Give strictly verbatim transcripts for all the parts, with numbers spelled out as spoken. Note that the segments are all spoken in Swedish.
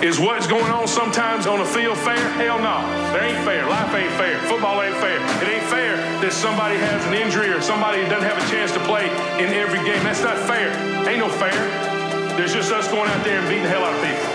Is what's going on sometimes on the field fair? Hell no. There ain't fair. Life ain't fair. Football ain't fair. It ain't fair that somebody has an injury or somebody doesn't have a chance to play in every game. That's not fair. Ain't no fair. There's just us going out there and beating the hell out of people.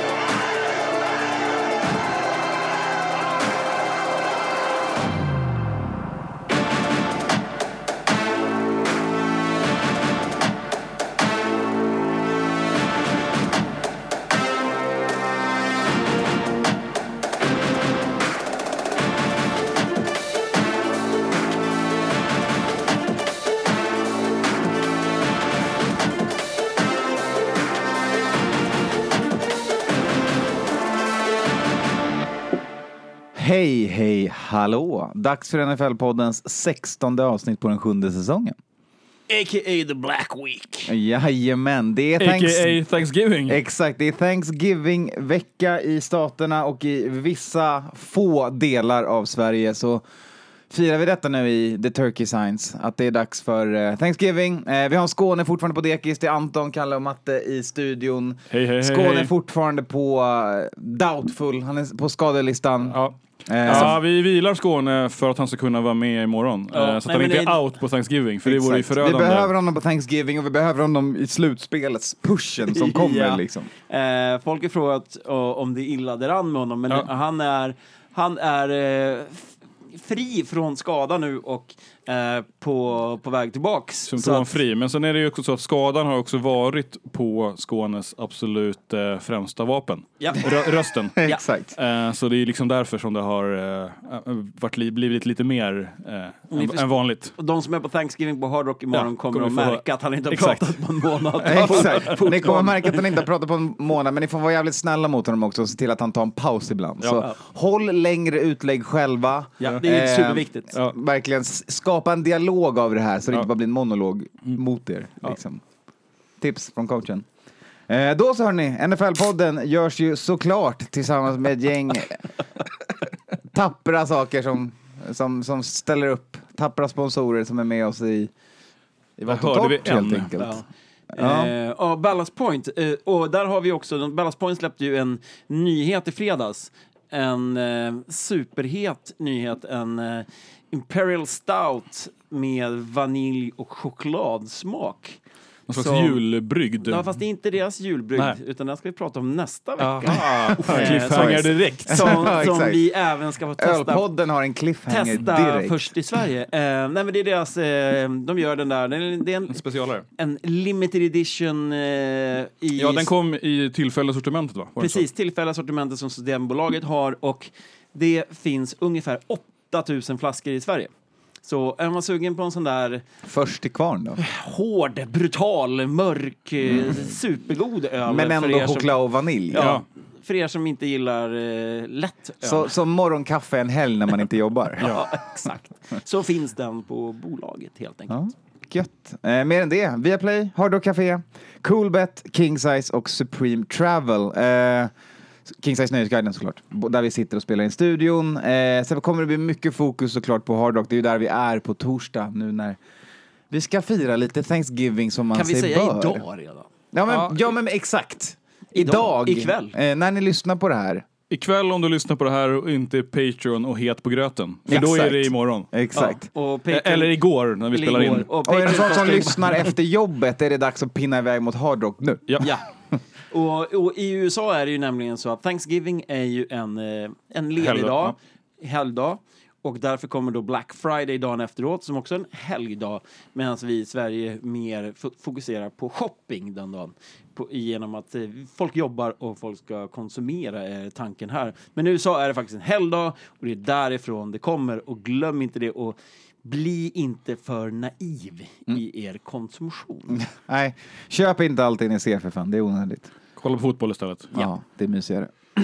Hej, hej, hallå. Dags för N F L-poddens sextonde avsnitt på den sjunde säsongen. A K A the Black Week. Jajamän, det är A K A Thanksgiving. Exakt, det är Thanksgiving-vecka i staterna och i vissa få delar av Sverige så firar vi detta nu i The Turkey Signs, att det är dags för uh, Thanksgiving. Uh, vi har Skåne fortfarande på dekis, det är Anton, Kalle och Matte i studion. Hej, hej, Skåne hej, hej. är fortfarande på uh, doubtful, han är på skadelistan. Ja. Uh, Ja, vi vilar Skåne för att han ska kunna vara med imorgon. Ja. Uh, så att Nej, han men inte det- är out på Thanksgiving, för det vore ju Exakt. förödande. Vi behöver honom på Thanksgiving och vi behöver honom i slutspelets pushen som kommer Ja. liksom. Eh, folk har frågat uh, om det är illa däran med honom, men Ja. han är, han är eh, f- fri från skada nu och eh, på, på väg tillbaks. Så att- Symptomfri. Men sen är det ju också så att skadan har också varit på Skånes absolut eh, främsta vapen. Ja. Rö- rösten. Exakt. Eh, så det är liksom därför som det har eh, varit, li- blivit lite mer eh, Ni än, förstår- än vanligt. Och de som är på Thanksgiving på Hard Rock imorgon Ja, kommer, kommer att vi få märka höra. att han inte har Exakt. pratat på en månad. Exakt. Ni kommer märka att han inte har pratat på en månad, men ni får vara jävligt snälla mot honom också och se till att han tar en paus ibland. Ja. Så Ja. håll längre utlägg själva. Ja, det är Eh, superviktigt. Ja. Verkligen s- skapa en dialog av det här så det Ja. inte bara blir en monolog mot er. Liksom. Tips från coachen. Eh, då så hörni, N F L-podden görs ju såklart tillsammans med ett gäng tappra saker som, som, som ställer upp. Tappra sponsorer som är med oss i, i vårt hörde vi torrt helt en. enkelt. Ja. Ja. Eh, ja, Ballast Point. Eh, och där har vi också, Ballast Point släppte ju en nyhet i fredags. En eh, superhet nyhet. En eh, Imperial Stout med vanilj och chokladsmak. Någon slags Som- julbrygd. Ja, fast det är inte deras julbrygd, Nej. utan den ska vi prata om nästa vecka. Aha. Eh, Cliffhanger som- direkt. Som, Ja, som exakt. vi även ska få testa. Ölpodden har en cliffhanger Testa direkt. först i Sverige. Eh, nej, men det är deras, eh, de gör den där. Det är, det är en, En specialare. en limited edition eh, i... Ja, den kom i tillfällesortimentet, va? Var det Precis, tillfälliga som Systembolaget har, och det finns ungefär åtta tusen flaskor i Sverige. Så är man sugen på en sån där Först till kvarn då. hård, brutal, mörk, mm. supergod öl. Men för ändå er som- choklad och vanilj. Ja, Ja. för er som inte gillar eh, lätt öl. Så, som morgonkaffe en helg när man inte jobbar. Ja, exakt. Så finns den på bolaget helt enkelt. Ja, gött. Eh, mer än det. Viaplay, Hard Rock Café, Coolbet, Kingsize och Supreme Travel. Eh, Kingsize Nöjesguiden såklart. B- Där vi sitter och spelar in studion. Eh, sen kommer det bli mycket fokus såklart på Hard Rock. Det är ju där vi är på torsdag nu när vi ska fira lite Thanksgiving som man Kan vi sig säga bör. idag redan? Ja men, Ja. ja, men exakt. Idag, Idag. ikväll. Eh, när ni lyssnar på det här. Ikväll om du lyssnar på det här och inte är Patreon och het på gröten. För då är Exakt. det imorgon. Exakt. Ja, och Eh, Eller igår när vi eller spelar igår. in. Och Och är det Patreon sånt som kostar ju- lyssnar efter jobbet är det dags att pinna iväg mot Hard Rock nu. Ja. Ja. Och, och i U S A är det ju nämligen så att Thanksgiving är ju en, eh, en ledig Helgdag, dag, helgdag. Och därför kommer då Black Friday dagen efteråt som också är en helgdag. Medan vi i Sverige mer f- fokuserar på shopping den dagen. På, genom att eh, folk jobbar och folk ska konsumera är tanken här. Men i U S A är det faktiskt en helgdag och det är därifrån det kommer. Och glöm inte det, och bli inte för naiv i er konsumtion. Nej, köp inte allting ni ser för fan. Det är onödigt. Kolla på fotboll istället. Ja, det är mysigare.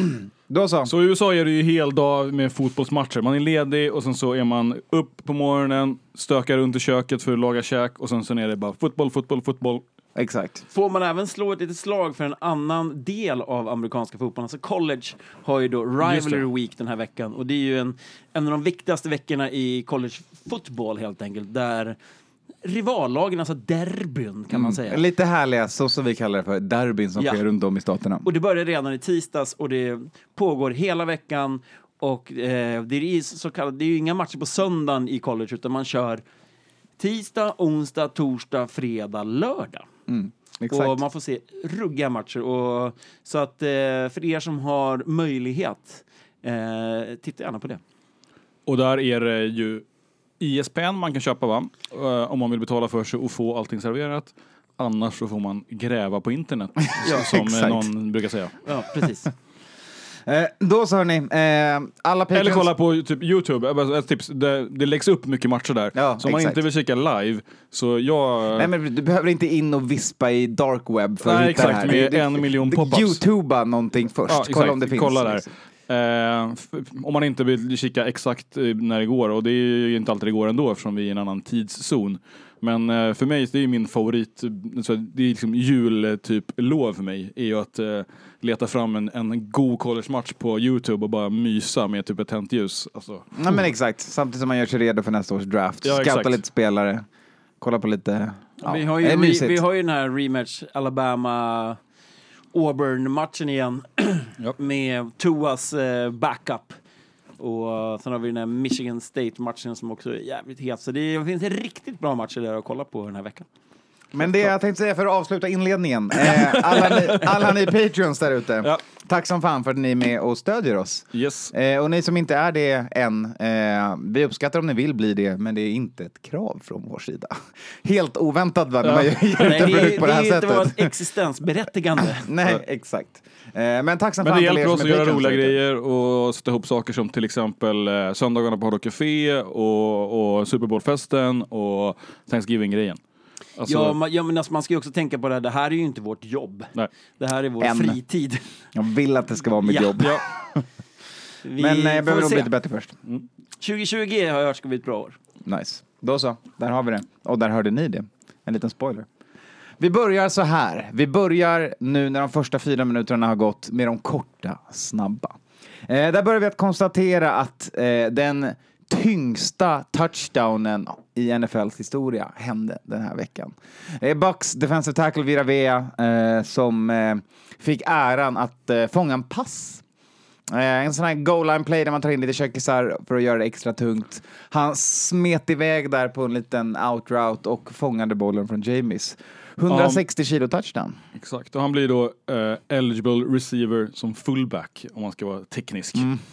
Då så. Så i U S A är det ju hel dag med fotbollsmatcher. Man är ledig och sen så är man upp på morgonen, stökar runt i köket för att laga käk och sen så är det bara fotboll, fotboll, fotboll. Exakt. Får man även slå ett litet slag för en annan del av amerikanska fotbollen. Alltså college har ju då Rivalry Week den här veckan. Och det är ju en, en av de viktigaste veckorna i college football helt enkelt. Där rivallagen, alltså derbyn kan man säga. Lite härliga, så som vi kallar det för, derbyn som Ja. sker runt om i staterna. Och det började redan i tisdags och det pågår hela veckan. Och eh, det är så kallat, det är ju inga matcher på söndagen i college, utan man kör tisdag, onsdag, torsdag, fredag, lördag. Mm, exakt. Och man får se ruggiga matcher. Och, så att eh, för er som har möjlighet, eh, titta gärna på det. Och där är det ju E S P N man kan köpa, va? Uh, om man vill betala för sig och få allting serverat. Annars så får man gräva på internet, Ja, som exakt. någon brukar säga. Ja, precis. Eh, då så hörni, eh, alla Patreons... Eller kolla på typ YouTube. Bara ett tips, det, det läggs upp mycket matcher där. Ja, så om man exakt. inte vill kika live, så jag... Nej, men du behöver inte in och vispa i dark web för Nej, att hitta exakt, det här. med Det- en miljon det- pop-ups. YouTubea någonting först, Ja, kolla exakt. om det finns. Kolla där. Eh, f- om man inte vill kika exakt eh, när det går, och det är ju inte alltid det går ändå eftersom vi är i en annan tidszon. Men eh, för mig, det är min favorit, så det är liksom jul typ lov för mig, är ju att eh, leta fram en, en god college-match på YouTube och bara mysa med typ ett tänt ljus. Alltså, Nej, men exakt, samtidigt som man gör sig redo för nästa års draft. Ja, Scouta exakt. lite spelare, kolla på lite... Ja, vi, har ju det är re, mysigt. vi har ju den här rematch Alabama Auburn-matchen igen Ja. med Tuas eh, backup. Och sen har vi den här Michigan State-matchen som också är jävligt het. Så det finns riktigt bra matcher där att kolla på den här veckan. Men det jag tänkte säga för att avsluta inledningen. Eh, alla, ni, alla ni Patreons där ute. Ja. Tack som fan för att ni är med och stödjer oss. yes. Eh, och ni som inte är det än, eh, vi uppskattar om ni vill bli det, men det är inte ett krav från vår sida. Helt oväntat, va, när man gör Nej, en det, produkt är- på det det här är inte sättet. vårt existensberättigande. Nej, exakt. Eh, men tack som Men fan det till er hjälper som oss att är göra Patreons roliga där ute. grejer och sätta ihop saker som till exempel eh, söndagarna på Hard Rock Café och, och Super Bowl-festen och Thanksgiving-grejen. Alltså, Ja, man, ja, men alltså, man ska ju också tänka på det här. Det här är ju inte vårt jobb. nej. Det här är vår Än. fritid. Jag vill att det ska vara mitt Ja. jobb. Ja. Vi Men eh, jag får behöver nog se. bli lite bättre först. tjugo tjugo har jag hört ska bli ett bra år. Nice. Då så, där har vi det. Och där hörde ni det. En liten spoiler. Vi börjar så här. Vi börjar nu när de första fyra minuterna har gått med de korta, snabba. Eh, där börjar vi att konstatera att eh, den tyngsta touchdownen i N F L:s historia hände den här veckan. Eh, Bucks defensive tackle Viravea eh, som eh, fick äran att eh, fånga en pass. Eh, en sån här goal line play där man tar in lite kökisar för att göra det extra tungt. Han smet iväg där på en liten out route och fångade bollen från James. hundrasextio kilo touchdown. Exakt, och han blir då eh, eligible receiver som fullback om man ska vara teknisk.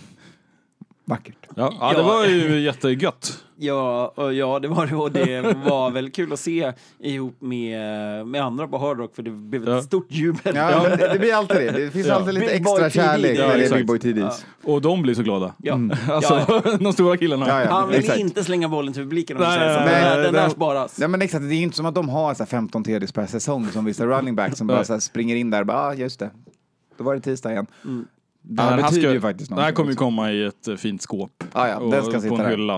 Vackert. Ja, ja, det var ju jättegött. Ja, och ja, det var det. Och det var väl kul att se ihop med, med andra på Hard Rock, för det blev ett Ja. stort jubel. Ja, men det, det blir alltid det. Det finns Ja. alltid lite Big boy extra T D. kärlek Ja, när det är exakt. Big Boy T Ds. Och de blir så glada. Ja. Alltså, Ja, de stora killarna. Ja, ja. han vill exakt. inte slänga bollen till publiken. Om Nej, vi säger så. nej, Den, nej, där- den nej, där nej. sparas. Ja, men exakt, det är inte som att de har så här femton T Ds per säsong som vissa running backs som bara Nej. så här springer in där och bara, ah, just det. Då var det tisdag igen. Mm. Det här Den här betyder ska- ju faktiskt Det här någonting kommer ju också. komma i ett eh, fint skåp. Ja, ja, den ska och sitta på en där. hylla.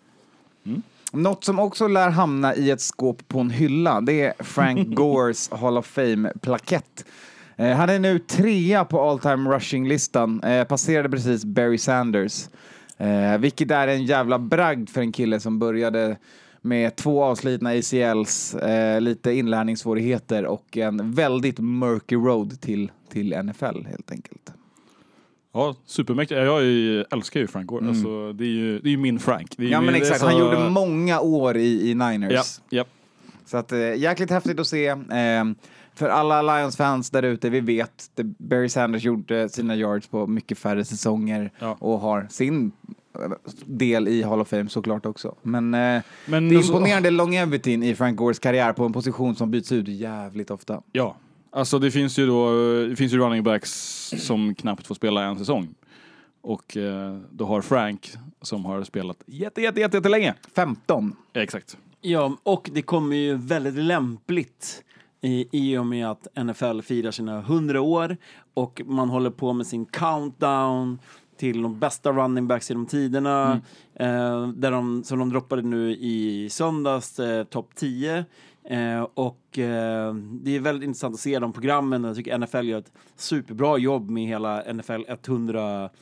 Något som också lär hamna i ett skåp på en hylla, det är Frank Gores Hall of Fame-plakett. Eh, han är nu trea på all-time rushing-listan. Eh, passerade precis Barry Sanders. Eh, vilket är en jävla bragd för en kille som började med två avslitna A C Ls, eh, lite inlärningssvårigheter och en väldigt murky road till, till N F L helt enkelt. Ja, supermäktigt. Jag är ju, älskar ju Frank Gore. Alltså, det är ju det är ju min Frank. Det är ju Ja, men min- exakt. så- Han gjorde många år i, i Niners. Ja, ja. Så att, eh, jäkligt häftigt att se. Eh, för alla Lions-fans där ute, vi vet att Barry Sanders gjorde sina yards på mycket färre säsonger Ja. och har sin eh, del i Hall of Fame såklart också. Men, eh, Men det är så- imponerande longevityn i Frank Gores karriär på en position som byts ut jävligt ofta. Ja, alltså det finns ju då det finns ju running backs som knappt får spela en säsong. Och eh, då har Frank som har spelat jätte, jätte, jätte, jätte länge. femton. Ja, exakt. Ja, och det kommer ju väldigt lämpligt i, i och med att N F L firar sina hundra år och man håller på med sin countdown till de bästa running backs genom tiderna. Eh, där de, som de droppade nu i söndags, eh, topp tio. Eh, och eh, det är väldigt intressant att se de programmen. Jag tycker N F L gör ett superbra jobb med hela N F L hundra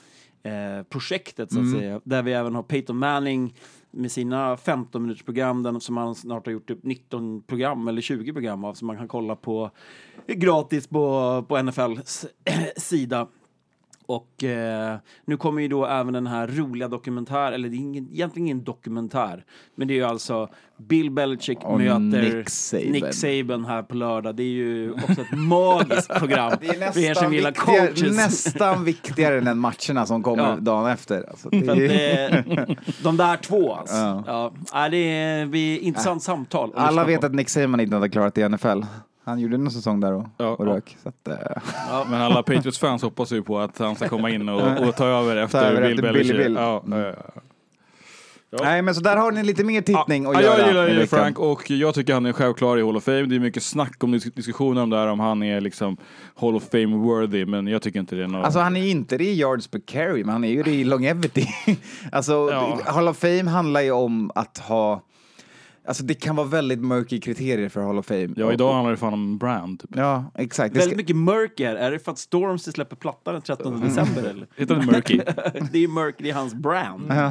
eh, projektet så att Mm. säga. Där vi även har Peyton Manning med sina femton minuters program den, som han snart har gjort typ nitton program eller tjugo program av som man kan kolla på gratis på, på N F L:s sida. Och eh, nu kommer ju då även den här roliga dokumentär, eller det är ingen, egentligen ingen dokumentär, men det är ju alltså Bill Belichick Och möter Nick Saban. Nick Saban här på lördag. Det är ju också ett magiskt program Det är för er som gillar viktigare, coaches. nästan viktigare än matcherna som kommer Ja. dagen efter. Alltså, det För att är, det, de där två alltså. Ja. Ja. Ja, det är vi intressant samtal. att alla lyssna vet på. att Nick Saban inte hade klarat i N F L. Han gjorde en säsong där och, Ja, och ja. rök. Så att, eh, Men alla Patriots-fans hoppas ju på att han ska komma in och, och ta över efter över Bill efter Billy Belichick. Bill. Ja, Mm. ja, ja. Ja. Nej, men så där har ni lite mer tittning Ja, att göra. jag gillar i ju veckan. Frank och jag tycker han är självklar i Hall of Fame. Det är mycket snack om dis- diskussioner om det här, om han är liksom Hall of Fame-worthy, men jag tycker inte det är något... Alltså han är ju inte det i yards per carry, men han är ju det i longevity. Alltså Ja. Hall of Fame handlar ju om att ha... Alltså det kan vara väldigt mörka kriterier för Hall of Fame. Ja, idag handlar det fan om brand. Typ. Ja, exakt. Det Väldigt ska... mycket mörker. Är det för att Stormzy släpper plattan den trettonde december eller? Heter det Murky? Det är mörk, det är hans brand. Ja.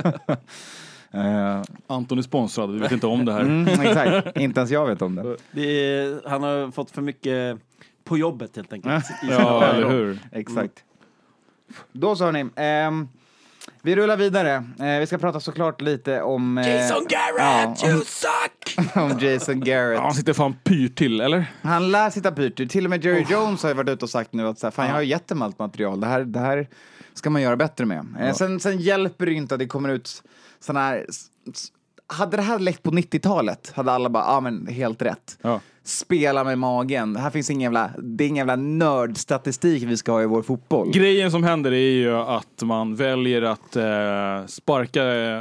Eh, Anton är sponsrad, vi vet inte om det här. mm, exakt. Inte ens jag vet om det. Det är, han har fått för mycket på jobbet helt enkelt. I sina Ja, öron. eller hur? Exakt. Då så hörni. ehm, vi rullar vidare. Eh, vi ska prata såklart lite om... eh, Jason Garrett, ja, om- you suck! om Jason Garrett. Ja, han sitter fan pyrt till, eller? Han lär sitta pyrt. Till och med Jerry Jones har ju varit ute och sagt nu att så här, fan, jag har ju gett dem allt material. Det här, det här ska man göra bättre med. Eh, sen, sen hjälper det ju inte att det kommer ut såna här... s- s- Hade det här läckt på nittiotalet hade alla bara, ja ah, men helt rätt. Ja. Spela med magen. Här finns ingen jävla, det är ingen jävla nördstatistik vi ska ha i vår fotboll. Grejen som händer är ju att man väljer att eh, sparka,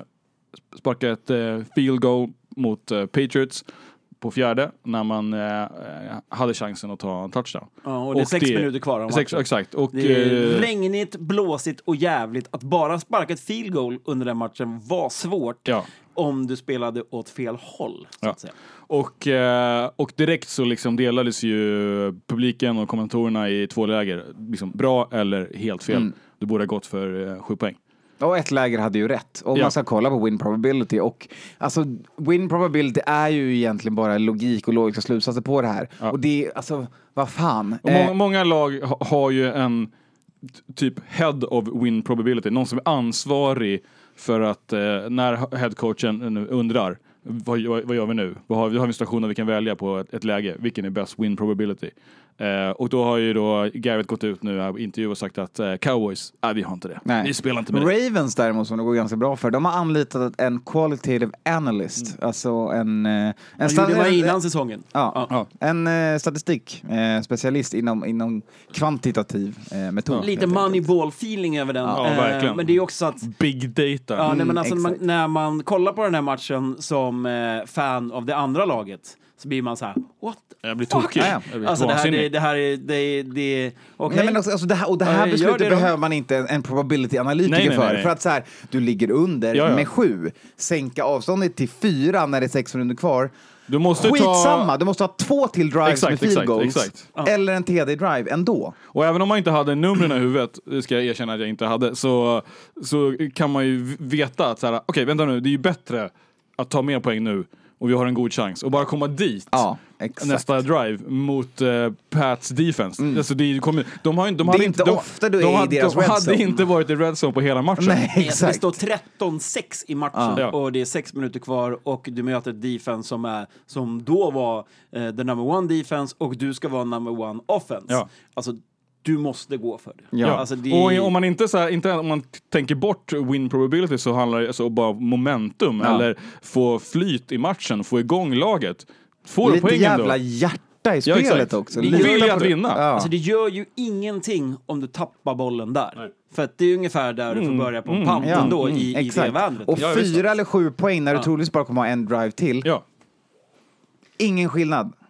sparka ett eh, field goal mot eh, Patriots på fjärde när man eh, hade chansen att ta en touchdown. Ja, och det är sex minuter kvar om sex, matchen. Exakt. Och, Det är eh, regnigt, blåsigt och jävligt. Att bara sparka ett field goal under den matchen var svårt ja. om du spelade åt fel håll. Så Ja. att säga. Och, eh, och direkt så liksom delades ju publiken och kommentatorerna i två läger. Liksom bra eller helt fel. Mm. Du borde ha gått för eh, sju poäng. Och ett läger hade ju rätt. Om Ja. man ska kolla på win probability. Och alltså, win probability är ju egentligen bara logik och logiska slutsatser på det här. Ja. Och det är, alltså, vad fan. Och Eh, må- många lag ha, har ju en t- typ head of win probability. Någon som är ansvarig för att eh, när headcoachen nu undrar vad, vad, vad gör vi nu? Vad har, vi har vi situationer vi kan välja på ett, ett läge. Vilken är best win probability? Eh, och då har ju då Garrett gått ut nu i intervju och sagt att eh, Cowboys, nej vi har inte det. Nej. Ni spelar inte med det. Ravens däremot, som det går ganska bra för, de har anlitat en qualitative analyst. Mm. Alltså en... eh, en Han sta- gjorde det en- innan säsongen. Ja, Ja. en eh, statistik eh, specialist inom, inom kvantitativ eh, metod. Lite helt enkelt. moneyball-feeling över den. Ja, Eh, verkligen. Men det är också att Big data. ja, nej, men alltså, exakt. man, när man kollar på den här matchen som eh, fan av det andra laget så blir man så här, what the Jag blir fuck? tokig. Ja, ja. Jag blir Alltså det här, vansinnig. det, det här är, det, det, okej. Nej, men alltså, alltså det här, och det här Ja, gör beslutet det då. behöver man inte en, en probability-analytiker Nej, nej, för. nej, nej. För att så här, du ligger under Ja, ja. med sju, sänka avståndet till fyra när det är sex minuter kvar. Du måste Skitsamma, ta... du måste ha två till drives Exakt, med field exakt, goals. exakt. Eller en T D-drive ändå. Och även om man inte hade numren i huvudet, det ska jag erkänna att jag inte hade, så, så kan man ju veta att så här, okej, vänta nu, det är ju bättre att ta mer poäng nu och vi har en god chans och bara komma dit. Ja, exakt. Nästa drive mot uh, Pats defense. Alltså det kommer, de har, inte- de Det är hade inte de, ofta du de, är i hade, deras de red hade zone. inte varit i red zone på hela matchen. Nej, Alltså, det exakt. står tretton sex i matchen Ja. och det är sex minuter kvar och du möter ett defense som, är, som då var eh, the number one defense och du ska vara number one offense. Ja. Alltså, du måste gå för det. Ja. Alltså, det Och om man inte, så här, inte om man t- tänker bort win probability så handlar det alltså bara momentum Ja. eller få flyt i matchen, få igång laget. Får du Lite poängen jävla då? hjärta i Ja, spelet exakt. också. Vi Lita vill ju på att det. vinna. Ja. Alltså det gör ju ingenting om du tappar bollen där. Nej. För att det är ungefär där du får börja på en mm, pant ja, ändå mm, i, i det exakt. vädret. Och Ja, visst. fyra eller sju poäng när du Ja. troligtvis bara kommer ha en drive till. Ja. Ingen skillnad.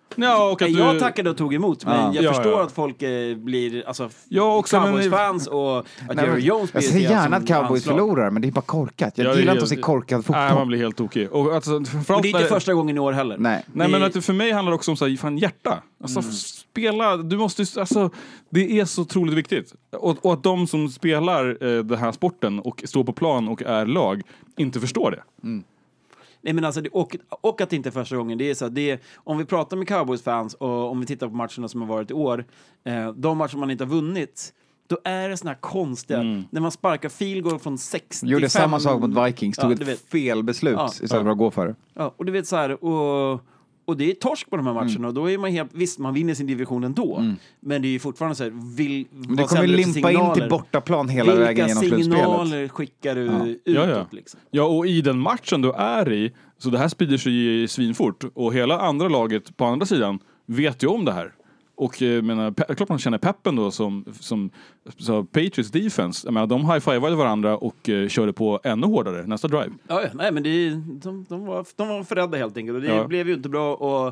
Ja, och att Jag du... tackade och tog emot, men Ja. jag Ja, förstår ja. att folk eh, blir, alltså, Ja, också, men- Cowboys-fans och att Nej, Jerry Jones blir jag ser ett gärna som att Cowboys anslag. förlorar, men det är bara korkat. Jag Ja, det gillar är inte att se helt- korkad fotboll. Nej, man blir helt tokig. Och att, Och framförallt det är inte när- första gången i år heller. Nej. Nej, Det- men att det för mig handlar det också om så här, fan, hjärta. Alltså Mm. spela, du måste, alltså, det är så otroligt viktigt. Och, och att de som spelar eh, den här sporten och står på plan och är lag inte förstår det. Nej, men alltså, det, och, och att det inte är första gången. Det är så att det är, om vi pratar med Cowboys-fans och om vi tittar på matcherna som har varit i år, eh, de matcher man inte har vunnit, då är det såna här konstiga, Mm. när man sparkar field goal från sextiofem. Gjorde samma sak mot Vikings, tog Ja, du ett vet. fel beslut Ja. istället för att gå för det. Ja, och du vet så här, och, och det är torsk på de här matcherna, Mm. och då är man helt, visst, man vinner sin division ändå, men det är ju fortfarande så här, vill, Men det kommer ju limpa in till bortaplan hela Vilka vägen genom slutspelet. signaler skickar du Ja. utåt Ja, ja. liksom? Ja, och i den matchen du är i, så det här sprider sig svinfort. Och hela andra laget på andra sidan vet ju om det här. Och jag menar, pe- klart man känner peppen då som, som så Patriots defense. Jag menar, de high-fivade varandra och uh, körde på ännu hårdare nästa drive. Ja, ja, nej, men det, är- de, de, var, de var för rädda helt enkelt, och det Ja. blev ju inte bra, och,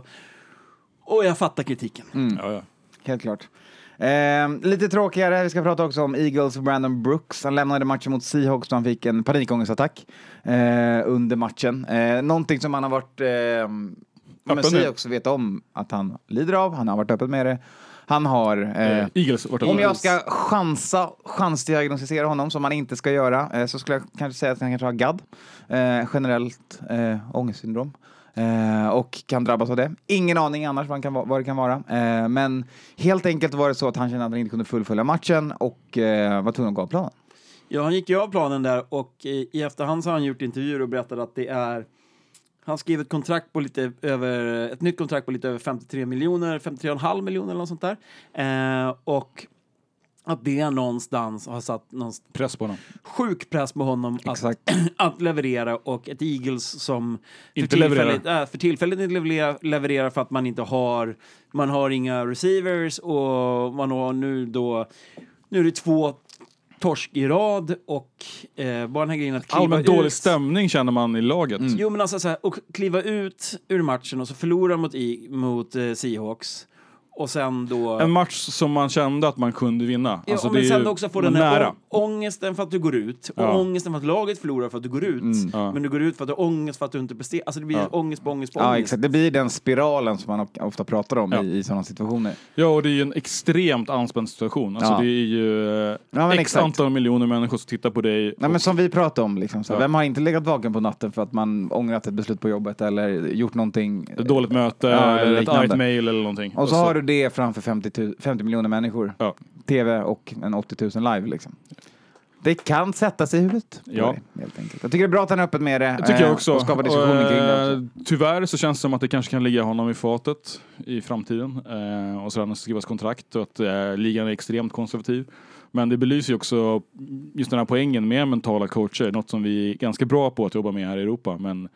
och jag fattar kritiken. Ja, ja. Helt klart. Eh, lite tråkigare, vi ska prata också om Eagles och Brandon Brooks. Han lämnade matchen mot Seahawks då han fick en panikångestattack eh, under matchen. Eh, någonting som han har varit... Eh, men med. Seahawks vet om att han lider av, han har varit öppen med det. Han har... Eh, Eh, Eagles vart om jag ska chansa, chansdiagnostisera honom som man inte ska göra, eh, så skulle jag kanske säga att han kanske har G A D. Eh, generellt eh, ångestsyndrom. Eh, och kan drabbas av det. Ingen aning annars vad, han kan, va- vad det kan vara. Eh, men helt enkelt var det så att han kände att han inte kunde fullfölja matchen och eh, var tvungen att gå av planen. Ja, han gick ju av planen där, och eh, i efterhand så har han gjort intervjuer och berättat att det är, han skrev ett kontrakt på lite över, ett nytt kontrakt på lite över femtiotre miljoner, femtiotre komma fem miljoner eller något sånt där. Eh, och att det någonstans har satt någon press på honom. sjuk press på honom att, Exakt. att leverera, och ett Eagles som för Inte tillfället, levererar. äh, för tillfället inte levererar, levererar för att man inte har, man har inga receivers, och man har nu då, nu är det två torsk i rad, och eh, bara den här grejen att kliva Allmänt ut. dålig stämning känner man i laget. Jo, men alltså så här, och kliva ut ur matchen och så förlora mot, i, mot eh, Seahawks, och sen då... En match som man kände att man kunde vinna. Ja, Alltså, men det är sen ju också få den här nära. å- ångesten för att du går ut, och Ja. ångesten för att laget förlorar för att du går ut, ja. men du går ut för att du har ångest för att du inte presterar. Alltså det blir Ja. ångest på ångest på Ja, ångest. exakt. Det blir den spiralen som man o- ofta pratar om Ja. i, i sådana situationer. Ja, och det är ju en extremt anspänd situation. Alltså Ja. det är ju eh, Ja, men x exakt. antal miljoner människor som tittar på dig. Nej, men som vi pratade om, liksom, så. Ja. Vem har inte legat vaken på natten för att man ångrat ett beslut på jobbet eller gjort någonting? Ett dåligt möte, Ja, eller eller ett liknande. argt mail eller någonting. Och så har du det framför femtio, tu- femtio miljoner människor. Ja. T V och en åttio tusen live liksom. Det kan sätta sig i huvudet. på Ja. dig, helt enkelt. Jag tycker det är bra att han är öppen med det. Det tycker jag eh, också. Och skapar diskussioner Och, kring det eh, också. Tyvärr så känns det som att det kanske kan ligga honom i fatet i framtiden. Eh, och sedan skrivas kontrakt och att eh, ligan är extremt konservativ. Men det belyser ju också just den här poängen med mentala coacher. Något som vi är ganska bra på att jobba med här i Europa. Men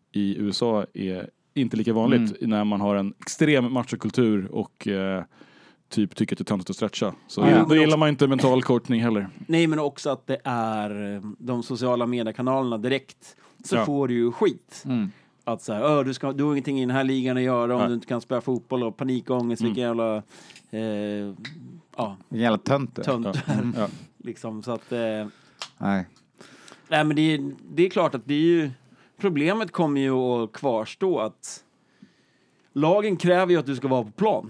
i U S A är inte lika vanligt Mm. när man har en extrem machokultur och eh, typ tycker att det är töntigt att stretcha. Så Ja, ja. då gillar man inte mental coachning heller. Nej, men också att det är eh, de sociala mediekanalerna direkt, så Ja. får du ju skit. Mm. Att så här, "Ö, du, ska, du har ingenting i den här ligan att göra om Nej. du inte kan spela fotboll, och panikångest, vilken jävla eh, ja, Vilken jävla tönt du är. tönt du är. Ja. Liksom, så att, eh, Nej. nej, men det är, det är klart att det är ju, problemet kommer ju att kvarstå, att lagen kräver ju att du ska vara på plan.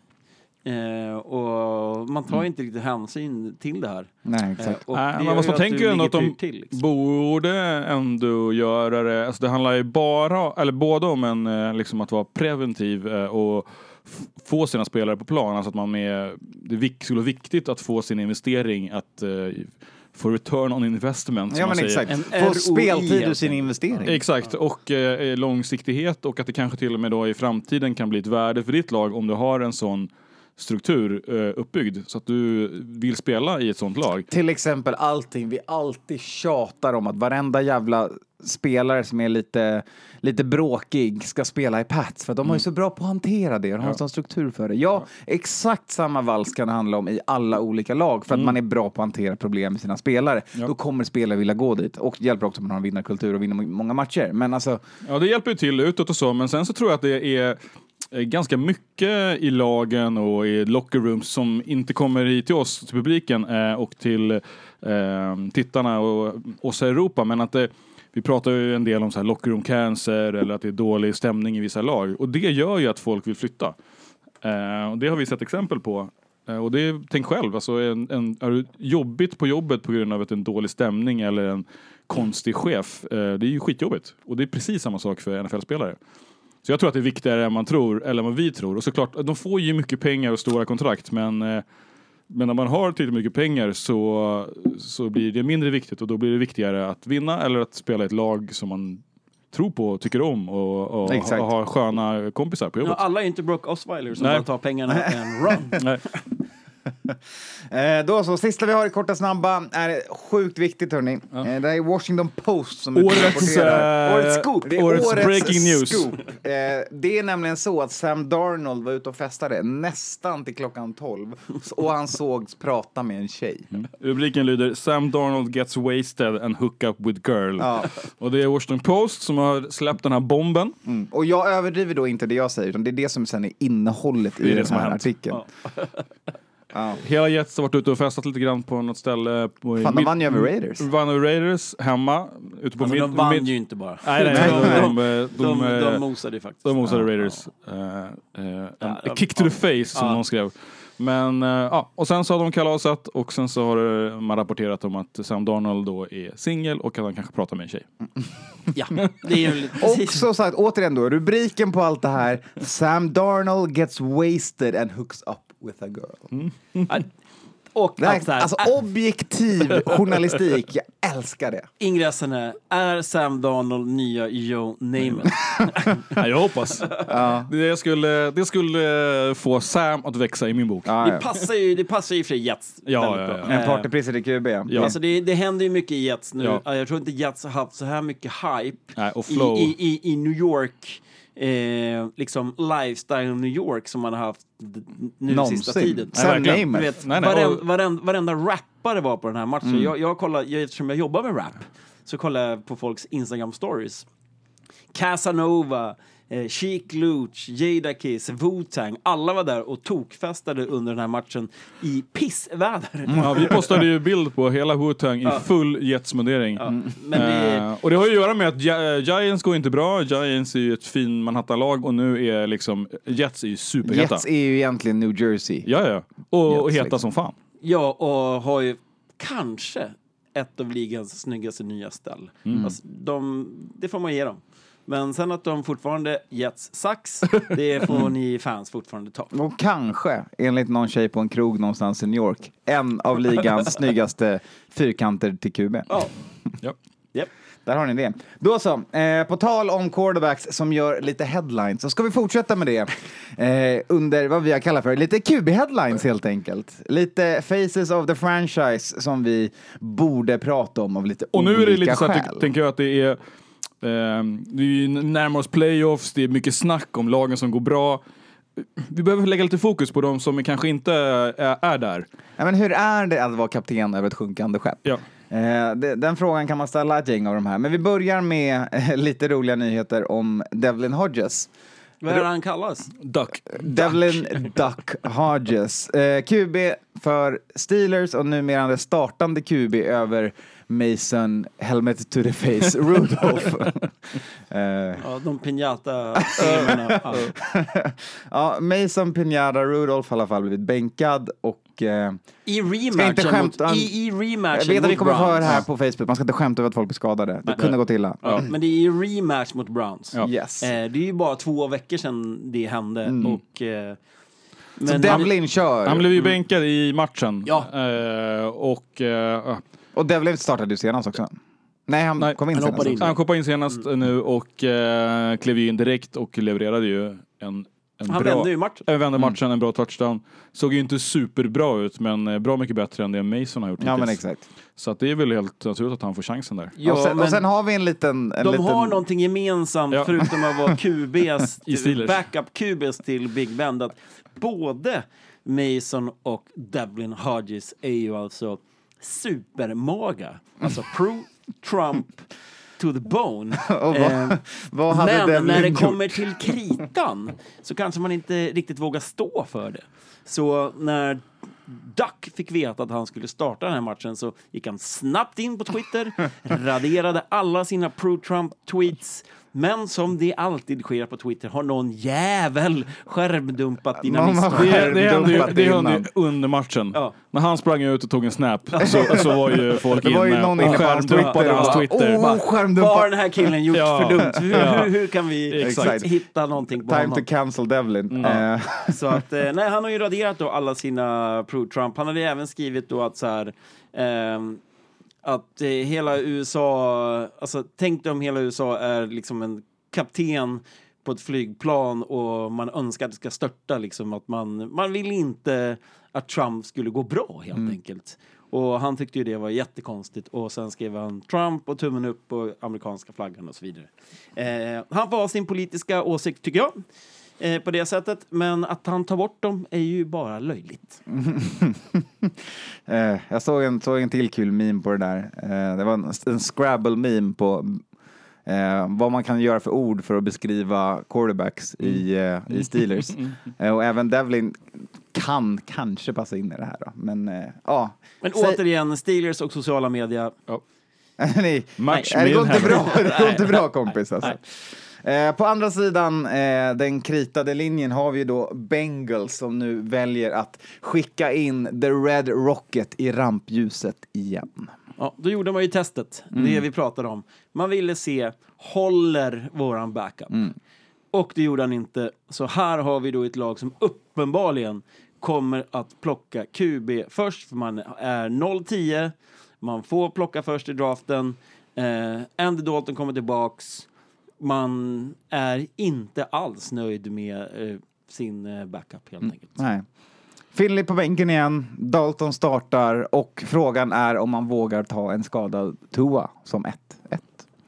Eh, och man tar inte riktigt hänsyn till det här. Nej, Eh, exakt. och Nej, det men gör vad som ju tänker du ju ändå att ligger de pyrt till, liksom. borde ändå göra det. Alltså det handlar ju bara, eller både om en, eh, liksom att vara preventiv eh, och f- få sina spelare på plan. Alltså att man med, det är vik- skulle vara viktigt att få sin investering att eh, få return on investment, som Ja, man men säger. exakt. En Få R O I speltid ur helt sin enkelt. investering. Exakt, och eh, långsiktighet, och att det kanske till och med då i framtiden kan bli ett värde för ditt lag om du har en sån struktur eh, uppbyggd så att du vill spela i ett sånt lag. Till exempel allting vi alltid tjatar om, att varenda jävla spelare som är lite, lite bråkig ska spela i Pats, för de har ju så bra på att hantera det och har en sån struktur för det. Ja, exakt samma vals kan det handla om i alla olika lag, för att man är bra på att hantera problem med sina spelare. Ja. Då kommer spelare vilja gå dit, och det hjälper också om man har en vinnarkultur och vinner många matcher. Men alltså, Ja, det hjälper ju till utåt och så, men sen så tror jag att det är ganska mycket i lagen och i locker rooms som inte kommer hit till oss, till publiken eh, och till eh, tittarna och oss i Europa. Men att det, vi pratar ju en del om så här locker room cancer eller att det är dålig stämning i vissa lag. Och det gör ju att folk vill flytta. Eh, och det har vi sett exempel på. Eh, och det är, tänk själv, alltså en, en, är det jobbigt på jobbet på grund av att en dålig stämning eller en konstig chef, eh, det är ju skitjobbigt. Och det är precis samma sak för N F L-spelare. Så jag tror att det är viktigare än man tror, eller vad vi tror. Och såklart, de får ju mycket pengar och stora kontrakt, men, eh, men när man har tillräckligt mycket pengar så, så blir det mindre viktigt och då blir det viktigare att vinna eller att spela ett lag som man tror på och tycker om och, och, och ha sköna kompisar på jobbet. Ja, alla är inte Brock Osweiler som bara tar pengarna en run. Nej. eh, då så, sista vi har i korta snabba är sjukt viktigt, hörni. Ja. Eh, det är Washington Post som årets, äh, årets scoop. Det är årets, årets breaking news. Scoop. Eh, det är nämligen så att Sam Darnold var ute och festade nästan till klockan tolv och han sågs prata med en tjej. Mm. Rubriken lyder Sam Darnold gets wasted and hook up with girl. Ja. Och det är Washington Post som har släppt den här bomben. Mm. Och jag överdriver då inte det jag säger, utan det är det som sen är innehållet i den här artikeln. Ja. Ja. Hela Jets har varit ute och festat lite grann på något ställe. På Fan, de vann ju över Raiders. Vann över Raiders hemma. Ute på alltså, mid, de vann mid... ju inte bara. Nej, nej, nej. de, de, de, de, de, de mosade ju faktiskt. De mosade ja, Raiders. Ja. Uh, uh, ja, a kick to ja, the face, som ja. någon skrev. Men, uh, ja. Och sen så har de kalasat och sen så har man rapporterat om att Sam Darnold då är singel och att han kanske pratar med en tjej. Ja, det är ju också sagt, återigen då, rubriken på allt det här: Sam Darnold gets wasted and hooks up with a girl. Mm. Och det här, alltså, alltså objektiv journalistik, jag älskar det. Ingressen är, är Sam Darnold nya Joe Namath? Ja, jag hoppas. Ja. Det, skulle, det skulle få Sam att växa i min bok. Ja, ja. Det passar ju, det passar ju för Jets. Ja, ja, ja. En partypriset i Q B. Ja. Alltså det, det händer ju mycket i Jets nu. Ja. Jag tror inte Jets har haft så här mycket hype. Nej, och flow. I, i, i, i New York. Eh, liksom lifestyle New York som man har haft d- nu Någonsin. Sista tiden. Sam Du Namath. vet, Nej, nej, varenda, och- varenda, varenda rappare var på den här matchen. Mm. Jag, jag kollar, jag, eftersom jag jobbar med rap så kollar jag på folks Instagram stories. Casanova, eh, Chic Luch, Jadakiss, Wu-Tang, alla var där och tokfestade under den här matchen i pissväder. Ja, vi postade ju bild på hela Wu-Tang i Ja. full Jets-mundering. Ja. Men det, Eh, och det har ju att göra med att Gi- Giants går inte bra. Giants är ju ett fin Manhattan-lag och nu är liksom Jets är ju superheta. Jets är ju egentligen New Jersey. Ja, ja. Och, och Jets, heta liksom. som fan. ja, och har ju kanske ett av ligans snyggaste nya ställ. Mm. Alltså, de, det får man ge dem. Men sen att de fortfarande Jets sax, det får ni fans fortfarande ta. Och kanske, enligt någon tjej på en krog någonstans i New York, en av ligans snyggaste fyrkanter till Q B. Ja. Ja. Yep. Där har ni det. Då så, eh, på tal om quarterbacks som gör lite headlines så ska vi fortsätta med det eh, under vad vi har kallat för lite Q B-headlines helt enkelt. Lite faces of the franchise som vi borde prata om av lite Och nu är det lite så skäl. att jag tänker jag att det är Um, det är ju närmare oss playoffs, det är mycket snack om lagen som går bra. Vi behöver lägga lite fokus på de som kanske inte är, är där. Ja, men hur är det att vara kapten över ett sjunkande skepp? Ja. Eh, det, den frågan kan man ställa ett gäng av de här. Men vi börjar med eh, lite roliga nyheter om Devlin Hodges. Vad är det han kallas? Duck. Devlin Duck Hodges. Eh, Q B för Steelers och numera det startande Q B över Mason Helmet to the Face Rudolph. eh, Ja, de pinjata-filmerna. Ja. ja, Mason Pinata Rudolph har i alla fall blivit bänkad och eh, I Ska inte rematchen skämta- mot, i, i rematchen jag vet att vi mot kommer få höra Browns. det här på Facebook. Man ska inte skämta över att folk blir skadade. Det Nej. kunde gå illa. Ja, men det är ju rematch mot Browns. Ja. Yes. Eh, det är ju bara två veckor sedan det hände. Och, eh, Så men Devlin kör. Han blev ju bänkad i matchen. Ja. Eh, och eh, Och Devlin startade ju senast också. Nej, han Nej, kom in han senast hoppade in. också. han kom in senast nu och eh, klev in direkt och levererade ju en, en han bra... vände ju matchen. Jag vände matchen, en bra touchdown. Såg ju inte superbra ut, men eh, bra mycket bättre än det Mason har gjort Ja, men hittills. exakt. Så att det är väl helt naturligt att han får chansen där. Ja, och, sen, men och sen har vi en liten... En de liten... har någonting gemensamt Ja. förutom att vara Q Bs, I Steelers. backup Q Bs till Big Ben. Att både Mason och Devlin Hodges är ju alltså supermaga. Alltså pro Trump to the bone. Och vad, Eh, vad hade Men Devlin när det gjort? kommer till kritan så kanske man inte riktigt vågar stå för det. Så när Duck fick veta att han skulle starta den här matchen så gick han snabbt in på Twitter, raderade alla sina pro-Trump-tweets. Men som det alltid sker på Twitter har någon jävel skärmdumpat dina Någon har misstag. Det, det hände ju, Dumpat det hände ju innan. under matchen. Ja. När han sprang ut och tog en snap så, så var ju folk Det var ju inne någon och inne på hans skärmdumpade Twitter. hans och bara, Twitter. Oh, Vad har skärmdumpa. den här killen gjort Ja. för dumt? Hur, Ja. hur, hur kan vi Exakt. hitta någonting på Time honom? to cancel Devlin. Mm. Eh, Så att, eh, nej, han har ju raderat då alla sina pro-Trump. Han hade ju även skrivit då att så här, ehm, att eh, hela U S A, alltså tänk dig om hela U S A är liksom en kapten på ett flygplan och man önskar att det ska störta liksom, att man, man vill inte att Trump skulle gå bra helt Mm. enkelt. Och han tyckte ju det var jättekonstigt och sen skrev han Trump och tummen upp och amerikanska flaggan och så vidare. Eh, han får ha sin politiska åsikt tycker jag. Eh, på det sättet, men att han tar bort dem är ju bara löjligt. eh, jag såg en, såg en till kul meme på det där. Eh, det var en, en Scrabble-meme på eh, vad man kan göra för ord för att beskriva quarterbacks i, eh, i Steelers. Eh, och även Devlin kan kanske passa in i det här då. Men eh, ja. Men Säg- återigen, Steelers och sociala medier. Nej, Match nej, det går made inte in bra, heaven. det går inte bra kompis alltså. Eh, på andra sidan eh, den kritade linjen har vi då Bengals som nu väljer att skicka in The Red Rocket i rampljuset igen. Ja, då gjorde man ju testet, det vi pratade om. Man ville se, håller våran backup? Och det gjorde han inte. Så här har vi då ett lag som uppenbarligen kommer att plocka Q B först, för man är noll tio. Man får plocka först i draften. Eh, Andy Dalton kommer tillbaks. Man är inte alls nöjd med eh, sin eh, backup helt enkelt. Nej. Finley på bänken igen, Dalton startar och frågan är om man vågar ta en skadad Tua som ett ett.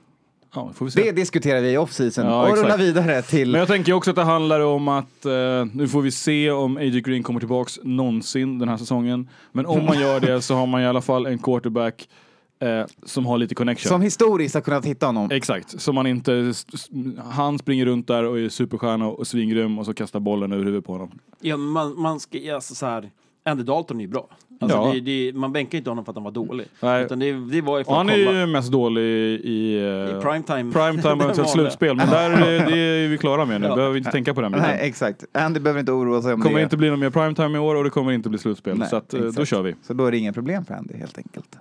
Ja, får vi se. Det diskuterar vi i off-season Ja, och exakt. rullar vidare till... Men jag tänker också att det handlar om att eh, nu får vi se om A J Green kommer tillbaks någonsin den här säsongen. Men om man gör det så har man i alla fall en quarterback eh, som har lite connection. Som historiskt har kunnat hitta honom. Exakt, så man inte han springer runt där och är superstjärna och svingrym och så kastar bollen över huvudet på honom. Ja, man, man ska, alltså så här, Andy Dalton är ju bra. Alltså Ja. det, det, man bänkar inte honom för att han var dålig. Nej. Utan det, det var ju för Och att han är kolla ju mest dålig i, eh, i primetime. primetime och Den slutspel. Men där är, det är vi klara med nu. Ja. Behöver vi inte tänka på den Nej, biten. exakt. Andy behöver inte oroa sig om Det kommer det. inte bli någon mer primetime i år och det kommer inte bli slutspel. Nej, så att, eh, då exakt. kör vi. Så då är det inga problem för Andy helt enkelt.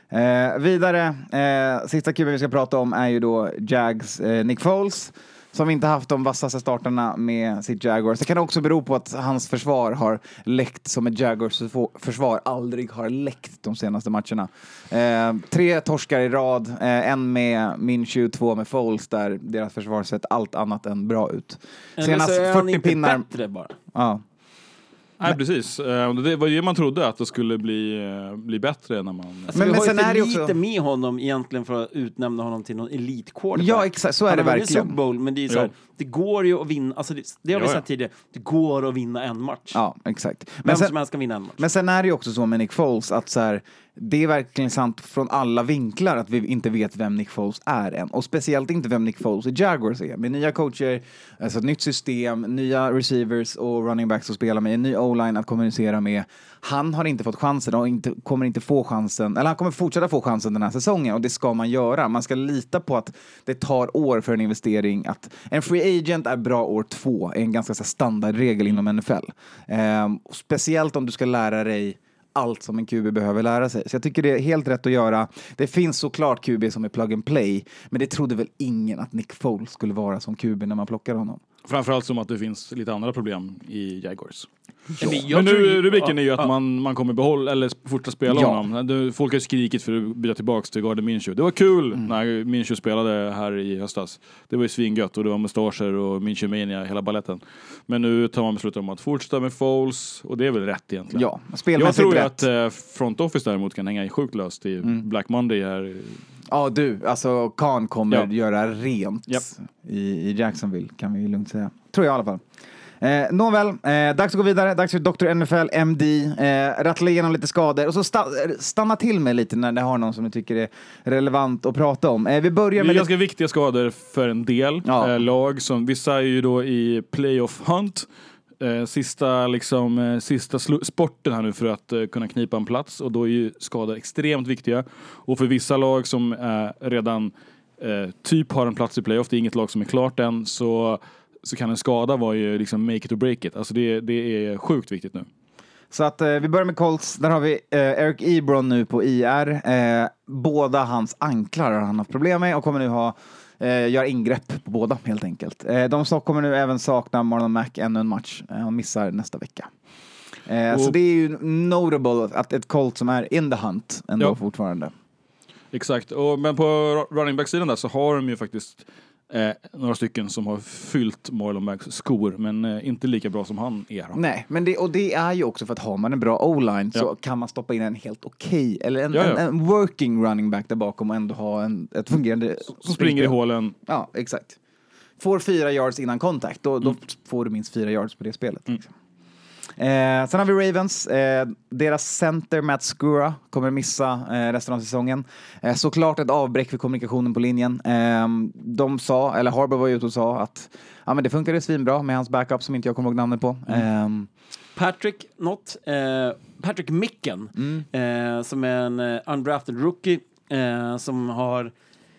Eh, vidare, eh, sista kuben vi ska prata om är ju då Jags eh, Nick Foles. Som inte haft de vassaste starterna med sitt Jaguars. Det kan också bero på att hans försvar har läckt som ett Jaguars försvar aldrig har läckt de senaste matcherna. Eh, tre torskar i rad, eh, en med Minshew, två med Foles där deras försvar sett allt annat än bra ut. Eller Senast så är han fyrtio inte pinnar. bättre bara. Ja. Nej, precis. Eh, Det var det man trodde, att det skulle bli, eh, bli bättre när man... Alltså, Men- vi men har ju sen för är det ju lite också- med honom egentligen för att utnämna honom till någon elite quarterback. Ja, exakt. Så är Han det har vunnit verkligen. Super Bowl, men det är ju så här, Ja. det går ju att vinna, alltså det, det har vi Ja, sagt ja. tidigare, det går att vinna en match. Ja, exakt. Vem Men sen, som helst kan vinna en match. men sen är det ju också så med Nick Foles att så här, det är verkligen sant från alla vinklar att vi inte vet vem Nick Foles är än. Och speciellt inte vem Nick Foles i Jaguars är. Med nya coacher, alltså ett nytt system, nya receivers och running backs att spela med, en ny O-line att kommunicera med. Han har inte fått chansen och inte, kommer inte få chansen, eller han kommer fortsätta få chansen den här säsongen och det ska man göra. Man ska lita på att det tar år för en investering. Att en free agent är bra år två, är en ganska så här, standardregel inom N F L. Ehm, och speciellt om du ska lära dig allt som en Q B behöver lära sig. Så jag tycker det är helt rätt att göra. Det finns såklart Q B som är plug and play, men det trodde väl ingen att Nick Foles skulle vara som Q B när man plockar honom. Framförallt som att det finns lite andra problem i Jaguars. Men jag Men nu, tror- rubriken är ju att ja, man, man kommer behålla eller fortsätta spela Ja. honom. Du, folk har skrikit för att byta tillbaka till Gardner Minshew. Det var kul Mm. när Minshew spelade här i höstas. Det var ju svingött och det var mustascher och Minshew mania hela balletten. Men nu tar man beslut om att fortsätta med Foles och det är väl rätt egentligen. Ja, Jag spelmässigt tror ju rätt. att eh, Front Office däremot kan hänga i sjukt löst i Mm. Black Monday här. Ja, du, alltså Khan kommer Ja. göra rent Japp. i, i Jacksonville, kan vi ju lugnt säga. Tror jag i alla fall. Eh, nåväl, eh, dags att gå vidare. Dags för doktor N F L, M D. Eh, rattla igenom lite skador. Och så sta- stanna till med lite när det har någon som ni tycker är relevant att prata om. Eh, vi börjar med... Det är ganska viktiga skador för en del ja. eh, lag. Som, vissa är ju då i playoff hunt. Eh, sista liksom, eh, sista slu- sporten här nu för att eh, kunna knipa en plats. Och då är ju skador extremt viktiga. Och för vissa lag som eh, redan eh, typ har en plats i playoff, det är inget lag som är klart än, så... så kan en skada vara ju liksom make it or break it. Alltså det, det är sjukt viktigt nu. Så att eh, vi börjar med Colts. Där har vi eh, Eric Ebron nu på I R. Eh, båda hans anklar har han haft problem med och kommer nu ha eh, göra ingrepp på båda helt enkelt. Eh, de så kommer nu även sakna Marlon Mack ännu en match. Eh, han missar nästa vecka. Eh, och, så det är ju notable att ett Colt som är in the hunt ändå ja. fortfarande. Exakt. Och, men på running back-sidan där så har de ju faktiskt Eh, några stycken som har fyllt Marlon Macks skor, men eh, inte lika bra som han är. Då. Nej, men det, och det är ju också för att har man en bra O-line ja. så kan man stoppa in en helt okej, okay, eller en, ja, ja. En, en working running back där bakom och ändå ha en, ett fungerande... Som springer i hålen. Ja, exakt. Får fyra yards innan kontakt, då, mm. då får du minst fyra yards på det spelet. Liksom. Eh, sen har vi Ravens. Eh, deras center Matt Skura kommer missa eh, resten av säsongen. Eh, såklart ett avbräck för kommunikationen på linjen. Eh, de sa, eller Harbour var ute och sa att ja, men det funkade svinbra med hans backup som inte jag kommer ihåg namnet på. Mm. Eh, Patrick Not, eh, Patrick Micken mm. eh, som är en uh, undrafted rookie eh, som har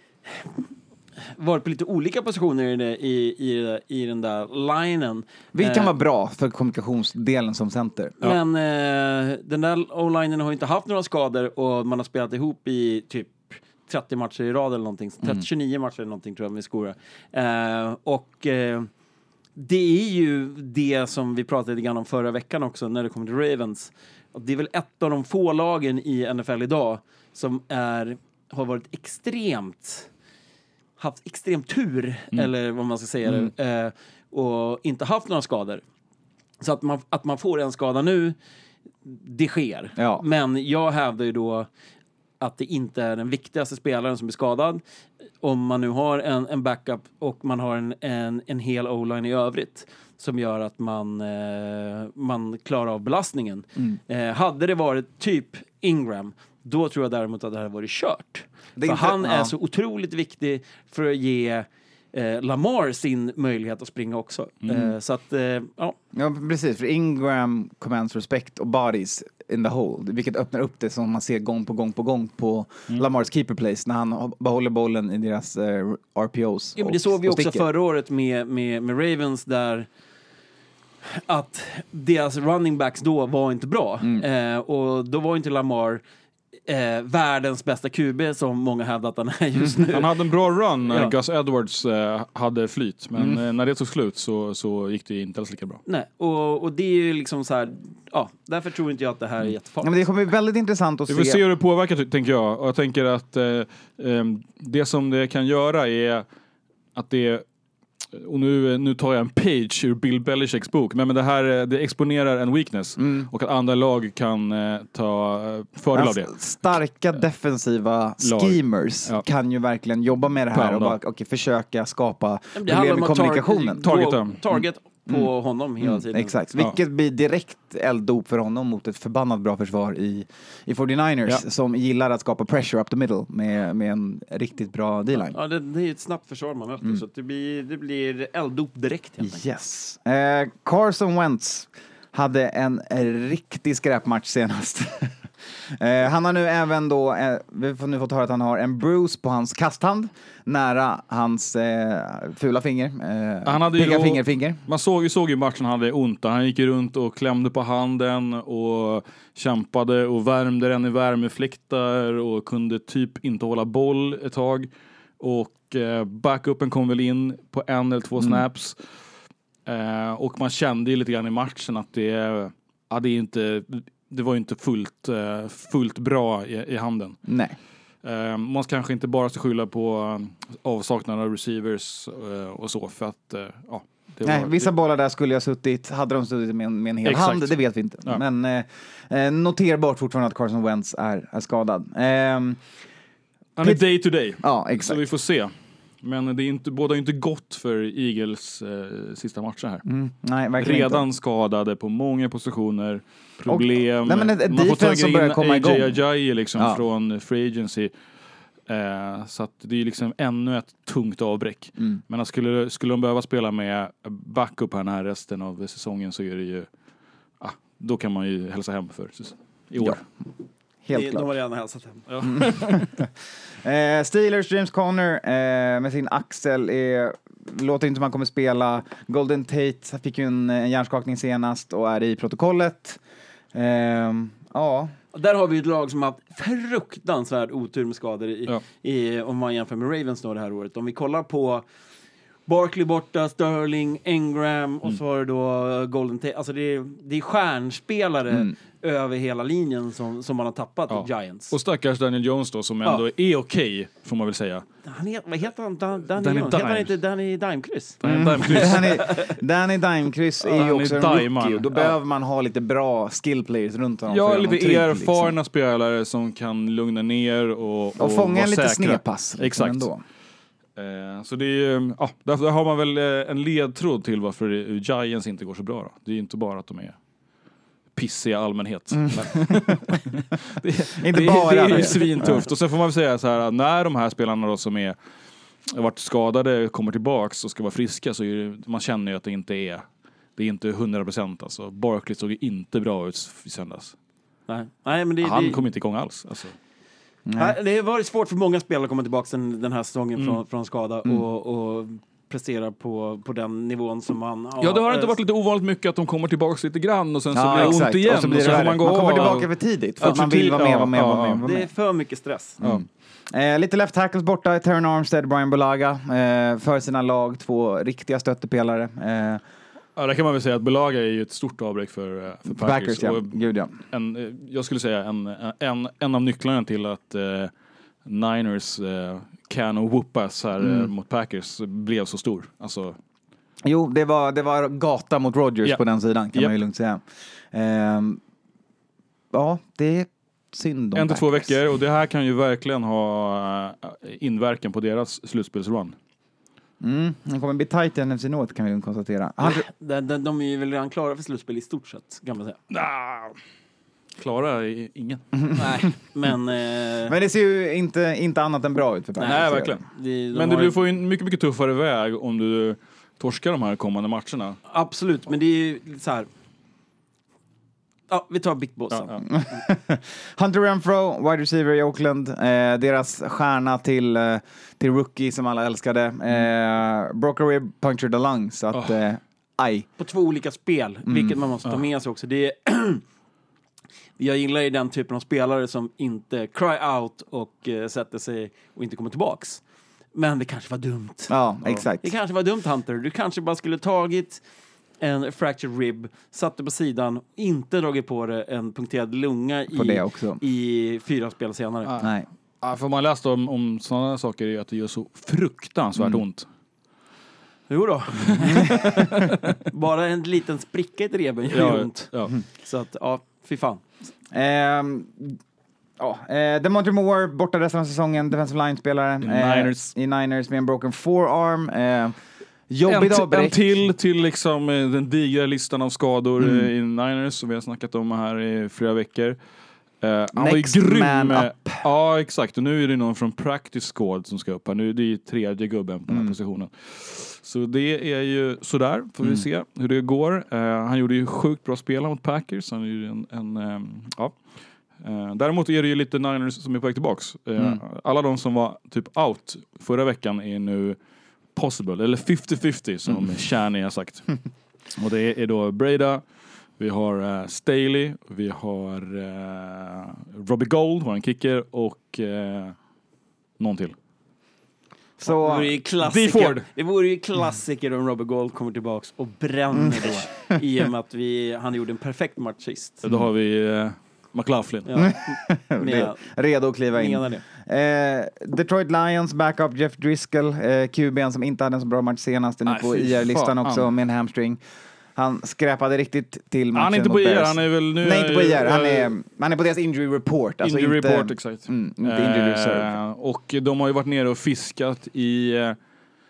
varit på lite olika positioner i, det, i, i, i den där linen. Vilket kan eh, vara bra för kommunikationsdelen som center. Men ja. eh, den där O-linen har inte haft några skador och man har spelat ihop i typ trettio matcher i rad eller någonting. trettio tjugonio matcher eller någonting tror jag med Skora. Eh, och eh, det är ju det som vi pratade lite grann om förra veckan också när det kommer till Ravens. Och det är väl ett av de få lagen i N F L idag som är, har varit extremt haft extrem tur mm. eller vad man ska säga mm. eh, och inte haft några skador. Så att man, att man får en skada nu, det sker. Ja. Men jag hävdar ju då att det inte är den viktigaste spelaren som är skadad. Om man nu har en, en backup och man har en, en, en hel O-line i övrigt som gör att man, eh, man klarar av belastningen. Mm. Eh, hade det varit typ Ingram, då tror jag däremot att det här varit kört. För inte, han ja. är så otroligt viktig för att ge eh, Lamar sin möjlighet att springa också. Mm. Eh, så att, eh, ja. Ja, precis. För Ingram commands respect och bodies in the hole. Vilket öppnar upp det som man ser gång på gång på gång på mm. Lamars keeper place när han behåller bollen i deras eh, R P Os. Ja, men det såg vi också förra året med, med, med Ravens där att deras running backs då var inte bra. Mm. Eh, och då var inte Lamar Eh, världens bästa Q B som många hävdat att han är just nu. Han hade en bra run när ja. Gus Edwards eh, hade flyt, men mm. eh, när det tog slut så, så gick det inte alls lika bra. Nej, och, och det är ju liksom så här, ja, därför tror inte jag att det här är jättefarligt. Ja, men det kommer bli väldigt intressant att Vi se. Vi får se hur det påverkar, tänker jag. Och jag tänker att eh, eh, det som det kan göra är att det och nu, nu tar jag en page ur Bill Belichicks bok, men, men det här det exponerar en weakness mm. och att andra lag kan eh, ta fördel av det. Starka defensiva schemers ja. kan ju verkligen jobba med det här och bara, okay, försöka skapa det problem med kommunikationen. Target, target, target mm. på honom hela mm. tiden. Exakt, vilket ja. blir direkt elddop för honom mot ett förbannat bra försvar i, i fyrtionioers ja. som gillar att skapa pressure up the middle med, med en riktigt bra D-line. Ja, det, det är ett snabbt försvar man möter mm. så att det blir, det blir elddop direkt helt enkelt. Yes. Eh, Carson Wentz hade en riktig skräpmatch senast. eh, han har nu även då, eh, vi får nu fått höra att han har en bruise på hans kasthand nära hans eh, fula finger. Eh, han hade ju då, finger, finger. Man såg ju, såg ju matchen, han hade ont. Han gick runt och klämde på handen och kämpade och värmde den i värmefläktar och kunde typ inte hålla boll ett tag. Och eh, backupen kom väl in på en eller två snaps. Mm. Eh, och man kände ju lite grann i matchen att det, ja, det, är inte, det var ju inte fullt, uh, fullt bra i, i handen. Nej. Uh, man ska kanske inte bara ska skylla på uh, avsaknad av receivers uh, och så, för att uh, ja, det Nej, var, vissa det... bollar där skulle jag suttit, hade de suttit med en, med en hel Exakt. hand, det vet vi inte. Ja. Men uh, noterbart fortfarande att Carson Wentz är, är skadad. Uh, Han är day to day. Ja, exakt. Så vi får se. Men det är inte, båda är inte gott för Eagles eh, sista matcher här. Mm, nej, verkligen Redan inte. skadade på många positioner, problem. Och, nej, men ett man får ta som börjar in komma A igång. J Ajayi liksom Ja. från Free Agency. Eh, så att det är liksom ännu ett tungt avbräck. Mm. Men att skulle, skulle de behöva spela med backup här, här resten av säsongen så är det ju, ah, då kan man ju hälsa hem för i år. Ja. Helt Det, klart. de har redan hälsat hem. Ja. Eh, Steelers, James Conner eh, med sin axel är, låter inte som han kommer spela. Golden Tate fick ju en, en hjärnskakning senast och är i protokollet. Eh, ja, Där har vi ett lag som har haft fruktansvärd otur med skador i, Ja. i, om man jämför med Ravens då det här året. Om vi kollar på Barkley borta, Sterling, Engram och så var det då Golden Tate. Alltså det är, det är stjärnspelare Mm. över hela linjen som, som man har tappat Ja. i Giants. Och stackars Daniel Jones då, som ändå är okej, får man väl säga. Han heter, vad heter han? Dan, Danny Danny Jones. Heter han Dimes. inte Danny Dimekryss? Mm. Danny, Danny Dimekryss är ju Danny också en Diamond. rookie och då Ja. behöver man ha lite bra skill players runt honom. för Ja, att göra lite honom trygg, erfarna liksom. spelare som kan lugna ner och, och, Och fånga vara en lite säkra. snedpass. Liksom, Exakt. ändå. Eh, så det är, ja, där, där har man väl eh, en ledtråd till varför Giants inte går så bra då. Det är ju inte bara att de är pissiga i allmänhet. Mm. det, Inte det, bara det är ju det. svintufft. Och sen får man väl säga så här, när de här spelarna då som är har varit skadade kommer tillbaks och ska vara friska, så är det, man känner ju att det inte är det är inte hundra procent alltså. Barkley såg ju inte bra ut i söndags. Nej. Nej, men det, Han det, kom inte igång alls. Alltså. Nej, det har varit svårt för många spelare att komma tillbaka den, den här säsongen Mm. från, från skada Mm. och, och prestera på, på den nivån som man Ja, det har inte eh, varit lite ovanligt mycket att de kommer tillbaka lite grann och sen så Ja, blir det exakt. ont igen Och så blir det får värre. man gå man kommer av. tillbaka för tidigt för Ja, att man för vill vara med, tid- vara med, ja, vara med. ja, Vara Det är med. för mycket stress. Ja. Eh, lite left tackles borta, Terran Armstead, Brian Bulaga eh, för sina lag, två riktiga stöttepelare. Eh, Ja, där kan man väl säga att Bulaga är ju ett stort avbräck för, eh, för Packers. Packers, ja. Och Gud, ja. en, eh, jag skulle säga en, en, en av nycklarna till att eh, Niners eh, can och whoopas här eh, Mm. mot Packers blev så stor. Alltså, Jo, det var, det var gata mot Rodgers Ja. på den sidan, kan Ja. man ju lugnt säga. Eh, ja, det är synd om en till två Packers. veckor, och det här kan ju verkligen ha eh, inverkan på deras slutspelsrun. Mm, det kommer bli tight i N F C North, kan vi ju konstatera. Han, De, de, de är ju väl redan klara för slutspel i stort sett, kan man säga. Nah, Klara är ingen. Nej, men... Eh, men det ser ju inte, inte annat än bra ut för Packers. Nej, verkligen. de, de Men det har- blir får ju en mycket, mycket tuffare väg om du torskar de här kommande matcherna. Absolut, men det är ju så här... Ja, vi tar Big Boss. Ja, ja. Hunter Renfro, wide receiver i Oakland. Eh, deras stjärna till, eh, till rookie som alla älskade. Eh, broke a rib, punctured a lung. Så att, Oh. eh, aj. På två olika spel, vilket man måste ta med sig också. Det är jag gillar ju den typen av spelare som inte cry out och eh, sätter sig och inte kommer tillbaks. Men det kanske var dumt. Ja, exakt. Det kanske var dumt, Hunter. Du kanske bara skulle tagit en fractured rib, satt det på sidan, inte dragit på det en punkterad lunga På i, det också. i fyra spel senare. Ja. Nej. Ja, för man läst om, om sådana saker är ju att det gör så fruktansvärt Mm. ont. Jo då. Bara en liten spricka i ett revben gör Ja, ont. ja. Så att, ja, fy fan. Ehm, ja, eh, Demontre Moore, borta resten av säsongen, defensive line-spelare. I Niners. I Niners med en broken forearm. Eh, jobbigt En, t- en avbräck. till till liksom eh, den digra listan av skador Mm. eh, i Niners som vi har snackat om här i flera veckor. Eh, han var ju Next grym. man eh, up. Ja, exakt. Och nu är det någon från practice squad som ska upp här. Nu är det ju tredje gubben på den här Mm. positionen. Så det är ju sådär. Får vi Mm. se hur det går. Eh, han gjorde ju sjukt bra spel mot Packers. Han är ju en, en ehm, ja. Eh, däremot är det ju lite Niners som är på väg tillbaks. Eh, Mm. Alla de som var typ out förra veckan är nu possible, eller femtio femtio som Mm. Chaney har sagt. Och det är då Breda, vi har uh, Staley, vi har uh, Robbie Gold, vår kicker, och uh, någon till. Det Så, vore ju D. klassiker, Ford. det vore ju klassiker om Robert Gold kommer tillbaks och bränner då. I och med att vi, han gjorde en perfekt match sist. Så då har vi uh, McLaughlin. Ja, med, redo att kliva in. menar det. Eh, Detroit Lions backup Jeff Driscoll, eh, Q B:n som inte hade en så bra match senast, är nu Nej, på fy I R-listan fan. också med en hamstring. Han skräpade riktigt till matchen Han är inte mot på I R, Bears. han är väl nu... Nej, inte på I R. Han eh, är, han är på deras injury report. Injury inte, report, exakt. Mm, inte injury reserve. Eh, och de har ju varit nere och fiskat i uh,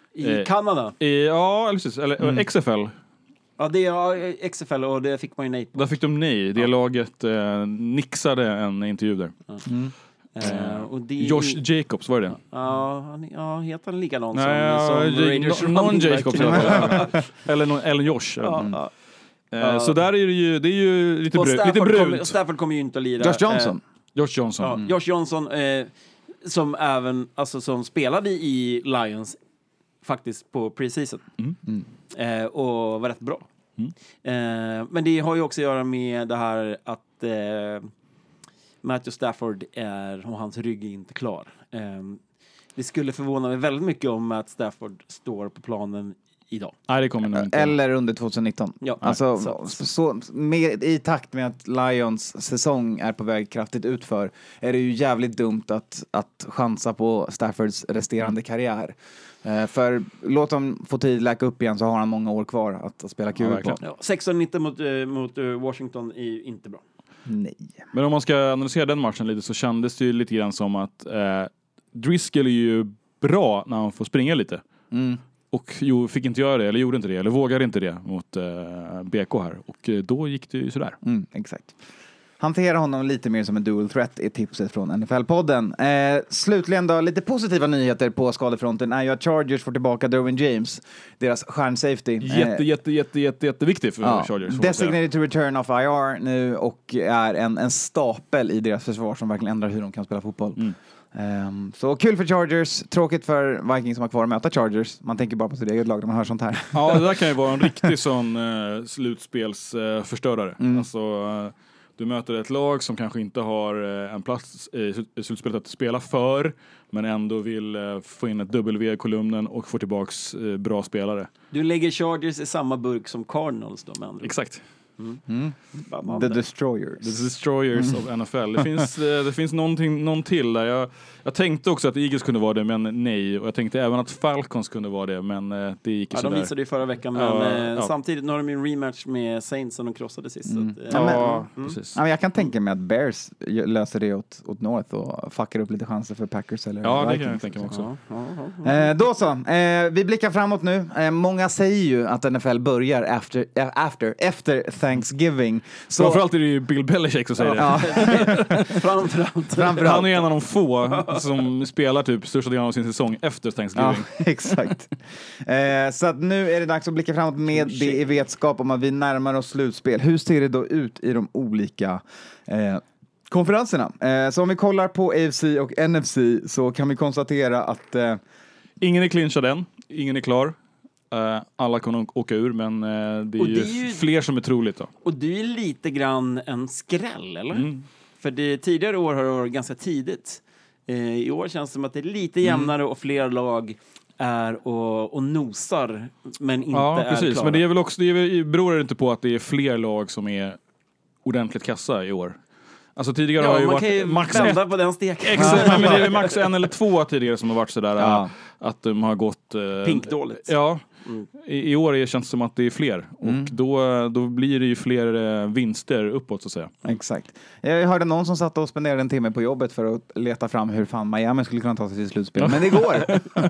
I Eh, Kanada? I, ja, eller precis. Eller Mm. X F L. Ja, det är ja, X F L och det fick man ju nej på. Där fick de nej. Det Ja. laget eh, nixade en intervju där. Mm. Eh, och det, Josh Jacobs, var det det? Ja, han, ja, heter han likadant Nej, som, ja, som J- Raiders no- running någon back? Jacobs i alla fall. Eller, någon, eller Josh. Ja, Mm. ja. Eh, Ja. Så där är det ju, det är ju lite, Och bru, lite Stafford kommer, brunt. Stafford kommer ju inte att lira. Josh Johnson. Josh Johnson. Eh, ja, Josh Johnson eh, som även, alltså som spelade i Lions faktiskt på preseason. Mm. Eh, och var rätt bra. Mm. Eh, men det har ju också att göra med det här att eh, Matthew Stafford är, och hans rygg är inte klar. Eh, det skulle förvåna mig väldigt mycket om Matt Stafford står på planen idag. Nej, det kommer nog inte. Eller under tjugonitton. Ja, Alltså, så- så, så, med, i takt med att Lions säsong är på väg kraftigt utför är det ju jävligt dumt att, att chansa på Staffords resterande karriär. Eh, för låt dem få tid läka upp igen så har han många år kvar att, att spela Ja, kul på. verkligen. Ja, sexton nitton mot, eh, mot eh, Washington är ju inte bra. Nej. Men om man ska analysera den matchen lite så kändes det ju lite grann som att eh, Driscoll är ju bra när han får springa lite. Mm. Och jo, fick inte göra det, eller gjorde inte det, eller vågade inte det mot eh, B K här. Och eh, då gick det ju sådär. Mm, exakt. Hantera honom lite mer som en dual threat är tipset från N F L-podden. Eh, slutligen då, lite positiva nyheter på skadefronten är ju att Chargers får tillbaka Derwin James, deras stjärnsafety. Jätte, jätte, jätte, jätte, jätteviktig för Ja, Chargers. får man säga. designated to return of I R nu och är en, en stapel i deras försvar som verkligen ändrar hur de kan spela fotboll. Mm. Ehm, så kul för Chargers, tråkigt för Vikings som har kvar att möta Chargers. Man tänker bara på sitt eget lag när man hör sånt här. Ja, det där kan ju vara en riktig sån eh, slutspelsförstörare. Eh, förstörare. Mm. Alltså, eh, du möter ett lag som kanske inte har eh, en plats i i slutspelet att spela för, men ändå vill eh, få in ett W i kolumnen och få tillbaks eh, bra spelare. Du lägger Chargers i samma burk som Cardinals då, med andra ord. Exakt. Mm. Bam, The där. Destroyers. The Destroyers of N F L. Det finns, eh, det finns någonting, någon till där. Jag, jag tänkte också att Eagles kunde vara det, men nej. Och jag tänkte även att Falcons kunde vara det, men eh, det gick ju Ja, de sådär. visade ju förra veckan, men Ja, eh, ja. samtidigt nu har de ju en rematch med Saints som de krossade sist. Mm. Så att, eh, Ja, men- Ja, Mm. precis. Ja, men jag kan tänka mig att Bears gö- löser det åt, åt North och fuckar upp lite chanser för Packers eller Ja, det kan Vikings. jag tänka mig också. ja, ja, ja. Eh, då så, eh, vi blickar framåt nu. Eh, många säger ju att N F L börjar after, eh, after, efter Thanksgiving. Så, Framförallt är det ju Bill Belichick som säger det. ja, Framförallt. framförallt. Han är en av de få som spelar typ största delen av sin säsong efter Ja, Thanksgiving. exakt. Eh, så att nu är det dags att blicka framåt med det i vetskap om att vi närmar oss slutspel. Hur ser det då ut i de olika eh, konferenserna? Eh, så om vi kollar på A F C och N F C så kan vi konstatera att eh, Ingen är clinchad än, ingen är klar. Eh, alla kommer att åka ur, men eh, det är, Och ju det är ju- fler som är troligt då. Och det är lite grann en skräll, eller? Mm. För det, tidigare år har det varit ganska tidigt. Eh, I år känns det som att det är lite jämnare och fler lag är och, och nosar, men inte Ja, är precis. klara. Men det är väl också, det är väl, beror det inte på att det är fler lag som är ordentligt kassa i år? Alltså tidigare har Ja, ju man varit kan ju max vända ett. på den steken. Exakt, men det är ju max en eller två tidigare som har varit sådär Ja. äh, att de har gått... äh, Pinkdåligt. Ja, Mm. i, i år är, känns det som att det är fler. Mm. Och då, då blir det ju fler äh, vinster uppåt så att säga. exakt. Jag hörde någon som satt och spenderade en timme på jobbet för att leta fram hur fan Miami skulle kunna ta sig till slutspel. Men det går!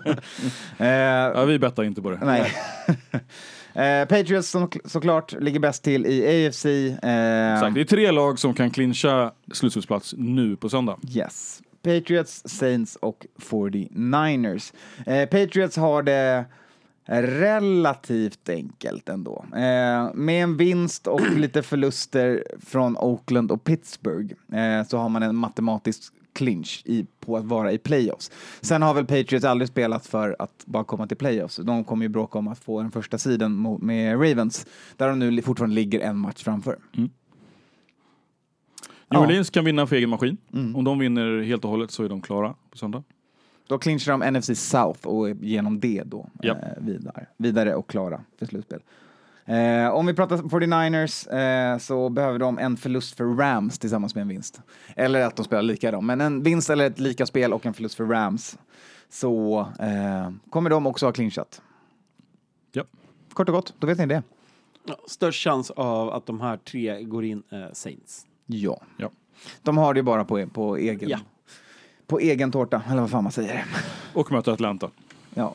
eh, Ja, vi bettar inte på det. nej. eh, Patriots som, såklart ligger bäst till i A F C. Eh, Exakt, det är tre lag som kan clincha slutspelsplats nu på söndag. Yes. Patriots, Saints och fyrtionioers. Eh, Patriots har det relativt enkelt ändå. Eh, med en vinst och lite förluster från Oakland och Pittsburgh eh, så har man en matematisk clinch i, på att vara i playoffs. Sen har väl Patriots aldrig spelat för att bara komma till playoffs. De kommer ju bråka om att få den första sidan mot, med Ravens, där de nu fortfarande ligger en match framför. New Ja. Orleans kan vinna för egen maskin. Mm. Om de vinner helt och hållet så är de klara på söndag. Då clinchar de N F C South och genom det då Ja. eh, vidare, vidare och klara för slutspel. Eh, om vi pratar fyrtionioers eh, så behöver de en förlust för Rams tillsammans med en vinst. Eller att de spelar lika då. Men en vinst eller ett lika spel och en förlust för Rams så eh, kommer de också ha clinchat. Ja. Kort och gott, då vet ni det. Ja, störst chans av att de här tre går in eh, Saints. Ja. Ja. De har det ju bara på, på egen Ja. på egen tårta, eller vad fan man säger. Och möta Atlanta. Ja.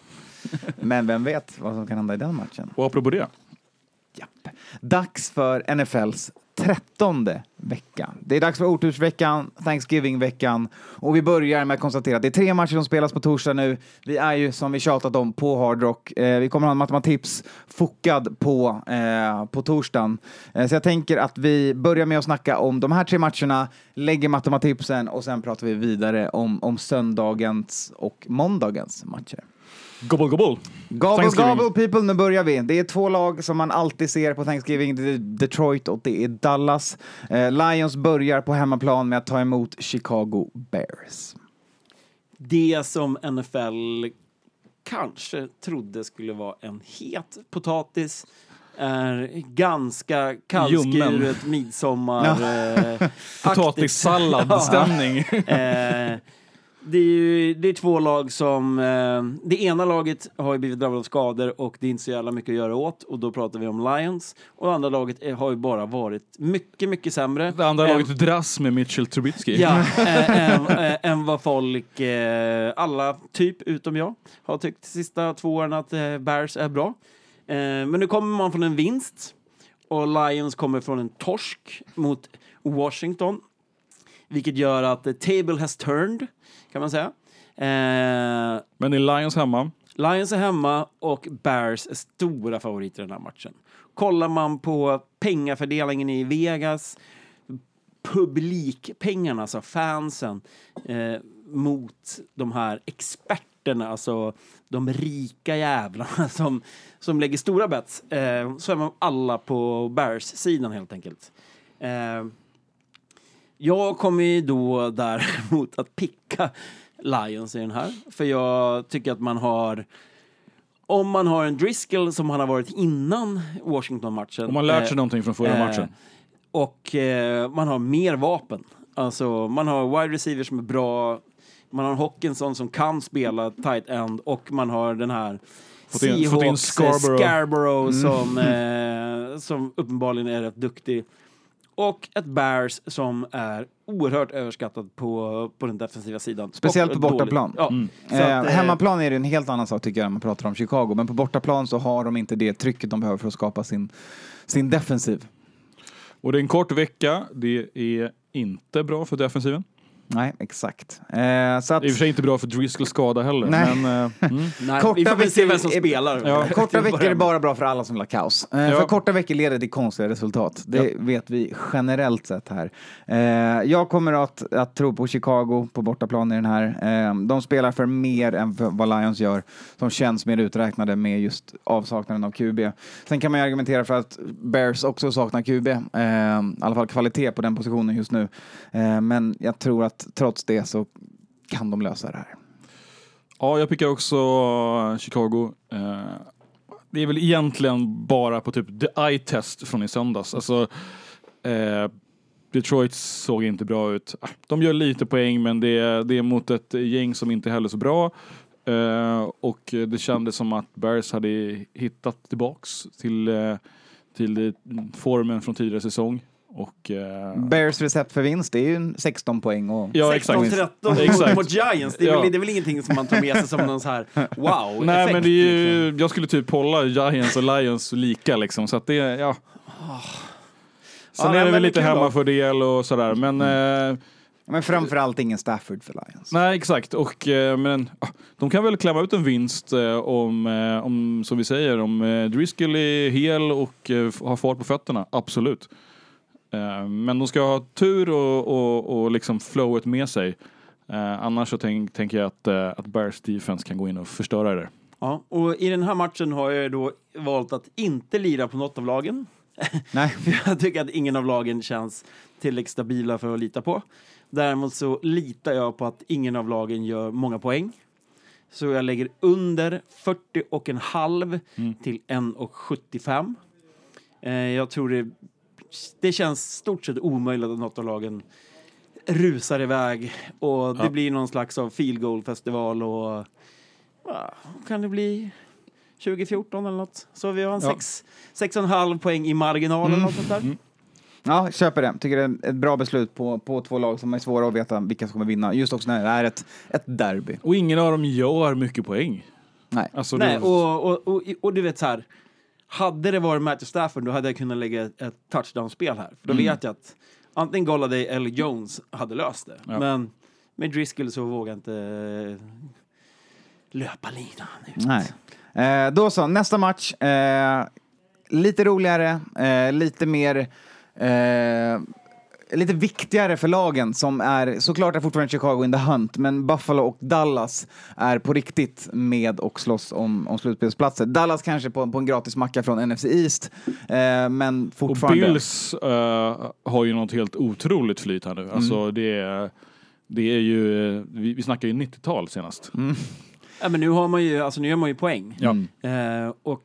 Men vem vet vad som kan hända i den matchen. Och apropå det. Japp. Dags för N F L:s trettonde vecka. Det är dags för otursveckan, Thanksgiving-veckan. Och vi börjar med att konstatera att det är tre matcher som spelas på torsdag nu. Vi är ju, som vi tjatat om, på Hard Rock. Eh, vi kommer ha en matematips fokad på, eh, på torsdagen. Eh, så jag tänker att vi börjar med att snacka om de här tre matcherna, lägger matematipsen och sen pratar vi vidare om, om söndagens och måndagens matcher. Gobble, gobble. Gobble, gobble people, nu börjar vi. Det är två lag som man alltid ser på Thanksgiving. Det är Detroit och det är Dallas. Eh, Lions börjar på hemmaplan med att ta emot Chicago Bears. Det som N F L kanske trodde skulle vara en het potatis är ganska kallskuret midsommar. Eh, Potatissallad-stämning. eh, Det är ju det är två lag som... Eh, det ena laget har ju blivit drabbade av skador och det är inte så jävla mycket att göra åt. Och då pratar vi om Lions. Och det andra laget är, har ju bara varit mycket, mycket sämre. Det andra än, laget dras med Mitchell Trubisky. Ja, äh, än, äh, än vad folk, äh, alla typ utom jag, har tyckt de sista två åren att äh, Bears är bra. Äh, men nu kommer man från en vinst. Och Lions kommer från en torsk mot Washington. Vilket gör att the table has turned, kan man säga. Eh, Men är Lions hemma? Lions är hemma och Bears är stora favoriter i den här matchen. Kollar man på pengafördelningen i Vegas, publikpengarna, alltså fansen, eh, mot de här experterna, alltså de rika jävlarna som, som lägger stora bets, eh, så är man alla på Bears-sidan helt enkelt. Eh, Jag kommer ju då däremot att picka Lions i den här. För jag tycker att man har... Om man har en Driscoll som han har varit innan Washington-matchen. Om man lärt sig eh, någonting från förra eh, matchen. Och eh, man har mer vapen. Alltså man har wide receivers som är bra. Man har Hawkinson som kan spela tight end. Och man har den här Fått in, fått in Seahawks Scarborough, Scarborough som, eh, som uppenbarligen är rätt duktig. Och ett Bears som är oerhört överskattat på, på den defensiva sidan. Speciellt och på bortaplan. Ja. Mm. Så Eh, att, eh, hemmaplan är det en helt annan sak tycker jag när man pratar om Chicago. Men på bortaplan så har de inte det trycket de behöver för att skapa sin, sin defensiv. Och det är en kort vecka. Det är inte bra för defensiven. Nej, exakt. Eh, så att, Det är i och för sig inte bra för Driscoll skada heller. Nej. Men, eh, mm. Nej, korta vi får väl se veckor vem som är- spelar. Ja, korta Till veckor är början. bara bra för alla som vill ha kaos. Eh, Ja. För korta veckor leder till konstiga resultat. Det Ja. vet vi generellt sett här. Eh, jag kommer att, att tro på Chicago på bortaplan i den här. Eh, de spelar för mer än för vad Lions gör. Som känns mer uträknade med just avsaknaden av Q B. Sen kan man ju argumentera för att Bears också saknar Q B. Eh, I alla fall kvalitet på den positionen just nu. Eh, men jag tror att trots det så kan de lösa det här. Ja, jag pickar också Chicago. Eh, det är väl egentligen bara på typ the eye test från i söndags. Alltså, eh, Detroit såg inte bra ut. De gör lite poäng, men det är, det är mot ett gäng som inte heller så bra. Eh, och det kändes som att Bears hade hittat tillbaks till, eh, till formen från tidigare säsong. Och, eh, Bears recept för vinst det är ju en sexton poäng. Och ja, exakt. sexton tretton Exakt. mot Giants. Det är, Ja. väl, det är väl ingenting som man tar med sig som någon så här wow. Nej, effekt, men det är ju, liksom. jag skulle typ hålla Giants och Lions lika liksom, så att det, ja. Sen Ja, är nej, det men väl det lite är kul då. hemmafördel och sådär, men eh, Men framförallt ingen Stafford för Lions. nej, exakt. Och, eh, men ah, de kan väl klämma ut en vinst eh, om, eh, om, som vi säger, om eh, Driscoll är hel och eh, har fart på fötterna, absolut. Eh, men de ska ha tur och, och, och liksom flowet med sig. Eh, annars så tänk, tänker jag att, eh, att Bears defense kan gå in och förstöra det. Ja, och i den här matchen har jag då valt att inte lira på något av lagen. Nej. För jag tycker att ingen av lagen känns tillräckligt stabila för att lita på. Däremot så litar jag på att ingen av lagen gör många poäng. Så jag lägger under fyrtio och en halv Mm. till en och sjuttiofem. Eh, jag tror det, det känns stort sett omöjligt att något av lagen rusar iväg. Och det Ja. blir någon slags av field goal festival och ja, kan det bli tjugo fjorton eller något. Så vi har en Ja. sex, sex och en halv poäng i marginalen Mm. och sånt där. Mm. Ja, köper det. Tycker det är ett bra beslut på, på två lag som är svåra att veta vilka som kommer vinna. Just också när det är ett, ett derby. Och ingen av dem gör mycket poäng. Nej. Alltså, Nej, det... och, och, och, och du vet så här, hade det varit Matthew Stafford, då hade jag kunnat lägga ett, ett touchdown-spel här. För då Mm. vet jag att antingen Golladay eller Jones hade löst det. Ja. Men med Driscoll så vågar jag inte löpa linan ut. Nej. Eh, då så, nästa match. Eh, lite roligare, eh, lite mer... Eh, lite viktigare för lagen som är, såklart är fortfarande Chicago in the hunt, men Buffalo och Dallas är på riktigt med och slåss om, om slutspelsplatser. Dallas kanske på, på en gratis macka från N F C East, eh, men fortfarande... Och Bills uh, har ju något helt otroligt flyt här nu. Mm. Alltså det är, det är ju, vi, vi snackar ju nittiotal senast. Mm. Ja, men nu har man ju, alltså nu gör man ju poäng. Ja. Eh, och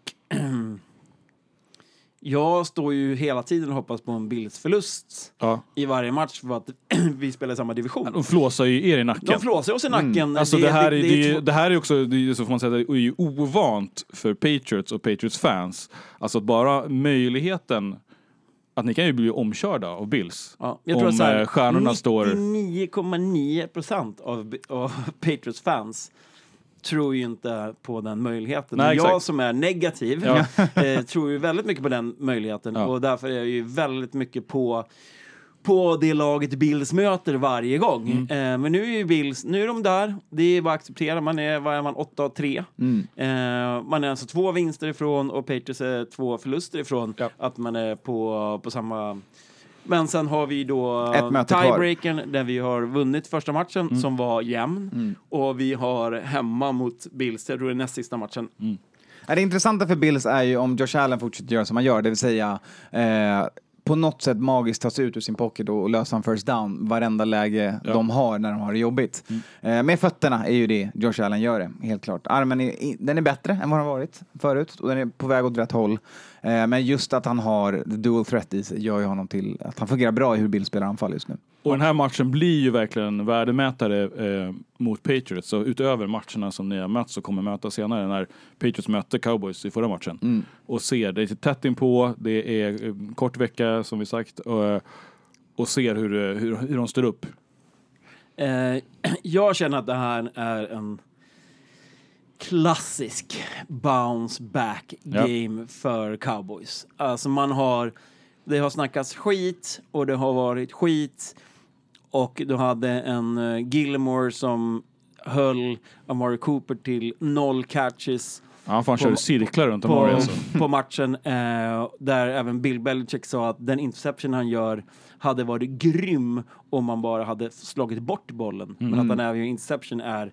jag står ju hela tiden och hoppas på en Bills förlust Ja. i varje match för att vi spelar i samma division. De flåsar ju er i nacken. De flåsar oss i nacken. Mm. Alltså det, det, här är, det, det, är, det här är också, det är, så får man säga, det är ju ovant för Patriots och Patriots fans. Alltså att bara möjligheten att ni kan ju bli omkörda av Bills. Ja, jag om tror så här, stjärnorna står... nittionio komma nio procent av, av Patriots fans tror ju inte på den möjligheten. Nej, jag exakt. som är negativ Ja. eh, tror ju väldigt mycket på den möjligheten. Ja. Och därför är jag ju väldigt mycket på på det laget Bills möter varje gång. Mm. Eh, men nu är ju Bills, nu är de där. Det är bara att acceptera. Man är, vad är man, åtta och tre. Mm. Eh, man är alltså två vinster ifrån och Patriots är två förluster ifrån Ja. att man är på, på samma... Men sen har vi då Ett möte kvar. tiebreakern där vi har vunnit första matchen Mm. som var jämn. Mm. Och vi har hemma mot Bills, jag tror det är näst sista matchen. Mm. Ja, det intressanta för Bills är ju om Josh Allen fortsätter göra som han gör, det vill säga eh, på något sätt magiskt ta sig ut ur sin pocket och lösa en first down varenda läge Ja. de har när de har det jobbigt. Mm. Eh, med fötterna är ju det Josh Allen gör det, helt klart. Armen är, den är bättre än vad den har varit förut och den är på väg åt rätt håll. Eh, men just att han har the dual threat i sig gör ju honom till att han fungerar bra i hur Bills spelar anfall just nu. Och den här matchen blir ju verkligen värdemätare eh, mot Patriots. Så utöver matcherna som ni har mött så kommer möta senare när Patriots mötte Cowboys i förra matchen. Mm. Och ser, det är tätt inpå, det är eh, kort vecka som vi sagt. Och, och ser hur, hur, hur de står upp. Eh, jag känner att det här är en klassisk bounce back game ja. för Cowboys. Alltså man har, det har snackats skit och det har varit skit och du hade en uh, Gilmore som höll Amari Cooper till noll catches. Ja, han fan på, körde cirklar runt på, Amari alltså. på matchen eh, där även Bill Belichick sa att den interception han gör hade varit grym om man bara hade slagit bort bollen. Mm. Men att den även interception är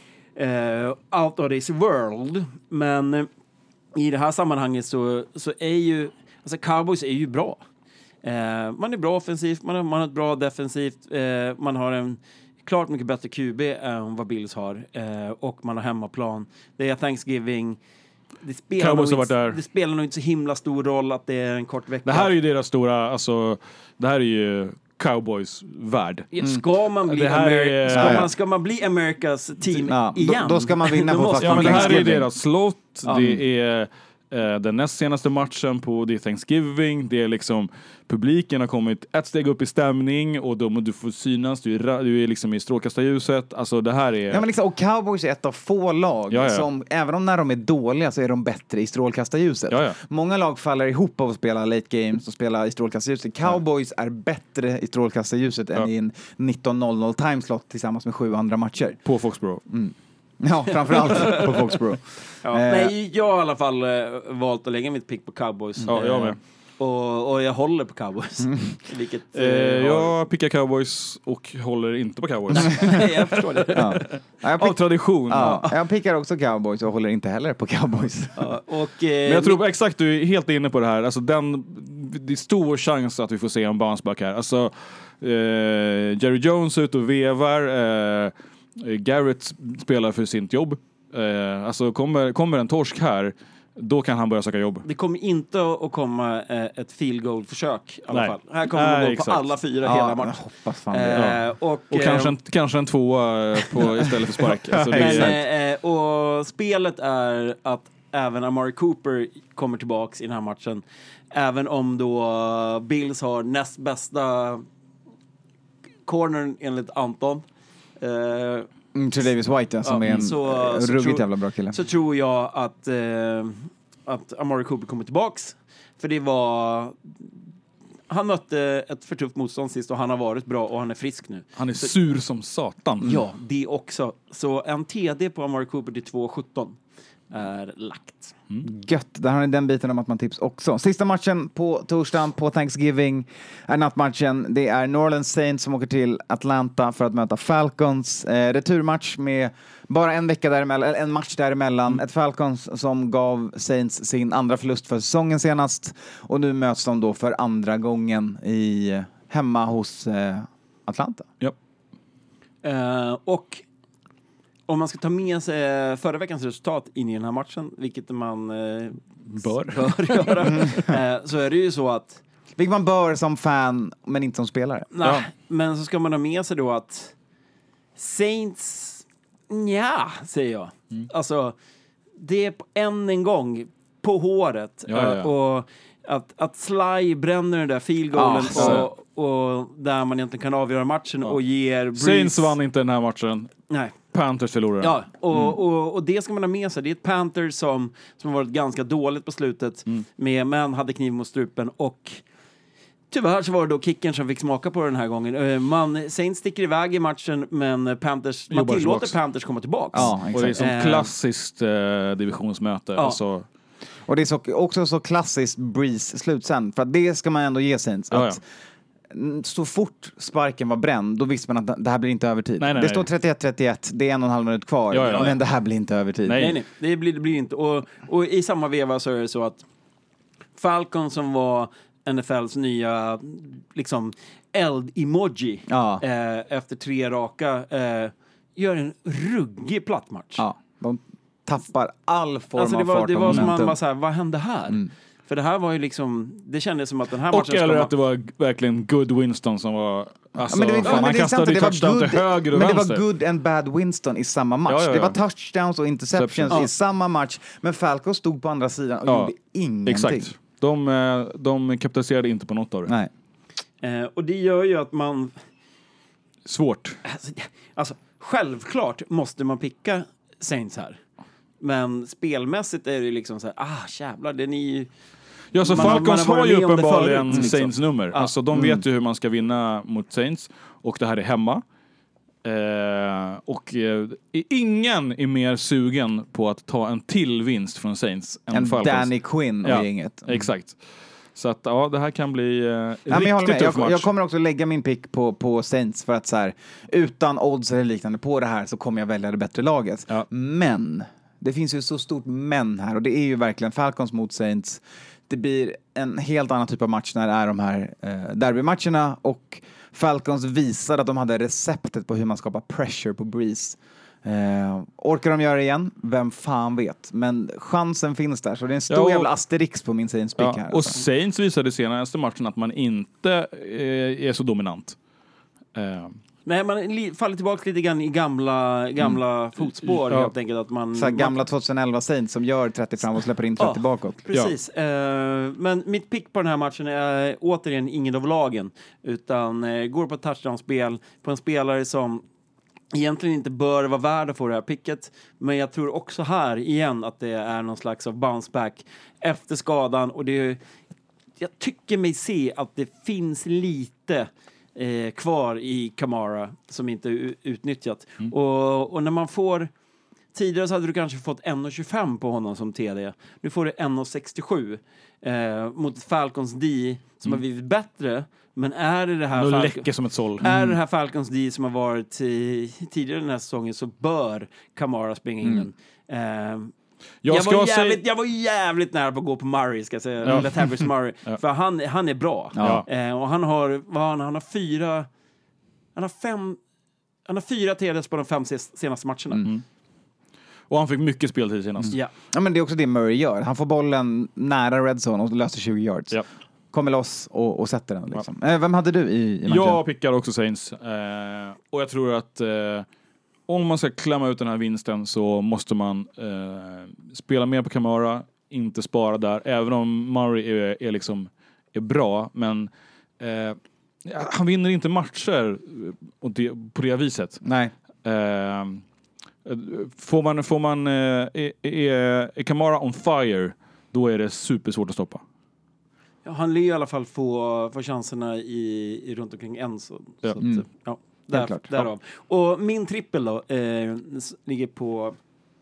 Uh, out of this world. Men uh, i det här sammanhanget så, så är ju alltså Cowboys är ju bra. Uh, man är bra offensivt, man har, man har ett bra defensivt, uh, man har en klart mycket bättre Q B än vad Bills har uh, och man har hemmaplan. Det är Thanksgiving. Det spelar, nog inte, det spelar nog inte så himla stor roll att det är en kort vecka. Det här är ju deras stora, alltså det här är ju Cowboys värld. Mm. Ska man bli Ameri- är, ska, ja, ja. Man, ska man bli Amerikas team ja, igen? Då, då ska man vinna på fast ja, men det här är deras slott. Ja. Det är eh, den näst senaste matchen på det är Thanksgiving. Det är liksom publiken har kommit ett steg upp i stämning och då du får synas. Du är, du är liksom i strålkastarljuset. Alltså det här är... Ja, men liksom, och Cowboys är ett av få lag ja, ja. som, även om när de är dåliga så är de bättre i strålkastarljuset. Ja, ja. Många lag faller ihop av att spela late games och spela i strålkastarljuset. Cowboys ja. är bättre i strålkastarljuset ja. än i en nitton noll noll timeslot tillsammans med sju andra matcher. På Foxborough. Mm. Ja, framförallt på Foxborough. Ja, eh. Nej, jag har i alla fall eh, valt att lägga mitt pick på Cowboys. Ja, jag med. Eh, och, och jag håller på Cowboys. Mm. Vilket, eh, eh, jag pickar Cowboys och håller inte på Cowboys. Nej, jag förstår det. Ja. Ja, pick- Av tradition. Ja, jag pickar också Cowboys och håller inte heller på Cowboys. Ja, och, eh, Men jag tror exakt, du är helt inne på det här. Alltså den, det är stor chans att vi får se en bounce back här. Alltså, eh, Jerry Jones ut och vevar. Eh, Garrett spelar för sitt jobb. Eh, alltså kommer, kommer en torsk här, då kan han börja söka jobb. Det kommer inte att komma eh, ett field goal försök i alla Nej. fall. Här kommer man Nej, gå exakt. på alla fyra ja, hela matchen. Hoppas fan det. Eh, Ja. och och eh, kanske, en, kanske en tvåa på, istället för spark. Alltså, det men, är, eh, och spelet är att även Amari Cooper kommer tillbaks i den här matchen. Även om då Bills har näst bästa cornern enligt Anton. Eh, Mm, Tre'Davious White, ja, som Ja, är en så- eh, så ruggigt tror- jävla bra kille. Så tror jag att, eh, att Amari Cooper kommer tillbaks. För det var... Han mötte ett för tufft motstånd sist och han har varit bra och han är frisk nu. Han är sur som satan. Ja, det också. Så en T D på Amari Cooper till två sjutton är lagt. Gött, där har ni den biten om att man tips också. Sista matchen på torsdagen på Thanksgiving är nattmatchen. Det är New Orleans Saints som åker till Atlanta för att möta Falcons. Eh, returmatch med bara en vecka däremellan, en match däremellan. Mm. Ett Falcons som gav Saints sin andra förlust för säsongen senast. Och nu möts de då för andra gången i, hemma hos eh, Atlanta. Ja. Eh, och om man ska ta med sig förra veckans resultat in i den här matchen, vilket man eh, Bör. bör göra, eh, så är det ju så att Vilket man bör som fan, men inte som spelare. nej, Ja. men så ska man ha med sig då att Saints, ja, säger jag. Mm. Alltså, det är på än en gång på håret. Ja, ja, ja. Eh, och att, att Sly bränner den där field goalen Ah, och, och där man egentligen kan avgöra matchen Ja. och ger Breeze... Saints vann inte den här matchen. Nej. Panthers förlorade. Ja, och, och, och det ska man ha med sig. Det är ett Panthers som, som har varit ganska dåligt på slutet, Mm. med, men hade kniv mot strupen. Och tyvärr så var det då kicken som fick smaka på den här gången. Eh, Man, Saints sticker iväg i matchen, men Panthers, man Jobbar tillåter tillbaks. Panthers komma tillbaks. Ja, Och det är exakt. som Eh. klassiskt eh, divisionsmöte. Ja. Alltså, Och det är så, också så klassiskt Breeze slut sen. För att det ska man ändå ge Saints. Ja, Att så fort sparken var bränd, då visste man att det här blir inte övertid. Nej, nej, det nej. står trettioett trettioett, det är en och en halv minut kvar. Ja, ja, ja. Men det här blir inte övertid. Nej. Nej, nej, det blir det blir inte. Och, och i samma veva så är det så att Falcon, som var N F L:s nya liksom eld-emoji Ja. eh, efter tre raka, eh, gör en ruggig plattmatch. Ja, de tappar all form Alltså det av var, fart det och var som man momentum. var så här, vad hände här? Mm. För det här var ju liksom, det kändes som att den här och matchen eller ska att det var verkligen Good Winston som var... Alltså, Ja, men det, fan, ja, men han det är sant, kastade det ju var touchdown good, till höger och men det vänster. var good and bad Winston i samma match. Ja, ja, ja. Det var touchdowns och interceptions Ja. i samma match. Men Falcons stod på andra sidan och Ja, gjorde ingenting. Exakt. De, eh, de kapitaliserade inte på något av det. Nej. eh, och det gör ju att man, Svårt. alltså, alltså självklart måste man picka Saints här. Men spelmässigt är det liksom så här, ah jävlar, det är ni... Ja, så Man har- Falcons man har har ju varit med om det uppenbarligen förut, liksom. Saints nummer. Ja. Alltså de vet ju hur man ska vinna mot Saints. Och det här är hemma. Eh, och eh, ingen är mer sugen på att ta en till vinst från Saints än En Falcons. Danny Quinn och Ja, gänget. Exakt. Så att ja, det här kan bli eh, Ja, men jag, håller riktigt med. tuff match. Jag, jag kommer också lägga min pick på, på Saints för att så här, utan odds eller liknande på det här så kommer jag välja det bättre laget. Ja. Men, det finns ju så stort men här och det är ju verkligen Falcons mot Saints. Det blir en helt annan typ av match när det är de här eh, derbymatcherna och Falcons visade att de hade receptet på hur man skapar pressure på Breeze. Eh, orkar de göra det igen? Vem fan vet. Men chansen finns där, så det är en stor Ja, och- jävla asterix på min Saints pick Ja, här. och alltså. Saints visade senaste matchen att man inte eh, är så dominant. Eh, Nej, man li- faller tillbaka lite grann i gamla, gamla fotspår, Ja. helt enkelt. Att man, Så här gamla man, tjugoelva Saints som gör trettio fram och släpper in trettio Ja. bakåt. Precis. Eh, men mitt pick på den här matchen är återigen ingen av lagen, utan eh, går på ett touchdown-spel på en spelare som egentligen inte bör vara värd att få det här picket. Men jag tror också här igen att det är någon slags av bounce back efter skadan. Och det, jag tycker mig se att det finns lite eh, kvar i Kamara som inte är u- utnyttjat. Mm. Och, och när man får... Tidigare så hade du kanske fått en tjugofem på honom som T D. Nu får du en sextiosju eh, mot Falcons D som har blivit bättre. Men är det det här nu Falcon- läcker som ett såll. är det här Falcons D som har varit i, tidigare den här säsongen, så bör Kamara springa in den. Eh, Jag, jag, ska var säga... jävligt, jag var jävligt nära på att gå på Murray, ska jag säga. Ja. Latavius Murray. För han, han är bra. Ja. Eh, och han har, vad har han, han har fyra... Han har fem... Han har fyra T Ds på de fem ses- senaste matcherna. Och han fick mycket speltid senast. Ja. Ja, men det är också det Murray gör. Han får bollen nära red zone och löser tjugo yards. Ja. Kommer loss och, och sätter den. Liksom. Eh, vem hade du i, i matchen? Jag pickar också Saints. Eh, och jag tror att eh, om man ska klämma ut den här vinsten så måste man eh, spela mer på Kamara, inte spara där. Även om Murray är, är, liksom, är bra, men eh, han vinner inte matcher och det, på det viset. Nej. Eh, får man, får man eh, är, är, är Kamara on fire, då är det supersvårt att stoppa. Ja, han lär i alla fall få, få chanserna i, i runt omkring en. Så, Ja. så att, Mm. ja, där, klart. därav. Och min trippel då eh, s- ligger på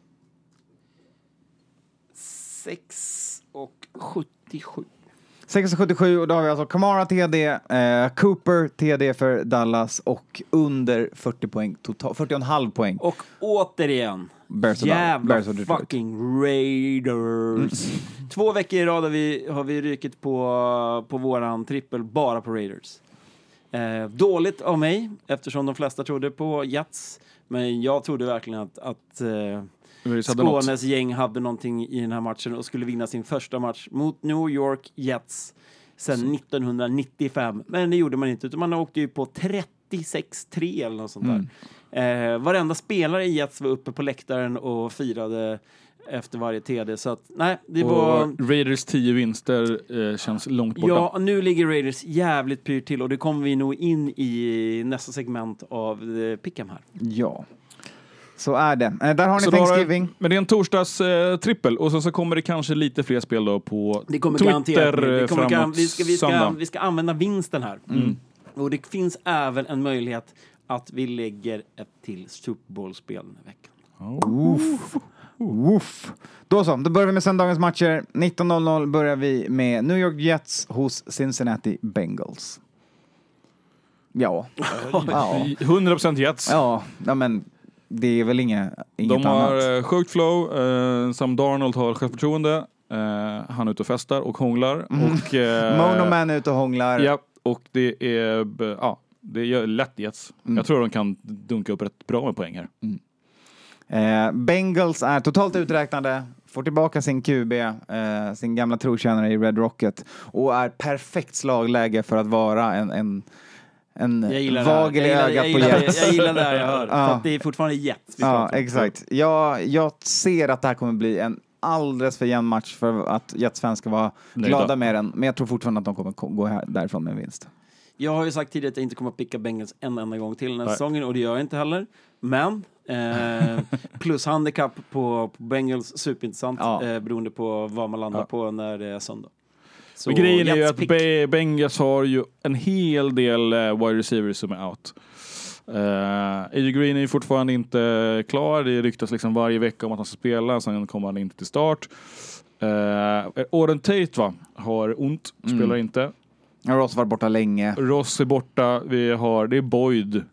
sex och sjuttiosju. sex sjuttiosju och då har vi alltså Kamara T D, eh, Cooper T D för Dallas och under fyrtio poäng total, fyrtio komma fem poäng. Och återigen, Bears och jävla Bears och Detroit. fucking Raiders. Två veckor i rad har vi, har vi rykt på, på våran trippel bara på Raiders. Eh, dåligt av mig, eftersom de flesta trodde på Jets. Men jag trodde verkligen att, att eh, Skånes gäng hade någonting i den här matchen och skulle vinna sin första match mot New York Jets sedan nittonhundranittiofem. Men det gjorde man inte, utan man åkte ju på trettiosex tre eller något sånt där. Eh, varenda spelare i Jets var uppe på läktaren och firade efter varje T D. Så att, nej, det och var... Raiders tio vinster eh, känns långt borta. Ja, nu ligger Raiders jävligt pyrt till och det kommer vi nog in i nästa segment av eh, Pick'em här. Ja, så är det. Eh, där har ni Så då har Thanksgiving. det- Men det är en torsdags eh, trippel och så, så kommer det kanske lite fler spel då på Det kommer Twitter garanterat. Det kommer framåt garan- vi, ska, vi, ska, söndag. vi ska använda vinsten här. Och det finns även en möjlighet att vi lägger ett till Super Bowl-spel den här veckan. Uff. Uff. Då så, då börjar vi med söndagens matcher. nitton noll noll börjar vi med New York Jets hos Cincinnati Bengals. Ja. Ja. hundra procent Jets. Ja, ja, men det är väl inga, inget De har annat. eh, sjukt flow. Eh, Sam Darnold har självförtroende. Eh, han är ute och festar och hånglar. Och, eh, Mono Man är ute och hånglar. Ja, och det är, b- ja, det är lätt Jets. Jag tror de kan dunka upp rätt bra med poäng här. Eh, Bengals är totalt uträknade, får tillbaka sin Q B, eh, sin gamla trotjänare i Red Rocket och är perfekt slagläge för att vara en, en, en Jag gillar det här. vagel i Jag gillar- ögat jag på gillar- Jets. Jag gillar det här jag hör. Ja. För att det är fortfarande Jets vi Ja, pratar om. exakt. Jag, jag ser att det här kommer bli en alldeles för jämn match för att Jets-fans ska vara Nöjda. glada med den, men jag tror fortfarande att de kommer ko- gå här, därifrån med en vinst. Jag har ju sagt tidigare att jag inte kommer att picka Bengals en enda gång till den här Nej. säsongen och det gör jag inte heller. Men eh, plus handikapp på, på Bengals, superintressant Ja. eh, beroende på vad man landar Ja. på när det är söndag. Så Men grejen är ju Jets att pick. Be- Bengals har ju en hel del uh, wide receivers som är out. Uh, A J Green är ju fortfarande inte klar. Det ryktas liksom varje vecka om att han ska spela, sen kommer han inte till start. Uh, Auden Tate va? Har ont, spelar Mm. inte. Jag har också varit borta länge. Ross är borta. Vi har, det är Boyd. Uh,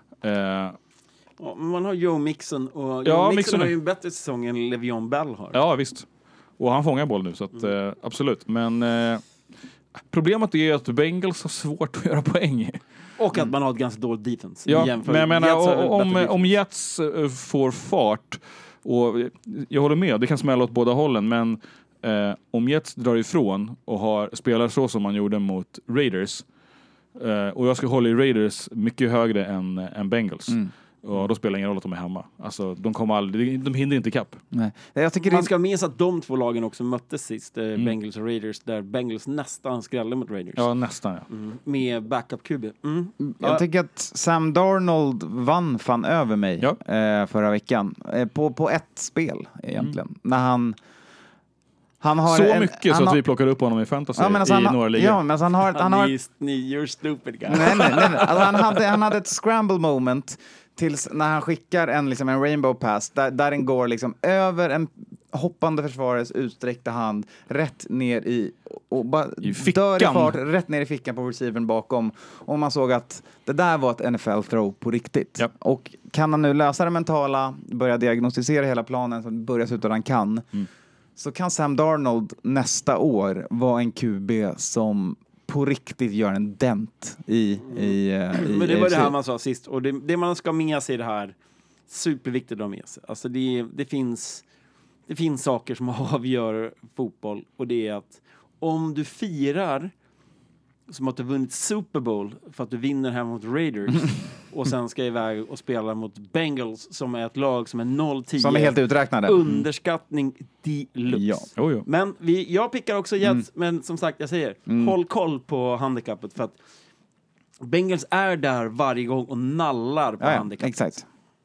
Ja, men man har Joe Mixon och Joe Ja, Mixon, Mixon har är- ju en bättre säsong än Le'Veon Bell har. ja visst. Och han fångar boll nu så att, uh, absolut. Men uh, problemet är att Bengals har svårt att göra poäng. Och att man har ett ganska dåligt defense. Ja, jämför- men jag menar, Jets har ett om, bättre defense. om Jets eh, får fart, och jag håller med, det kan smälla åt båda hållen, men eh, om Jets drar ifrån och har, spelar så som man gjorde mot Raiders, eh, och jag ska hålla i Raiders mycket högre än, än Bengals, och då spelar det ingen roll att de är hemma. Alltså, de, kommer aldrig, de hinner inte ikapp. Nej. Jag tycker Man det, ska minnas att de två lagen också möttes sist, eh, Bengals och Raiders, där Bengals nästan skrällde mot Raiders. Ja, nästan ja. Mm. Med backup-Q B. Mm. jag tycker att Sam Darnold vann fan över mig Ja. eh, förra veckan. Eh, på, på ett spel egentligen. När han... Han har Så en, mycket han så att har, vi plockade upp honom i fantasy ja, men alltså i han, några ligor. Ja, men alltså han har... Han har Ni, ni, you're stupid guy. nej, nej, nej, nej. Alltså han, hade, han hade ett scramble moment tills när han skickar en, liksom, en rainbow pass där, där den går liksom över en hoppande försvarares utsträckta hand rätt ner i och bara I fickan. dör i fart rätt ner i fickan på receivern bakom, och man såg att det där var ett N F L-throw på riktigt. Ja. Och kan han nu lösa det mentala, börja diagnostisera hela planen så att det börjar ut han kan, Mm. så kan Sam Darnold nästa år vara en Q B som på riktigt gör en dent i, i, eh, i Men det var det A F C. här man sa sist. Och det, det man ska med sig i det här, superviktigt att ha med sig. Alltså det, det, finns, det finns saker som avgör fotboll. Och det är att om du firar som att du vunnit Super Bowl för att du vinner hemma mot Raiders och sen ska iväg och spela mot Bengals som är ett lag som är noll tio. Som är helt uträknade. Underskattning deluxe. Ja. Jo, jo. Men vi, jag pickar också Jets, Mm. men som sagt, jag säger, håll koll på handikappet för att Bengals är där varje gång och nallar på Ja, ja, handikappet. exakt.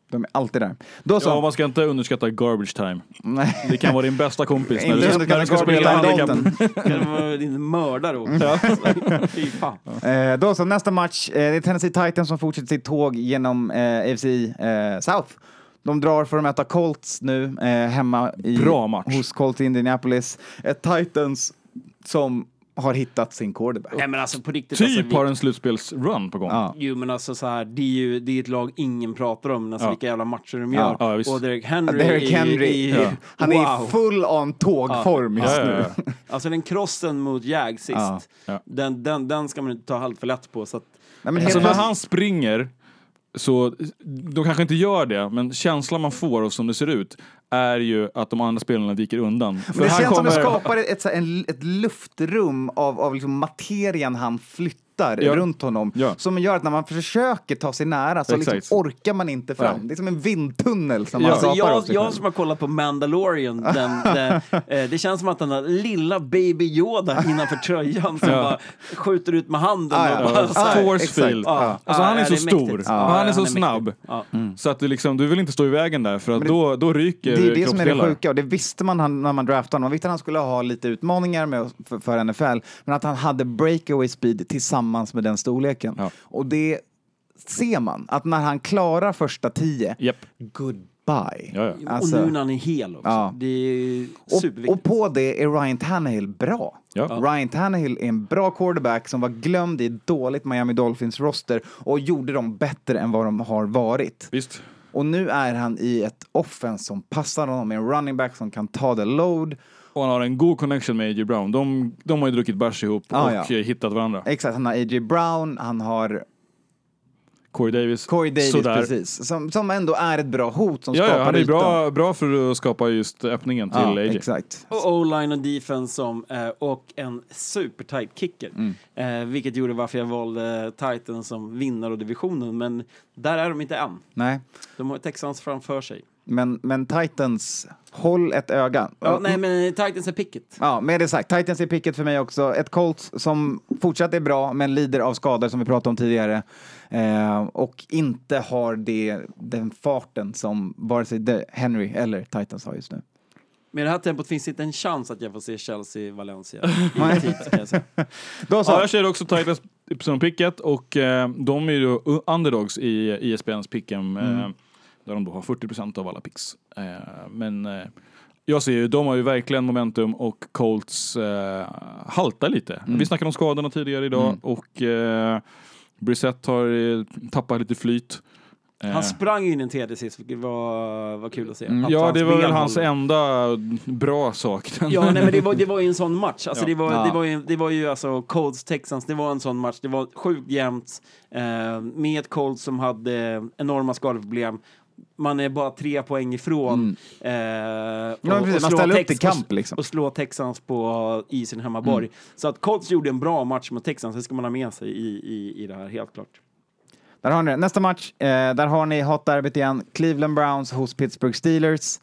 De är alltid där. Då så. Ja, man ska inte underskatta garbage time. Nej. Det kan vara din bästa kompis när Inte du, underskatta när du ska garbage spela time handikapp. Dalton. Kan vara din mördare också. Fy fan. Eh, då så, nästa match. Eh, det är Tennessee Titans som fortsätter sitt tåg genom eh, A F C eh, South. De drar för att möta Colts nu eh, hemma i, Bra match. hos Colts i Indianapolis. Ett Titans som har hittat sin quarterback. Nej men alltså på riktigt. Typ alltså, vi, har en slutspelsrun på gång. Ja. Jo men alltså så här, det är ju det är ett lag ingen pratar om, alltså Ja. vilka jävla matcher de Ja. gör. Ja, visst. Och Derek Henry, Derek Henry, är, är, ja. Han är wow. i full on tågform just Ja, nu. ja, ja. Alltså den crossen mot Jag sist, Ja. Ja. Den, den, den ska man inte ta allt för lätt på. Så att, Nej, men Alltså helt när plötsligt- han springer, så de kanske inte gör det, men känslan man får och som det ser ut är ju att de andra spelarna viker undan. För det han känns kommer... som det skapar ett, ett, så här, en, ett luftrum av, av liksom materian han flyttar Ja. runt honom. Ja. Som gör att när man försöker ta sig nära så Exakt. liksom orkar man inte fram. Nej. Det är som en vindtunnel som Ja. man alltså skapar jag, av sig jag själv. som har kollat på Mandalorian, den, den, eh, det känns som att den där lilla baby Yoda innanför tröjan som Ja. bara skjuter ut med handen. Ah, ja. och bara, Ja, så här. Force exakt. field. Ja. Alltså Ja, han är ja, så det är stor. mäktigt. Och Ja, han är han så är snabb. mäktig. Ja. Så att du, liksom, du vill inte stå i vägen där, för att det- då, då ryker Det är det som är det kroppsdelar. sjuka och det visste man han, när man draftade honom. Man visste att han skulle ha lite utmaningar med, för, för N F L, men att han hade breakaway speed tillsammans med den storleken. Ja. Och det ser man, att när han klarar första tio, Japp. goodbye. Ja, ja. Alltså- och nu när han är hel också. Ja. Det är Och, superviktigt. och på det är Ryan Tannehill bra. Ja. Ryan Tannehill är en bra quarterback som var glömd i ett dåligt Miami Dolphins roster och gjorde dem bättre än vad de har varit. Visst. Och nu är han i ett offense som passar honom, med en running back som kan ta the load. Och han har en god connection med A J Brown. De, de har ju druckit bärs ihop Ah, och ja. eh, hittat varandra. Exakt, han har A J Brown, han har Corey Davis. Corey Davis, Sådär. precis. Som, som ändå är ett bra hot som Ja, skapar ja, han är ytan. bra, bra för att skapa just öppningen till Ja, A J. exakt. Och O-line och defense som, eh, och en supertight kicker. Mm. Eh, vilket gjorde varför jag valde Titans som vinnare av divisionen. Men där är de inte än. Nej, De har Texans framför sig. men, men Titans, håll ett öga. Ja, nej, men Titans är picket. Ja, med det sagt, Titans är picket för mig också. Ett Colts som fortsatt är bra, men lider av skador som vi pratade om tidigare. Eh, och inte har det, den farten som vare sig The Henry eller Titans har just nu. Med det här tempot finns det inte en chans att jag får se Chelsea-Valencia. Nej. Tid, kan jag säga. Då så. Ja, jag ser också Titans som picket och eh, de är ju underdogs i E S P N:s pick'em eh, Mm. där de då har fyrtio procent av alla picks. Eh, men eh, jag ser ju, de har ju verkligen momentum och Colts eh, haltar lite. Mm. Vi snackade om skadorna tidigare idag Mm. och eh, Brissett har eh, tappat lite flyt. Eh, Han sprang in i en T D sist, vilket var, var kul att se. Mm. Att ja, hans det var väl ben hans håller. enda bra sak. Ja, nej, men det var, det var ju en sån match. Alltså, Ja. det, var, Ja. det, var ju, det var ju alltså Colts Texans, det var en sån match. Det var sjukt jämnt eh, med ett Colts som hade enorma skadeproblem. Man är bara tre poäng ifrån. Eh, Ja, och, men precis, och man slå ställer upp Tex- till kamp liksom. och slå Texans på i sin hemmaborg. Så att Colts gjorde en bra match mot Texans, det ska man ha med sig i, i, i det här, helt klart. Där har ni det. Nästa match, eh, där har ni hatderbyt igen. Cleveland Browns hos Pittsburgh Steelers.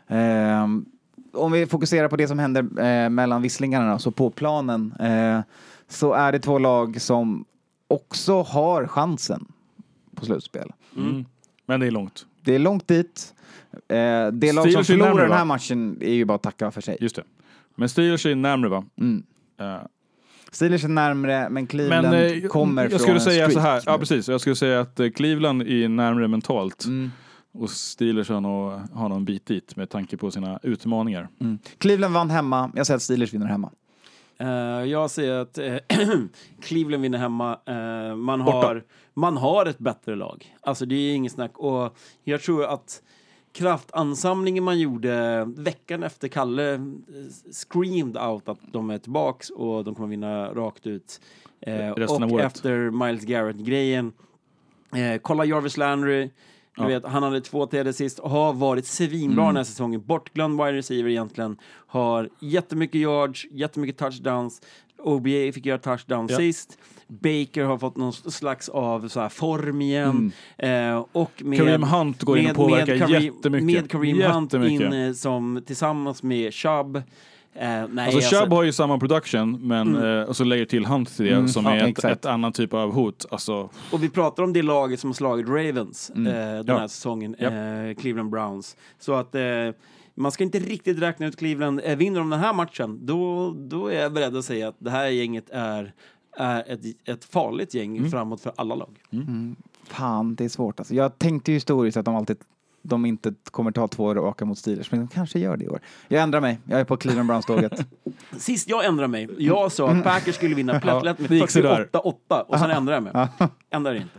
Eh, om vi fokuserar på det som händer eh, mellan visslingarna, så på planen, eh, så är det två lag som också har chansen på slutspel. Mm. Men det är långt. Det är långt dit. Eh, det lag som Steelers är förlorar närmare, den här va? matchen är ju bara att tacka för sig. Just det. Men Steelers är närmare, va? Mm. Eh, Steelers är närmare, men Cleveland Men eh, kommer jag från skulle en säga streak så här. Ja, nu. precis. Jag skulle säga att eh, Cleveland är närmare mentalt. Mm. Och Steelers har nog, har någon bit dit med tanke på sina utmaningar. Mm. Cleveland vann hemma. Jag säger att Steelers vinner hemma. Uh, jag säger att uh, Cleveland vinner hemma. Uh, man, Borta. har, man har ett bättre lag. Alltså det är inget snack. Och jag tror att kraftansamlingen man gjorde veckan efter Kalle uh, screamed out att de är tillbaks och de kommer vinna rakt ut. Uh, Resten av och året. efter Myles Garrett-grejen. Uh, kolla Jarvis Landry. Du Ja. vet, han hade två T D sist och har varit svinbra den här säsongen. Bortglömd wide receiver egentligen. Har jättemycket yards, jättemycket touchdowns. O B A fick göra touchdown Ja. sist. Baker har fått någon slags av så här form igen. Eh, och med, Kareem Hunt går in och påverkar Kareem- jättemycket. Med Kareem Hunt in Jättemycket. eh, som tillsammans med Chubb. Eh, nej, Alltså Chubb alltså, har ju samma production, men mm. eh, och så lägger till Hunt till det Mm, som ja, är ett, exakt. ett annat typ av hot. Alltså, och vi pratar om det laget som har slagit Ravens Mm. eh, den Ja. här säsongen, Japp. eh, Cleveland Browns. Så att eh, man ska inte riktigt räkna ut Cleveland. Eh, vinner de den här matchen, då, då är jag beredd att säga att det här gänget är, är ett, ett farligt gäng Mm. framåt för alla lag. Mm. Fan, det är svårt alltså. Jag tänkte ju historiskt att de alltid de inte kommer ta två raka mot Steelers, men de kanske gör det i år. Jag ändrar mig. Jag är på Cleveland Browns-tåget. Sist jag ändrade mig, jag sa att Packers skulle vinna plättlätt med det gick sådär. fyrtioåtta åtta och sen ändrade jag mig. Ändrar inte.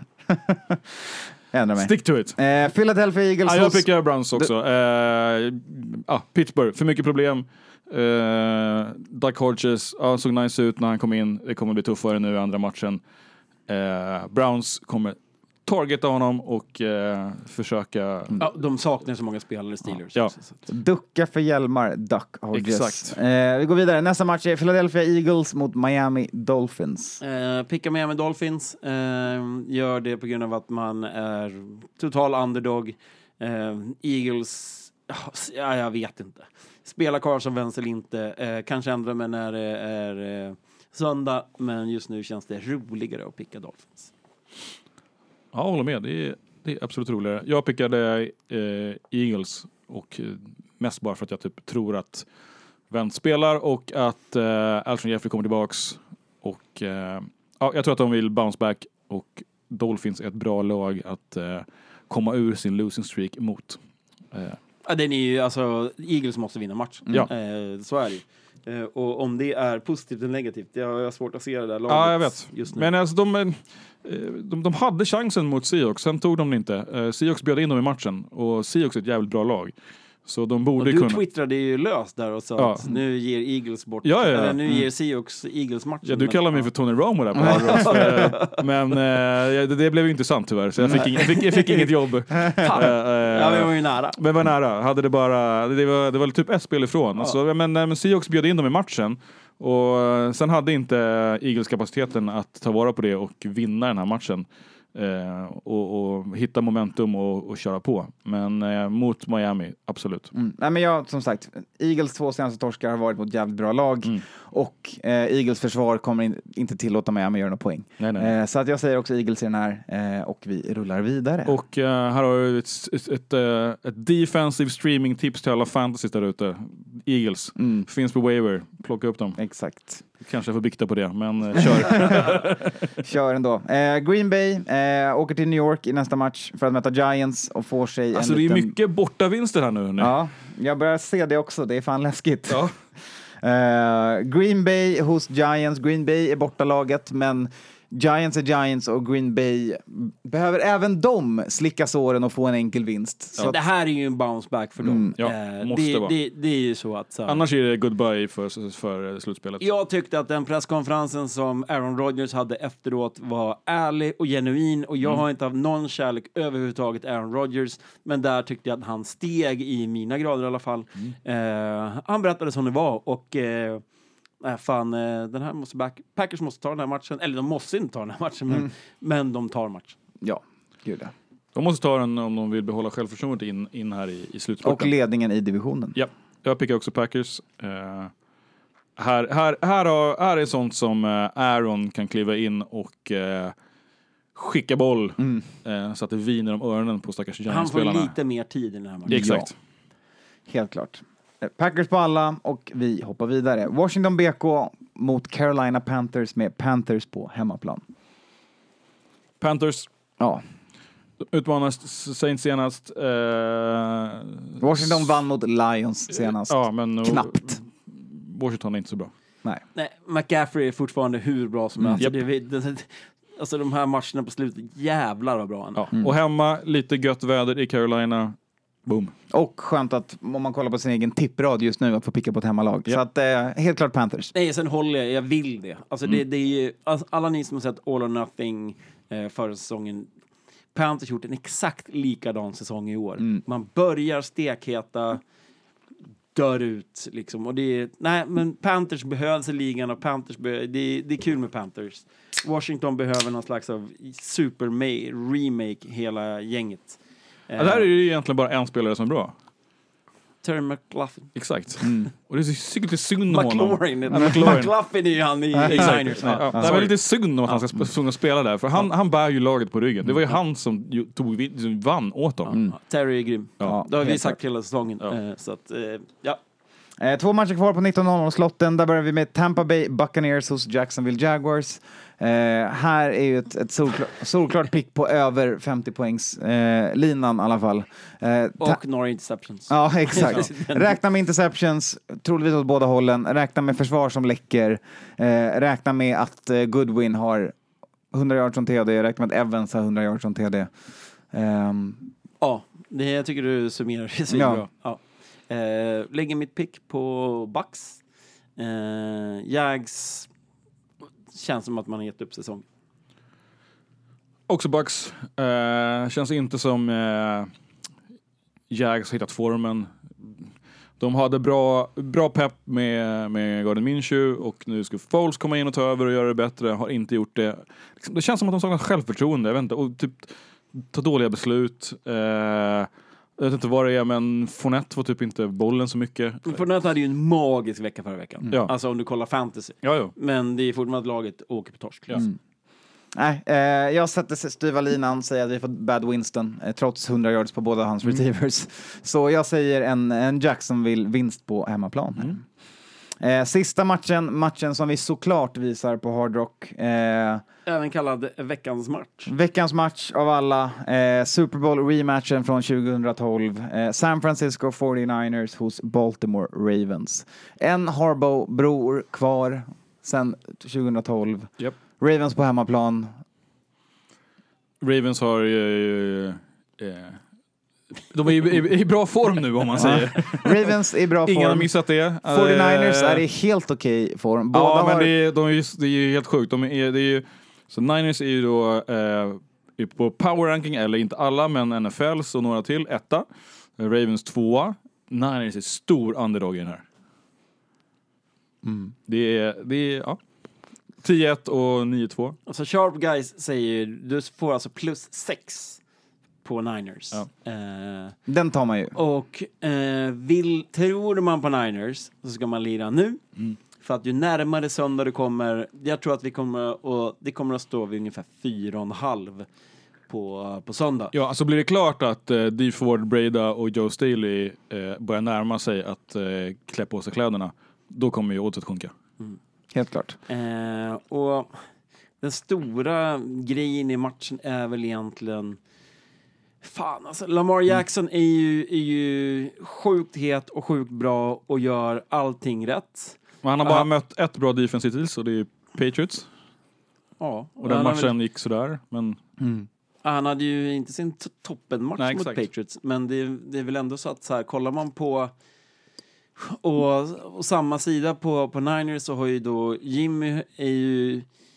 Jag ändrar mig. stick to it. Eh, Philadelphia Eagles. Ja, jag hos- pickar Browns också. Eh, ah, Pittsburgh, för mycket problem. Eh, Doug Hodges, ja, såg nice ut när han kom in. Det kommer bli tuffare nu i andra matchen. Eh, Browns kommer targeta honom och eh, försöka... Ja, de saknar så många spelare, Steelers. Ja. Ducka för hjälmar, Duck Hodges. Exakt. Eh, vi går vidare. Nästa match är Philadelphia Eagles mot Miami Dolphins. Eh, picka med med Dolphins. Eh, gör det på grund av att man är total underdog. Eh, Eagles, ja, jag vet inte. Spelar Carson Wentz eller inte. Eh, kanske ändra mig när det är eh, söndag. Men just nu känns det roligare att picka Dolphins. Ja, jag håller med. Det är, det är absolut roligare. Jag pickade eh, Eagles och eh, mest bara för att jag typ tror att Wentz spelar och att eh, Alshon Jeffrey kommer tillbaks. Och eh, ja, jag tror att de vill bounce back och Dolphins är ett bra lag att eh, komma ur sin losing streak mot. Eh, Ja, den är ju, alltså, Eagles måste vinna matchen. Ja. Eh, så är det ju. Eh, och om det är positivt eller negativt, jag har svårt att se det där laget ja, jag vet. just nu. Men alltså de, eh, de, de hade chansen mot Seahawks, sen tog de det inte. Eh, Seahawks bjöd in dem i matchen och Seahawks är ett jävligt bra lag. Så de borde och du kunna... twittrade ju löst där och sa Ja. att nu ger Eagles bort, Ja, ja, ja. eller nu Mm. ger Seahawks Eagles matchen. Ja, du men- kallar mig för Tony Romo där på Hard eh, Men eh, det, det blev ju inte sant tyvärr. Så jag fick, ing, jag fick, jag fick inget jobb. Eh, Ja, vi eh, var ju nära. Men var nära. Hade det bara... Det var, det var typ ett spel ifrån. Alltså, men, men Seahawks bjöd in dem i matchen. Och eh, sen hade inte Eagles kapaciteten att ta vara på det och vinna den här matchen. Eh, och, och hitta momentum och, och köra på. Men eh, mot Miami, absolut. Mm. Nej, men jag, som sagt, Eagles två senaste torskar har varit mot jävligt bra lag. Mm. Och eh, Eagles försvar kommer in, inte tillåta Miami göra några poäng. Nej, nej. Eh, så att jag säger också Eagles i den här. Eh, och vi rullar vidare. Och uh, här har du ett, ett, ett, uh, ett defensive streaming tips till alla fantasy där ute. Eagles. Mm. Finns på waiver. Plocka upp dem. Exakt. Kanske får bikta på det, men uh, kör. Kör ändå. Eh, Green Bay eh, åker till New York i nästa match för att möta Giants och får sig Alltså en det är liten... mycket bortavinster här nu. Ja, jag börjar se det också. Det är fan läskigt. Ja. Eh, Green Bay hos Giants. Green Bay är bortalaget, men Giants är Giants och Green Bay behöver även de slicka såren och få en enkel vinst. Så Så att, det här är ju en bounce back för dem. Mm, ja, Eh, måste det, vara. det, det är ju så att... Så här, Annars är det goodbye för, för slutspelet. jag tyckte att den presskonferensen som Aaron Rodgers hade efteråt var ärlig och genuin, och jag Mm. har inte haft någon kärlek överhuvudtaget Aaron Rodgers, men där tyckte jag att han steg i mina grader i alla fall. Mm. Eh, han berättade som det var, och eh, äh, fan, eh, den här måste back, Packers måste ta den här matchen, eller de måste inte ta den här matchen, men, men de tar matchen. ja, gud ja. De måste ta den om de vill behålla självförtroendet in, in här i, i Och slutspurten. ledningen i divisionen. Ja, jag pickar också Packers. Uh, här, här, här, har, här är sånt som uh, Aaron kan kliva in och uh, skicka boll Mm. uh, så att det viner om öronen på stackars Han får Giants-spelarna. lite mer tid i den här matchen. Exakt. Helt klart. Eh, Packers på alla och vi hoppar vidare. Washington B K mot Carolina Panthers med Panthers på hemmaplan. Panthers Ja, utmanas Saints senast. Uh, Washington vann mot Lions senast. Ja, men Knappt. Washington är inte så bra. Nej. Nej, McCaffrey är fortfarande hur bra som helst. Japp. Det, det, alltså de här matcherna på slutet, jävlar vad bra han är. Ja. Mm. Och hemma, lite gött väder i Carolina. Boom. Och skönt att, om man kollar på sin egen tipprad just nu, att få picka på ett hemmalag. Ja. Så att, eh, helt klart Panthers. Nej, sen håller jag, jag vill det. Alltså det, det är ju, alltså, alla ni som har sett All or Nothing eh, förra säsongen, Panthers gjort en exakt likadan säsong i år. Mm. Man börjar stekheta, dör ut liksom. Och det är, nej, men Panthers behövs i ligan, och Panthers be, det, det är kul med Panthers. Washington behöver någon slags av super remake hela gänget. Ja, där är det ju egentligen bara en spelare som är bra. Terry McLaughlin. Exakt. Mm. Och det är så lite synd om honom. McLaurin. McLaughlin är ju han i Niners. Ja, ja. Det var lite synd om att han ska sp- spela där. För han, han bär ju laget på ryggen. Det var ju han som ju, tog, som vann åt dem. Mm. Terry är grym. Ja, det har vi helt sagt hela säsongen. Ja. Eh, så att, eh, ja. Eh, två matcher kvar på nitton noll noll-slotten. Där börjar vi med Tampa Bay Buccaneers hos Jacksonville Jaguars. Eh, här är ju ett, ett solklart, solklart pick på över femtio poängs eh, linan i alla fall. Eh, ta- Och några interceptions. Ja, exakt. Räkna med interceptions, troligtvis åt båda hållen. Räkna med försvar som läcker. Eh, räkna med att eh, Goodwin har hundra yards från T D. Räkna med att Evans har hundra yards från T D. Um, Ja, det jag tycker du summerar det så Ja. bra. Ja. Eh, lägger mitt pick på Bucks. Eh, Jags känns som att man har gett upp säsong. Också Bucks. Eh, känns inte som eh, Jags har hittat formen. De hade bra, bra pepp med, med Gardner Minshew och nu ska Foles komma in och ta över och göra det bättre. Har inte gjort det. Liksom, det känns som att de saknar självförtroende. Jag vet inte, och typ ta dåliga beslut. Eh, jag vet inte vad det är, men Fournette får typ inte bollen så mycket. Fournette hade ju en magisk vecka förra veckan. Ja. Alltså om du kollar fantasy. Ja, ja. Men det är fortfarande att laget åker på torsk. Ja. Mm. Nej, eh, jag sätter styva linan, säger att vi får bad Winston eh, trots hundra yards på båda hans Mm. receivers. Så jag säger en, en Jacksonville vinst på hemmaplan. Mm. Eh, sista matchen, matchen som vi såklart visar på Hard Rock. Eh, Även kallad veckans match. veckans match av alla. Eh, Super Bowl rematchen från tjugohundratolv. Eh, San Francisco fyrtionioers hos Baltimore Ravens. En Harbaugh-bror kvar sen tjugohundratolv. Yep. Ravens på hemmaplan. Ravens har eh, eh, de är i, i, i bra form nu om man säger. Ravens är i bra form. Ingen har missat det. fyrtionioers Eh, är i helt okej form. Båda Ja, men har... det är, de är, ju- det är ju helt sjukt. De är, det är ju, så Niners är ju då eh, är på power ranking, eller inte alla, men N F L's och några till, etta. Ravens tvåa. Niners är stor underdog i den här. Mm. Det är, det är ja. tio ett och nio två. Alltså Sharp Guys säger du får alltså plus sex på Niners. Ja. Eh, Den tar man ju. och eh, vill, tror man på Niners så ska man lira nu. Mm. För att ju närmare söndag det kommer, jag tror att vi kommer och det kommer att stå vid ungefär fyra och en halv på, på söndag. Ja, alltså blir det klart att eh, Dee Ford, Breda och Joe Staley eh, börjar närma sig att eh, klä på sig kläderna, då kommer ju oddset sjunka. Helt klart. Eh, och den stora grejen i matchen är väl egentligen fan, alltså Lamar Jackson är ju, är ju sjukt het och sjukt bra och gör allting rätt. Men han har bara Aha. mött ett bra defense hittills, och det är Patriots. Ja, Och den han har matchen väl, gick sådär, men Mm. han hade ju inte sin t- toppenmatch Nej, mot exakt. Patriots, men det, det är väl ändå så att så här, kollar man på och, och samma sida på, på Niners så har ju då Jimmy är ju,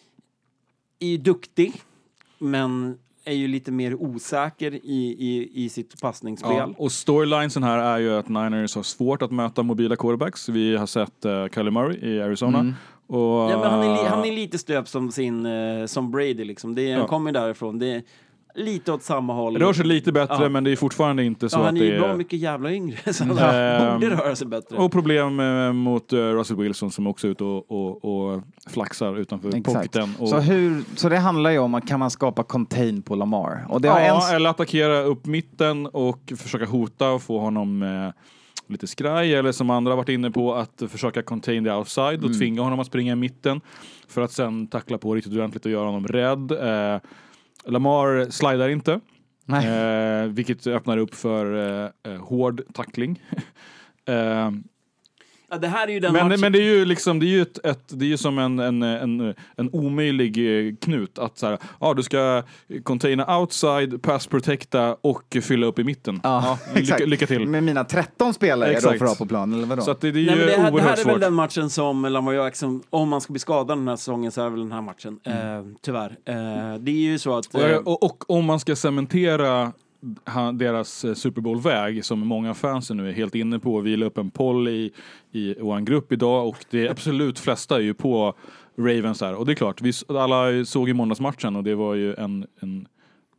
är ju duktig, men är ju lite mer osäker i, i, i sitt passningsspel. ja. Och storylinesen här är ju att Niners har svårt att möta mobila quarterbacks. Vi har sett uh, Kyler Murray i Arizona. Mm. Och, Ja, men han, är li, han är lite stöpt som sin uh, som Brady liksom. Det är, Ja. Han kommer därifrån. Det är lite åt samma håll. rör sig lite bättre, Ja. men det är fortfarande inte så ja, att han är det ju bra är... mycket jävla yngre. Så han Ehm, borde röra sig bättre. Och problem eh, mot uh, Russell Wilson som också är ute och, och, och flaxar utanför Exakt. pocketen. Och, Så, hur, så det handlar ju om att kan man skapa contain på Lamar. Och det har ja, en... eller attackera upp mitten och försöka hota och få honom eh, lite skraj, eller som andra har varit inne på, att försöka contain the outside och Mm. tvinga honom att springa i mitten för att sen tackla på riktigt ordentligt och göra honom rädd. Eh, Lamar slidar inte, Nej. eh, vilket öppnar upp för eh, eh, hård tackling. eh, Ja, det här är ju den men, matchen. men det är ju liksom, det är ju ett, ett det är ju som en, en, en, en omöjlig eh, knut att så här, ja, du ska containa outside, pass protecta och fylla upp i mitten. Ja, lycka, exakt. lycka till. Med mina tretton spelare jag då Exakt. får ha på plan, eller vadå? Så att det, det är ju Nej, men det, här, det oerhört här är svårt. väl den matchen som Lamar Jackson, om man ska bli skadad den här säsongen så är det väl den här matchen. Eh, tyvärr. Eh, det är ju så att... Och, Eh, och, och om man ska cementera han, deras eh, Super Bowl-väg, som många fans nu är helt inne på, vi la upp en poll i, i vår grupp idag, och det absolut flesta är ju på Ravens här. Och det är klart, vi alla såg i måndagsmatchen och det var ju en, en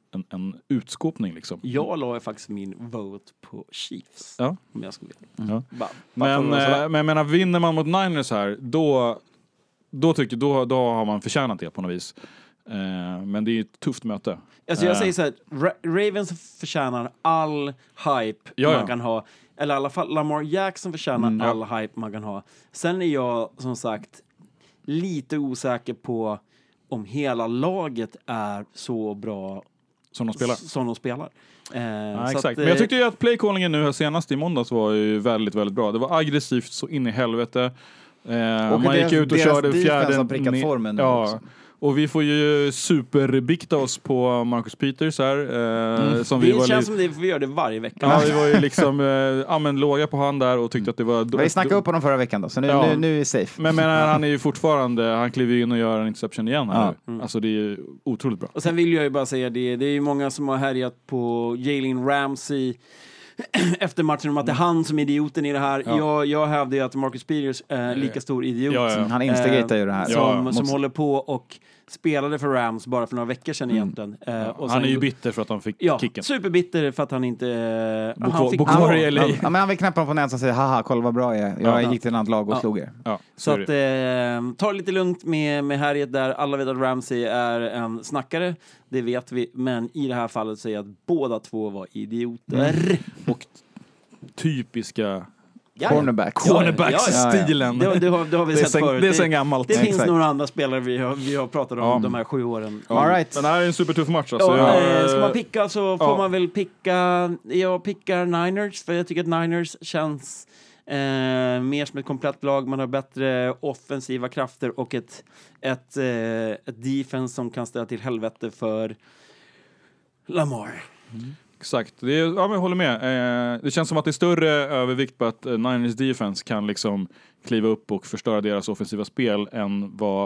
en, en utskåpning liksom. Jag la faktiskt min vote på Chiefs. Ja. Om jag skulle Ja. bara, bara Men, eh, men jag menar, vinner man mot Niners här, då, då, tycker, då, då har man förtjänat det på något vis. Eh, men det är ett tufft möte. Alltså jag Eh, säger så här, Ra- Ravens förtjänar all hype Ja, man ja. kan ha. Eller i alla fall Lamar Jackson förtjänar Mm, ja. all hype man kan ha. Sen är jag som sagt lite osäker på om hela laget är så bra som de spelar. s- som de spelar. Eh, Ja, så exakt. att, Men jag eh, tyckte ju att playcallingen nu här senast i måndags var ju väldigt, väldigt bra. Det var aggressivt så in i helvete. Eh, Och man gick deras- ut och deras körde defense fjärde... har prickat ne- formen nu ja. också. Och vi får ju superbikta oss på Marcus Peters här. Eh, som vi det var känns li- som det, för vi gör det varje vecka. Ja, vi var ju liksom eh, ja, men låga på han där och tyckte att det var... Vi snackade upp honom förra veckan då, så nu, Ja. nu, nu är vi safe. Men, men han är ju fortfarande, han kliver in och gör en interception igen här Ja. nu. Alltså det är ju otroligt bra. Och sen vill jag ju bara säga det, det är ju många som har härjat på Jalen Ramsey efter matchen om att det är han som är idioten i det här. Ja. Jag, jag hävdar ju att Marcus Peters är lika stor idiot. Ja, ja. Mm, han instigatar ju det här. Som, Ja. som Mot- håller på och spelade för Rams bara för några veckor sedan egentligen. Eh, och Han sen- är ju bitter för att han fick Ja, kicken. superbitter för att han inte... Bo han kvar- fick, bo kvar i ja, L A. Ja, men han vill knäppa dem på näsan och säga haha, kolla vad bra jag är. Jag Ja. gick till ett annat lag och Ja. slog er. Ja, Så är att, det. eh, ta det lite lugnt med, med härjet där. Alla vet att Ramsey är en snackare, det vet vi. Men i det här fallet säger jag att båda två var idioter. Och typiska Ja, Cornerbacks. Ja, ja. cornerback-stilen. Det, har- det, har, det har vi Det är sett sen, förut. det är sen gammalt. Det finns Exakt. några andra spelare vi har, vi har pratat om Ja. de här sju åren. Ja, All right. Men det här är en supertuff match. Alltså. Ja, jag, eh, ska man picka så får ja. man väl picka... Jag pickar Niners, för jag tycker att Niners känns eh, mer som ett komplett lag. Man har bättre offensiva krafter och ett, ett, eh, ett defense som kan ställa till helvete för Lamar. Exakt. Det är, ja, men jag håller med. Eh, det känns som att det är större övervikt på att eh, Niners defense kan liksom kliva upp och förstöra deras offensiva spel än vad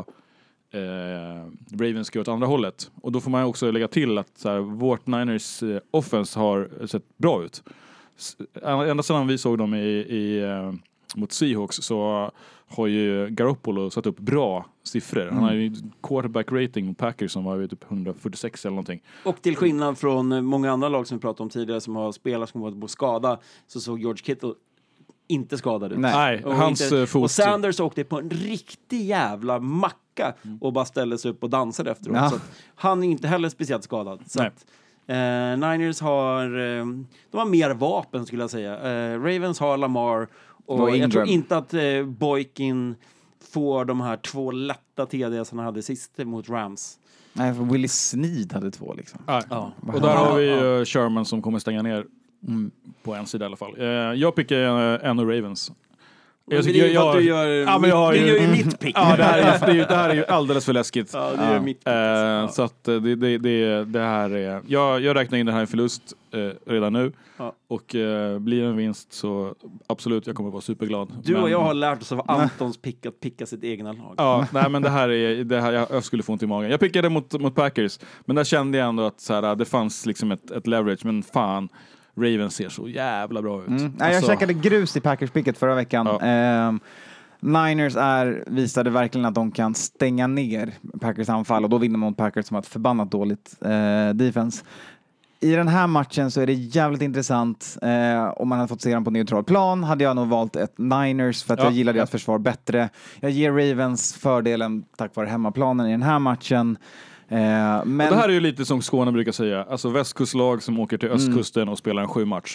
eh, Ravens ska åt andra hållet. Och då får man också lägga till att så här, vårt Niners eh, offense har sett bra ut. S- ända sedan vi såg dem i, i, eh, mot Seahawks så har ju Garoppolo satt upp bra siffror. Han har ju quarterback rating mot Packers som var ju typ hundrafyrtiosex eller någonting. Och till skillnad från många andra lag som vi pratade om tidigare som har spelare som varit på skada, så såg George Kittle inte skadad ut. Nej. Nej, Och, hans inte, eh, fot... och Sanders åkte på en riktig jävla macka och bara ställde sig upp och dansade efteråt. Ja. Så att han är inte heller speciellt skadad. Så Nej. att, eh, Niners har, eh, de har mer vapen skulle jag säga. Eh, Ravens har Lamar och, Och jag Ingram. tror inte att eh, Boykin får de här två lätta T D som han hade sist mot Rams. Nej, för Willie Snead hade två liksom. Nej. Ja. Och där har vi Ja. ju Sherman som kommer stänga ner på en sida i alla fall. Eh, jag pickar eh, Ännu Ravens. Jag tycker jag, att du gör, Ja, men jag har mitt, ju- du gör ju mitt pick. Ja, det här är, det, är, ju- det här är ju alldeles för läskigt. Ja, du gör mitt pick. Eh, Ja. Så att eh, det, det, det, det här är... Jag, jag räknar in den här i förlust eh, redan nu. Ja. Och eh, blir det en vinst så absolut, jag kommer vara superglad. Du och Men- jag har lärt oss av Antons pick att picka sitt egna lag. Ja, nej men det här är, det här, jag, jag skulle få ont i magen. Jag pickade mot, mot Packers, men där kände jag ändå att så här, det fanns liksom ett, ett leverage, men fan, Ravens ser så jävla bra ut. Mm. Nej, jag Alltså, käkade grus i Packers-picket förra veckan. Ja. Ehm, Niners är, visade verkligen att de kan stänga ner Packers anfall och då vinner man mot Packers som har ett förbannat dåligt eh, defense. I den här matchen så är det jävligt intressant. Eh, om man hade fått se den på neutral plan hade jag nog valt ett Niners för att Ja. jag gillar deras försvar bättre. Jag ger Ravens fördelen tack vare hemmaplanen i den här matchen. Eh, men... och det här är ju lite som Skåne brukar säga, alltså västkustlag som åker till östkusten och spelar en sju match.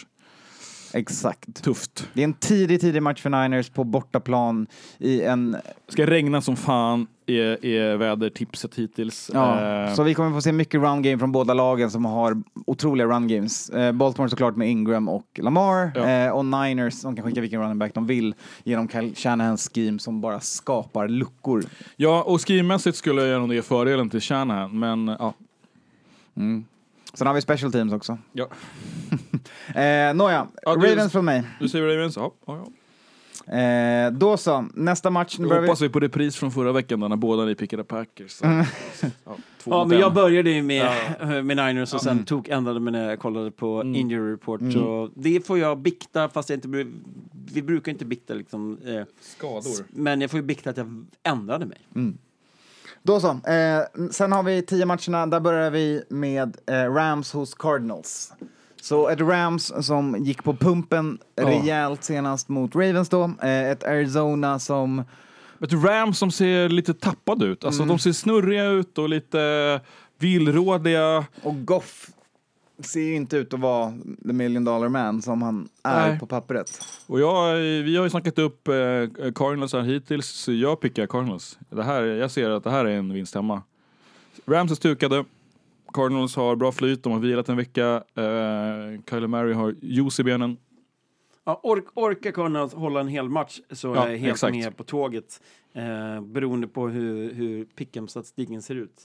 Exakt. Tufft. Det är en tidig, tidig match för Niners på bortaplan i en... Ska regna som fan är, är vädertipset hittills. Ja, Eh, så vi kommer få se mycket run game från båda lagen som har otroliga run games. Eh, Baltimore såklart med Ingram och Lamar Ja. eh, och Niners som kan skicka vilken running back de vill genom Kyle Shanahans scheme som bara skapar luckor. ja, och skrivmässigt skulle jag nog ge fördelen till Shanahan, men ja. Mm. Sen har vi special teams också. ja. Eh, Nåja, Ja, du- Ravens från mig. Du säger Ravens? Ja, ja, ja. Eh, då så, nästa match. Nu Nu börjar vi... hoppas vi på repris från förra veckan där när båda ni pickade Packers. Så. Ja, två Ja, mot men en. jag började ju med, med Niners och sen tog ändrade mig när jag kollade på Mm. injury report. Så det får jag bikta, fast jag inte bru- vi brukar inte bikta liksom. Eh, Skador. men jag får ju bikta att jag ändrade mig. Då så. Eh, sen har vi tio matcherna. Där börjar vi med eh, Rams hos Cardinals. Så ett Rams som gick på pumpen Ja. rejält senast mot Ravens då. Eh, ett Arizona som... Ett Rams som ser lite tappad ut. Alltså Mm. de ser snurriga ut och lite villrådiga. Och Goff ser ju inte ut att vara the million dollar man som han är Nej. på pappret. Och jag, vi har ju snackat upp eh, Cardinals här hittills, så jag pickar Cardinals. Det här, jag ser att det här är en vinst hemma. Rams är stukade. Cardinals har bra flyt, de har vilat en vecka. Eh, Kyler Murray har juice i benen. Ja, ork, orkar kunna hålla en hel match så Ja, är jag helt exakt. med på tåget. Eh, beroende på hur, hur Pick'em-statistiken ser ut.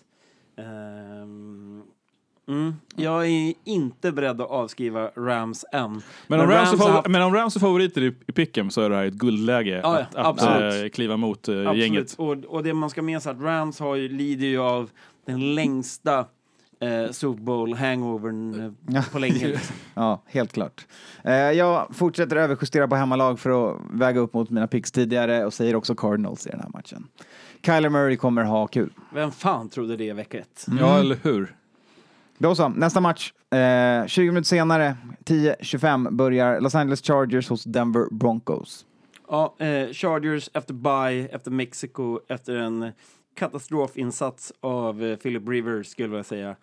Ehm, mm, jag är inte beredd att avskriva Rams än. Men om, Rams, är har favor- haft- men om Rams är favoriter i, i Pick'em så är det här ett guldläge Ja, att, ja, att absolut. eh, kliva mot eh, Absolut. gänget. Och, och det man ska med sig att Rams har ju, lider ju av den längsta eh, Super Bowl hangovern eh, Ja. på länge. Liksom. Ja, helt klart. Eh, jag fortsätter överjustera på hemmalag för att väga upp mot mina picks tidigare och säger också Cardinals i den här matchen. Kyler Murray kommer ha kul. Vem fan trodde det vecka ett? Ja, eller hur? Då så, nästa match. Eh, tjugo minuter senare, tio tjugofem, börjar Los Angeles Chargers hos Denver Broncos. Ja, eh, Chargers efter bye, efter Mexiko, efter en katastrofinsats av eh, Philip Rivers skulle jag säga.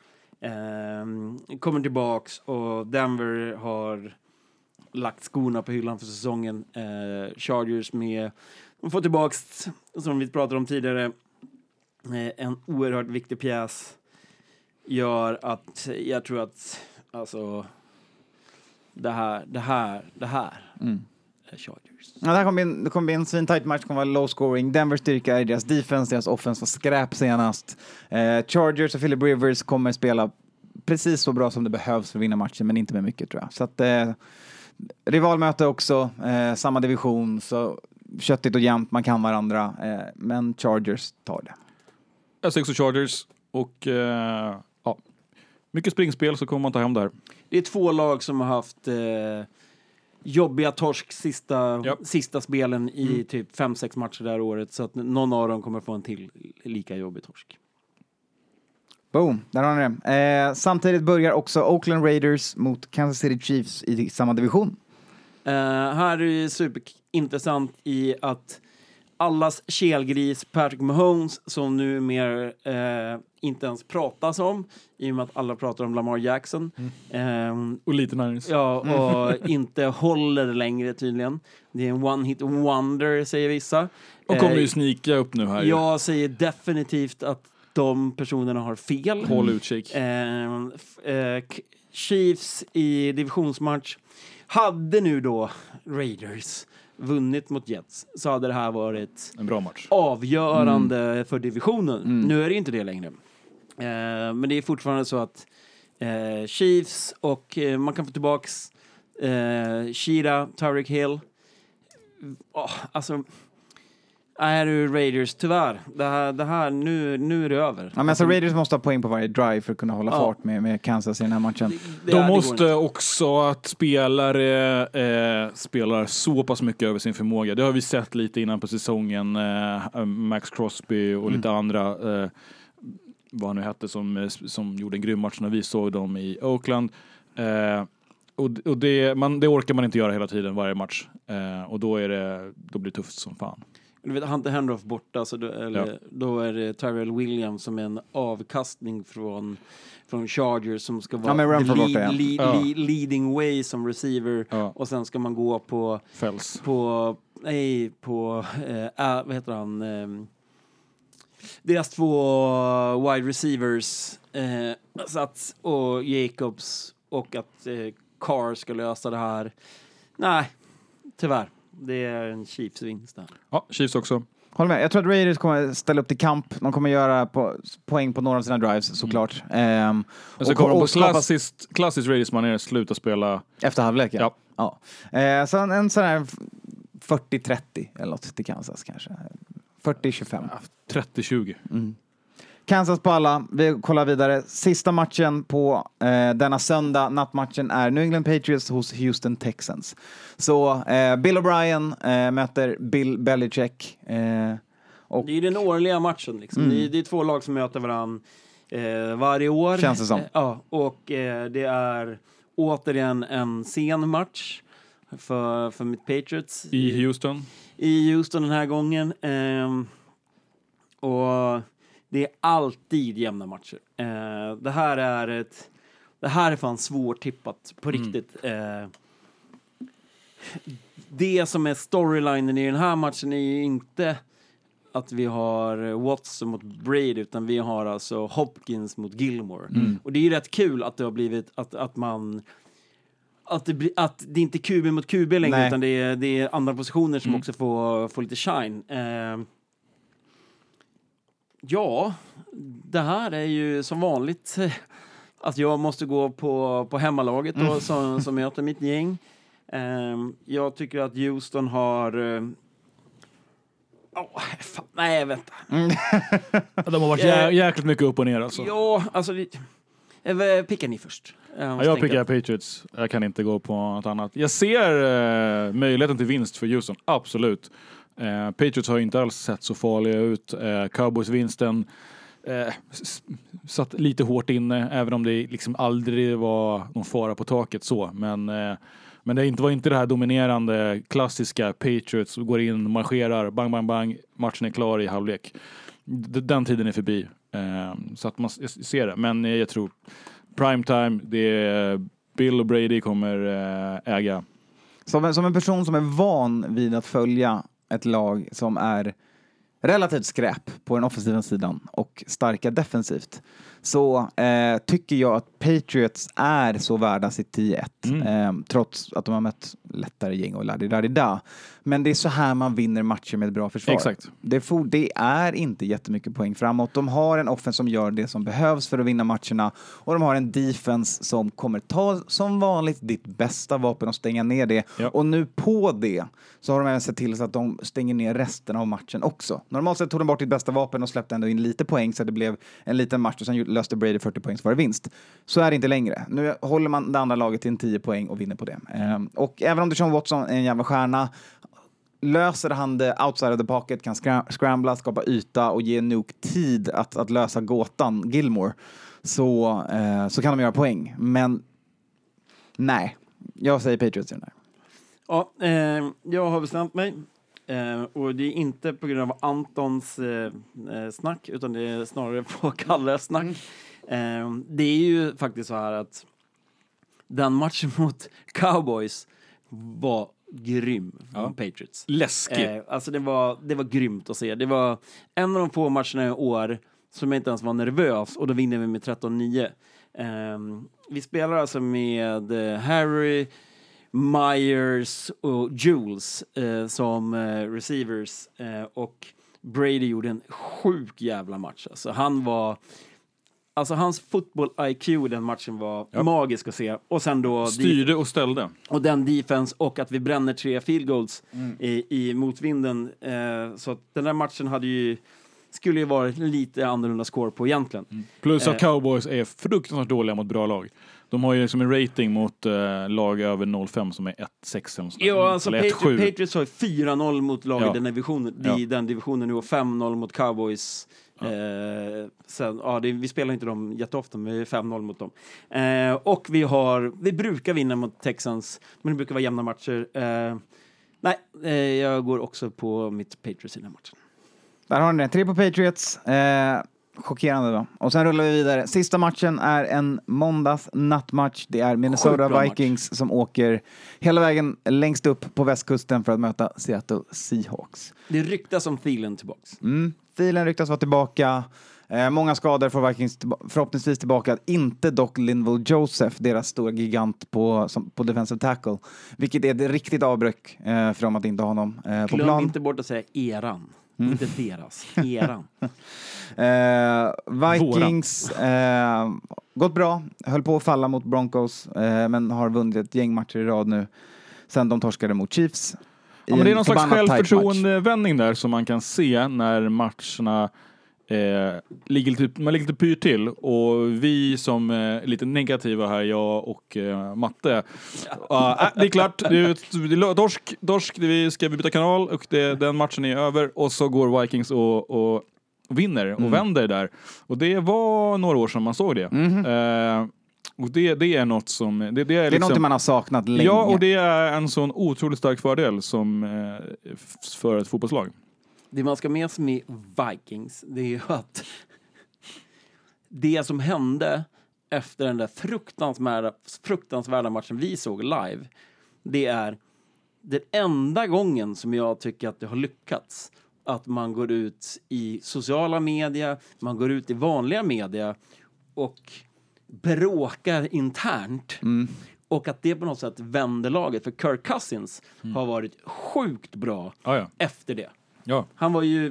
Eh, kommer tillbaks och Denver har lagt skorna på hyllan för säsongen. Eh, Chargers med, de får tillbaks, som vi pratade om tidigare, eh, en oerhört viktig pjäs. Gör att jag tror att alltså det här, det här, det här Mm. är Chargers. Ja, det här kommer bli en, det kommer bli en svintajt match, kommer vara low scoring. Denvers styrka är deras defense, deras offense var skräp senast. Eh, Chargers och Philip Rivers kommer spela precis så bra som det behövs för att vinna matchen, men inte med mycket tror jag. Så att eh, rivalmöte också, eh, samma division, så köttigt och jämnt, man kan varandra, eh, men Chargers tar det. Jag säger också Chargers och eh, ja, mycket springspel så kommer man ta hem där. Det är två lag som har haft eh, jobbiga torsk sista, Ja. sista spelen i Mm. typ fem sex matcher det här året. Så att någon av dem kommer få en till lika jobbig torsk. Boom, där har ni det. Eh, samtidigt börjar också Oakland Raiders mot Kansas City Chiefs i samma division. Uh, här är det superintressant i att allas kelgris Patrick Mahomes, som nu mer uh, inte ens pratas om i och med att alla pratar om Lamar Jackson. Um, Och lite Niners. Ja, och inte håller längre tydligen. Det är en one-hit wonder, säger vissa. Och kommer Eh, ju snika upp nu här. Jag säger definitivt att de personerna har fel. Håll utkik. Eh, f- eh, K- Chiefs i divisionsmatch. Hade nu då Raiders vunnit mot Jets så hade det här varit En bra match. avgörande för divisionen. Nu är det inte det längre. Eh, men det är fortfarande så att eh, Chiefs och eh, man kan få tillbaks eh, Shira, Tyreek Hill. Oh, alltså, är du Raiders, tyvärr. Det här, det här nu, nu är det över. Ja, men alltså Raiders måste ha poäng på varje drive för att kunna hålla Ja. fart med, med Kansas i den här matchen. Det- De det går måste inte. också att spelare eh, spelar så pass mycket över sin förmåga. Det har vi sett lite innan på säsongen. Eh, Max Crosby och lite andra, eh, vad han nu hette, som, eh, som gjorde en grym match när vi såg dem i Oakland. Eh, och och det, man, det orkar man inte göra hela tiden, varje match. Eh, och då, är det, då blir det tufft som fan. Du vet, Hunter Hendroff borta, så då, eller, Ja. då är det Tyrell Williams som är en avkastning från, från Chargers som ska Ja, vara men Renfro the borta, ja. lead, Ja. lead, leading way som receiver. Ja. Och sen ska man gå på, Fälls. på, nej, på, eh, äh, vad heter han? Eh, deras två wide receivers, eh, så att, och Jacobs, och att eh, Carr ska lösa det här. Nej, tyvärr. Det är en Chiefs-vinst där. Ja, Chiefs också. Håll med. Jag tror att Raiders kommer ställa upp till kamp. De kommer göra på, poäng på några av sina drives, såklart. Ehm, Och så och- kommer de på och skapa- klassiskt, klassiskt Raiders manér sluta spela. Efter halvlek, ja. Ja. ja. Eh, så en, en sån här fyrtio trettio eller något till Kansas kanske. fyrtio tjugofem. trettio tjugo. Kansas på alla. Vi kollar vidare. Sista matchen på eh, denna söndag, nattmatchen, är New England Patriots hos Houston Texans. Så eh, Bill O'Brien eh, möter Bill Belichick. Eh, Och det är den årliga matchen. Liksom. Mm. Det, är, det är två lag som möter varandra eh, varje år. Känns det som. Eh, ja, och eh, det är återigen en sen match för, för mitt Patriots. I Houston. I Houston den här gången. Eh, och det är alltid jämna matcher. Eh, det här är ett... Det här är fan svårtippat på riktigt. Mm. Eh, det som är storylinen i den här matchen är ju inte att vi har Watson mot Brady, utan vi har alltså Hopkins mot Gilmore. Mm. Och det är ju rätt kul att det har blivit att, att man att det, bli, att det inte är Q B mot Q B längre. Nej. Utan det är, det är andra positioner som mm. också får, får lite shine. Eh, ja, det här är ju som vanligt att jag måste gå på, på hemmalaget då, mm. som, som möter mitt gäng. Um, jag tycker att Houston har... Uh, oh, fan, nej, vänta. Mm. De har varit jä- jäkligt mycket upp och ner alltså. Ja, alltså... Det, pickar ni först. Jag, ja, jag pickar Patriots. Jag kan inte gå på något annat. Jag ser uh, möjligheten till vinst för Houston. Absolut. Uh, Patriots har inte alls sett så farliga ut. Uh, Cowboys-vinsten... Eh, satt lite hårt inne, även om det liksom aldrig var någon fara på taket så, men, eh, men det inte var inte det här dominerande klassiska Patriots som går in, marscherar, bang bang bang, matchen är klar i halvlek. D- den tiden är förbi, eh, så att man ser det, men eh, jag tror primetime, det är Bill och Brady kommer eh, äga. Som en, som en person som är van vid att följa ett lag som är relativt skräp på den offensiva sidan och starka defensivt, så eh, tycker jag att Patriots är så värda sitt tio ett. Mm. Eh, trots att de har mött lättare gäng och laddi-daddi-da. Men det är så här man vinner matcher med ett bra försvar. Exakt. Det, for, det är inte jättemycket poäng framåt. De har en offense som gör det som behövs för att vinna matcherna. Och de har en defense som kommer ta som vanligt ditt bästa vapen och stänga ner det. Ja. Och nu på det så har de även sett till så att de stänger ner resten av matchen också. Normalt sett tog de bort ditt bästa vapen och släppte ändå in lite poäng så det blev en liten match och sen löste Brady fyrtio poäng för vinst. Så är det inte längre. Nu håller man det andra laget till en tio poäng och vinner på det. Ehm, och även om Deshaun Watson är en jävla stjärna, löser han det outside of the pocket, kan scram- scrambla, skapa yta och ge Nuke tid att, att lösa gåtan Gilmore, så, eh, så kan de göra poäng. Men nej, jag säger Patriots i den här. Ja, eh, jag har bestämt mig. Eh, och det är inte på grund av Antons eh, snack, utan det är snarare på Kalles snack. Eh, det är ju faktiskt så här att den matchen mot Cowboys var grym från ja. Patriots. Läskig. Eh, alltså det var, det var grymt att se. Det var en av de få matcherna i år som jag inte ens var nervös, och då vinner vi med tretton nio. Eh, vi spelar alltså med eh, Harry, Myers och Jules eh, som eh, receivers, eh, och Brady gjorde en sjuk jävla match. Alltså han var, alltså hans football I Q i den matchen var ja. magisk att se. Och sen då styrde och ställde. Och den defense, och att vi bränner tre field goals mm. i, i motvinden. Eh, så att den där matchen hade ju skulle ju vara lite annorlunda score på egentligen. Mm. Plus att eh, Cowboys är fruktansvärt dåliga mot bra lag. De har ju som en rating mot uh, lag över noll komma fem som är ett sex eller ja, alltså Patri- Patriots har fyra noll mot lag ja. i den divisionen, ja. i den divisionen nu, och fem noll mot Cowboys. Ja. Eh, sen, ja, det, vi spelar inte dem jätteofta, men vi är fem noll mot dem. Eh, och vi har, vi brukar vinna mot Texans, men det brukar vara jämna matcher. Eh, nej, eh, jag går också på mitt Patriots i den här matchen. Där har ni det. Tre på Patriots. Eh, chockerande då. Och sen rullar vi vidare. Sista matchen är en måndags nattmatch. Det är Minnesota Vikings match som åker hela vägen längst upp på västkusten för att möta Seattle Seahawks. Det ryktas om Thielen tillbaks. Mm. Thielen ryktas vara tillbaka. Eh, många skador får Vikings tillba- förhoppningsvis tillbaka. Inte dock Linval Joseph, deras stora gigant på, som, på defensive tackle. Vilket är ett riktigt avbräck eh, för dem att inte ha honom eh, på Glöm plan. inte bort att säga eran. Mm. Inte deras, eran. eh, Vikings eh, gått bra, höll på att falla mot Broncos, eh, men har vunnit ett gäng matcher i rad nu sen de torskade mot Chiefs. Ja, men det är någon slags självförtroendevändning där som man kan se när matcherna Eh, ligger lite, man ligger lite pyr till, och vi som är lite negativa här, jag och eh, Matte, uh, äh, det är klart, det är, det är torsk, torsk, vi ska byta kanal och det, den matchen är över, och så går Vikings och, och vinner och mm. vänder där, och det var några år sedan man såg det. Mm. Eh, och det, det är något som det, det är, det är liksom, något man har saknat länge. Ja, och det är en sån otroligt stark fördel som eh, för ett fotbollslag. Det man ska med sig med Vikings, det är ju att det som hände efter den där fruktansvärda, fruktansvärda matchen vi såg live, det är den enda gången som jag tycker att det har lyckats. Att man går ut i sociala medier, man går ut i vanliga medier och bråkar internt. Mm. Och att det på något sätt vänder laget. För Kirk Cousins mm. har varit sjukt bra ah, ja. efter det. Ja. Han var ju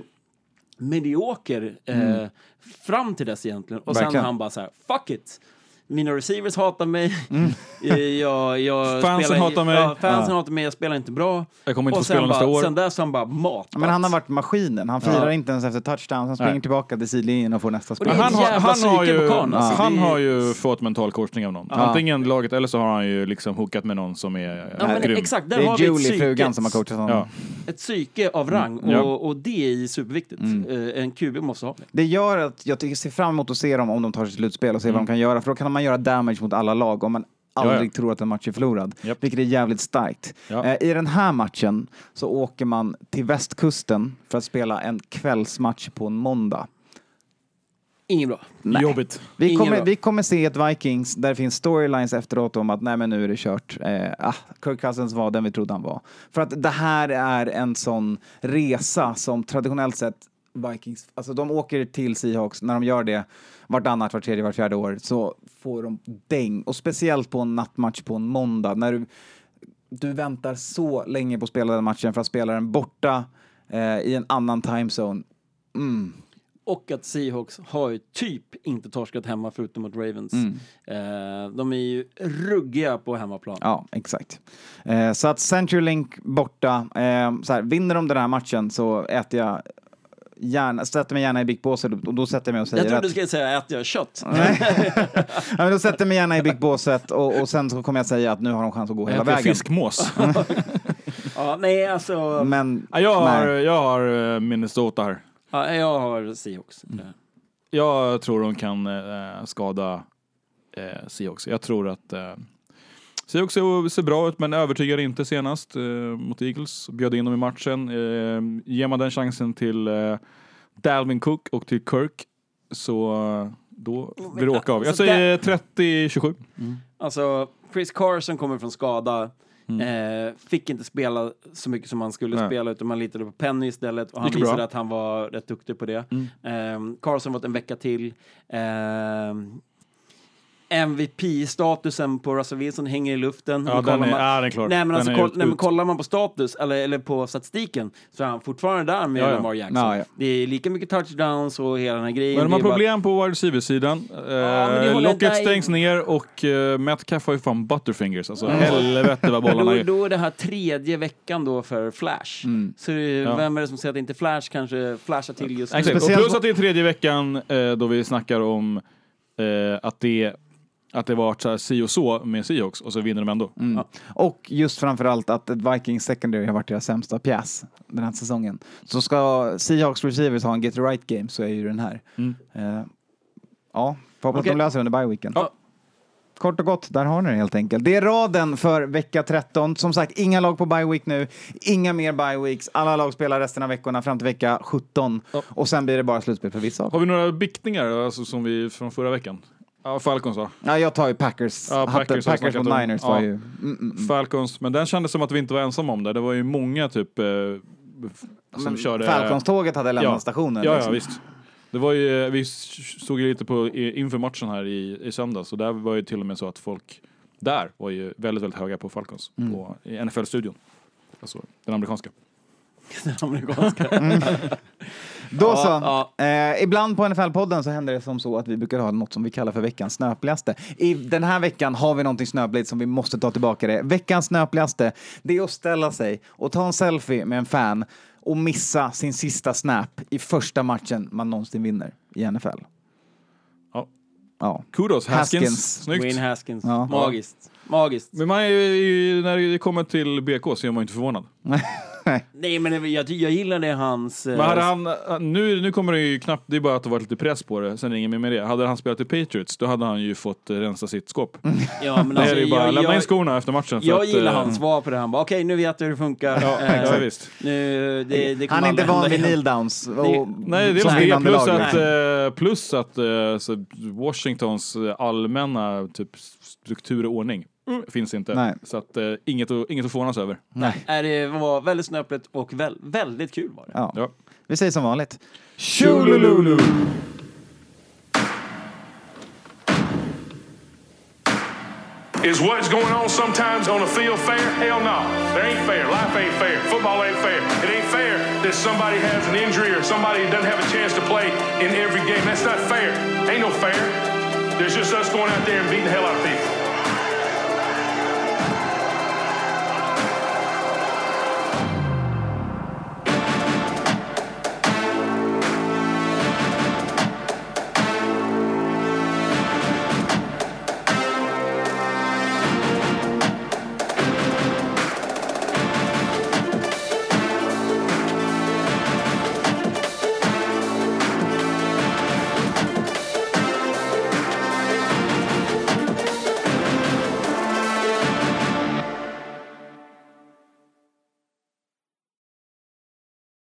medioker eh, mm. fram till dess egentligen. Och Verkligen. sen han bara så här: fuck it. Mina receivers hatar mig. Mm. jag, jag fansen spelar, hatar mig. Ja, fansen ja. hatar mig. Jag spelar inte bra. Jag kommer inte och få spela nästa år. Sen dess har han bara matat. Men han har varit maskinen. Han firar ja. inte ens efter touchdown. Han springer Nej. tillbaka till sidlinjen och får nästa spel. Han har, han, har ju, kan, alltså. han det... har ju fått mental coachning av någon. Ja. Antingen laget eller så har han ju liksom hookat med någon som är ja, men grym. Exakt, där det är har Julie, vi frugan, som har coachat honom. Ja. Ett psyke av rang. Mm. Och, och det är superviktigt. Mm. Uh, en Q B måste ha det. Det gör att jag tycker, ser fram emot att se dem om de tar sitt slutspel och se mm. vad de kan göra. För då kan man göra damage mot alla lag om man aldrig Jaja. tror att en match är förlorad. Yep. Vilket är jävligt starkt. Ja. Eh, I den här matchen så åker man till västkusten för att spela en kvällsmatch på en måndag. Ingen bra. Nej. Jobbigt. Vi kommer, vi kommer se ett Vikings där det finns storylines efteråt om att nej men nu är det kört. Eh, ah, Kirk Cousins var den vi trodde han var. För att det här är en sån resa som traditionellt sett Vikings, alltså de åker till Seahawks, när de gör det vartannat, var tredje, var fjärde år så får de däng, och speciellt på en nattmatch på en måndag när du, du väntar så länge på att spela den matchen för att spela den borta eh, i en annan timezone. Mm. Och att Seahawks har ju typ inte torskat hemma förutom mot Ravens. Mm. Eh, de är ju ruggiga på hemmaplan. Ja, exakt. Eh, så att CenturyLink borta, eh, så här, vinner de den här matchen så äter jag gärna, sätter mig gärna i Big Båset och då sätter jag mig och säger jag trodde att... du skulle säga att jag kött. Nej. Ja, men då sätter jag mig gärna i Big Båset och, och sen så kommer jag säga att nu har de chans att gå hela vägen. Fiskmås. Ja, nej alltså... Men, ja, jag, har, nej. jag har Minnesota här. Ja, jag har Seahawks. Mm. Jag tror de kan äh, skada äh, Seahawks. Jag tror att äh, Seahawks ser, ser bra ut men övertygar inte senast äh, mot Eagles. Bjöd in dem i matchen. Äh, ger man den chansen till äh, Dalvin Cook och till Kirk så äh, då blir det åka av. Jag säger trettio tjugosju. Mm. Alltså Chris Carson kommer från skada. Mm. Eh, fick inte spela så mycket som man skulle Nej. spela utan man litade på Penny istället och han visade bra. att han var rätt duktig på det. Mm. Eh, Carson var en vecka till. Eh, M V P-statusen på Russell Wilson hänger i luften. Ja, den är, man, ja, den är klar. Nej, men alltså, koll, ut, nej, men kollar man på status eller, eller på statistiken så är han fortfarande där med ja, ja. Lamar Jackson. Ja, ja. Det är lika mycket touchdowns och hela den här grejen. Men de har problem bara... på wide receiver-sidan. Ja, uh, Lockett stängs ner och uh, Metcalf har ju fan butterfingers. Alltså mm. helvete vad bollarna är. Då, då är det här tredje veckan då för Flash. Mm. Så ja. vem är det som säger att inte Flash kanske flashar till just nu? Exakt. Och plus att det är tredje veckan uh, då vi snackar om uh, att det Att det var så här si och så med Seahawks och så vinner de ändå. Mm. Ja. Och just framförallt att Vikings secondary har varit deras sämsta pjäs den här säsongen. Så ska Seahawks receivers ha en get right game så är ju den här. Mm. Uh, ja, förhoppningsvis okay. de löser under bye-weekend. Ja. Kort och gott, där har ni det helt enkelt. Det är raden för vecka tretton. Som sagt, inga lag på bye-week nu. Inga mer bye-weeks. Alla lag spelar resten av veckorna fram till vecka sjutton. Ja. Och sen blir det bara slutspel för vissa. Har vi några biktningar alltså, som vi från förra veckan? Ja, Falcons va? Ja, jag tar ju Packers. Ja, Packers, Packers mot om. Niners var ja. ju... Mm, mm, mm. Falcons, men den kändes som att vi inte var ensamma om det. Det var ju många typ... Eh, som men körde... Falcons-tåget hade lämnat ja. stationen. Ja, liksom. ja, visst. Det var ju, vi stod ju lite på inför matchen här i, i söndag. Så där var ju till och med så att folk där var ju väldigt, väldigt höga på Falcons. Mm. På, i N F L-studion. Alltså den amerikanska. Den amerikanska. Mm. Då ja, så, ja. Eh, ibland på N F L-podden så händer det som så att vi brukar ha något som vi kallar för veckans snöpligaste. I den här veckan har vi någonting snöpligt som vi måste ta tillbaka det. Veckans snöpligaste, det är att ställa sig och ta en selfie med en fan och missa sin sista snap i första matchen man någonsin vinner i N F L. Ja. Ja. Kudos, Haskins. Haskins. Snyggt. Wayne Haskins. Ja. Magiskt. Magiskt. Men man är, ju- när det kommer till B K så är man inte förvånad. Nej, men det- jag, jag gillar det hans... eh, Men hade han, nu, nu kommer det ju knappt, det är bara att det var lite press på det, sen är det inget mer med det. Hade han spelat i Patriots, då hade han ju fått eh, rensa sitt skåp. Ja, men Det alltså, är ju bara jag, lämna in jag, skorna efter matchen. för jag att, gillar eh, hans svar på det. Han bara, okej, nu vet jag hur det funkar. Ja, Eh, ja, visst. Nu, det, det kommer Han är inte aldrig van vid hända igen. kneel downs. Och Nej, det som är det. vinnande Plus lag. att, eh, plus att eh, så Washingtons eh, allmänna typ struktur och ordning mm, finns inte. Nej. Så att, eh, inget, att, inget att förvånas över. Nej. Är det var väldigt snöpligt och väl, väldigt kul var det. Ja. Ja. Vi säger som vanligt. Tjolululu! Is what's going on sometimes on the field fair? Hell no. There ain't fair. Life ain't fair. Football ain't fair. It ain't fair that somebody has an injury or somebody doesn't have a chance to play in every game. That's not fair. Ain't no fair. There's just us going out there and beating the hell out of people.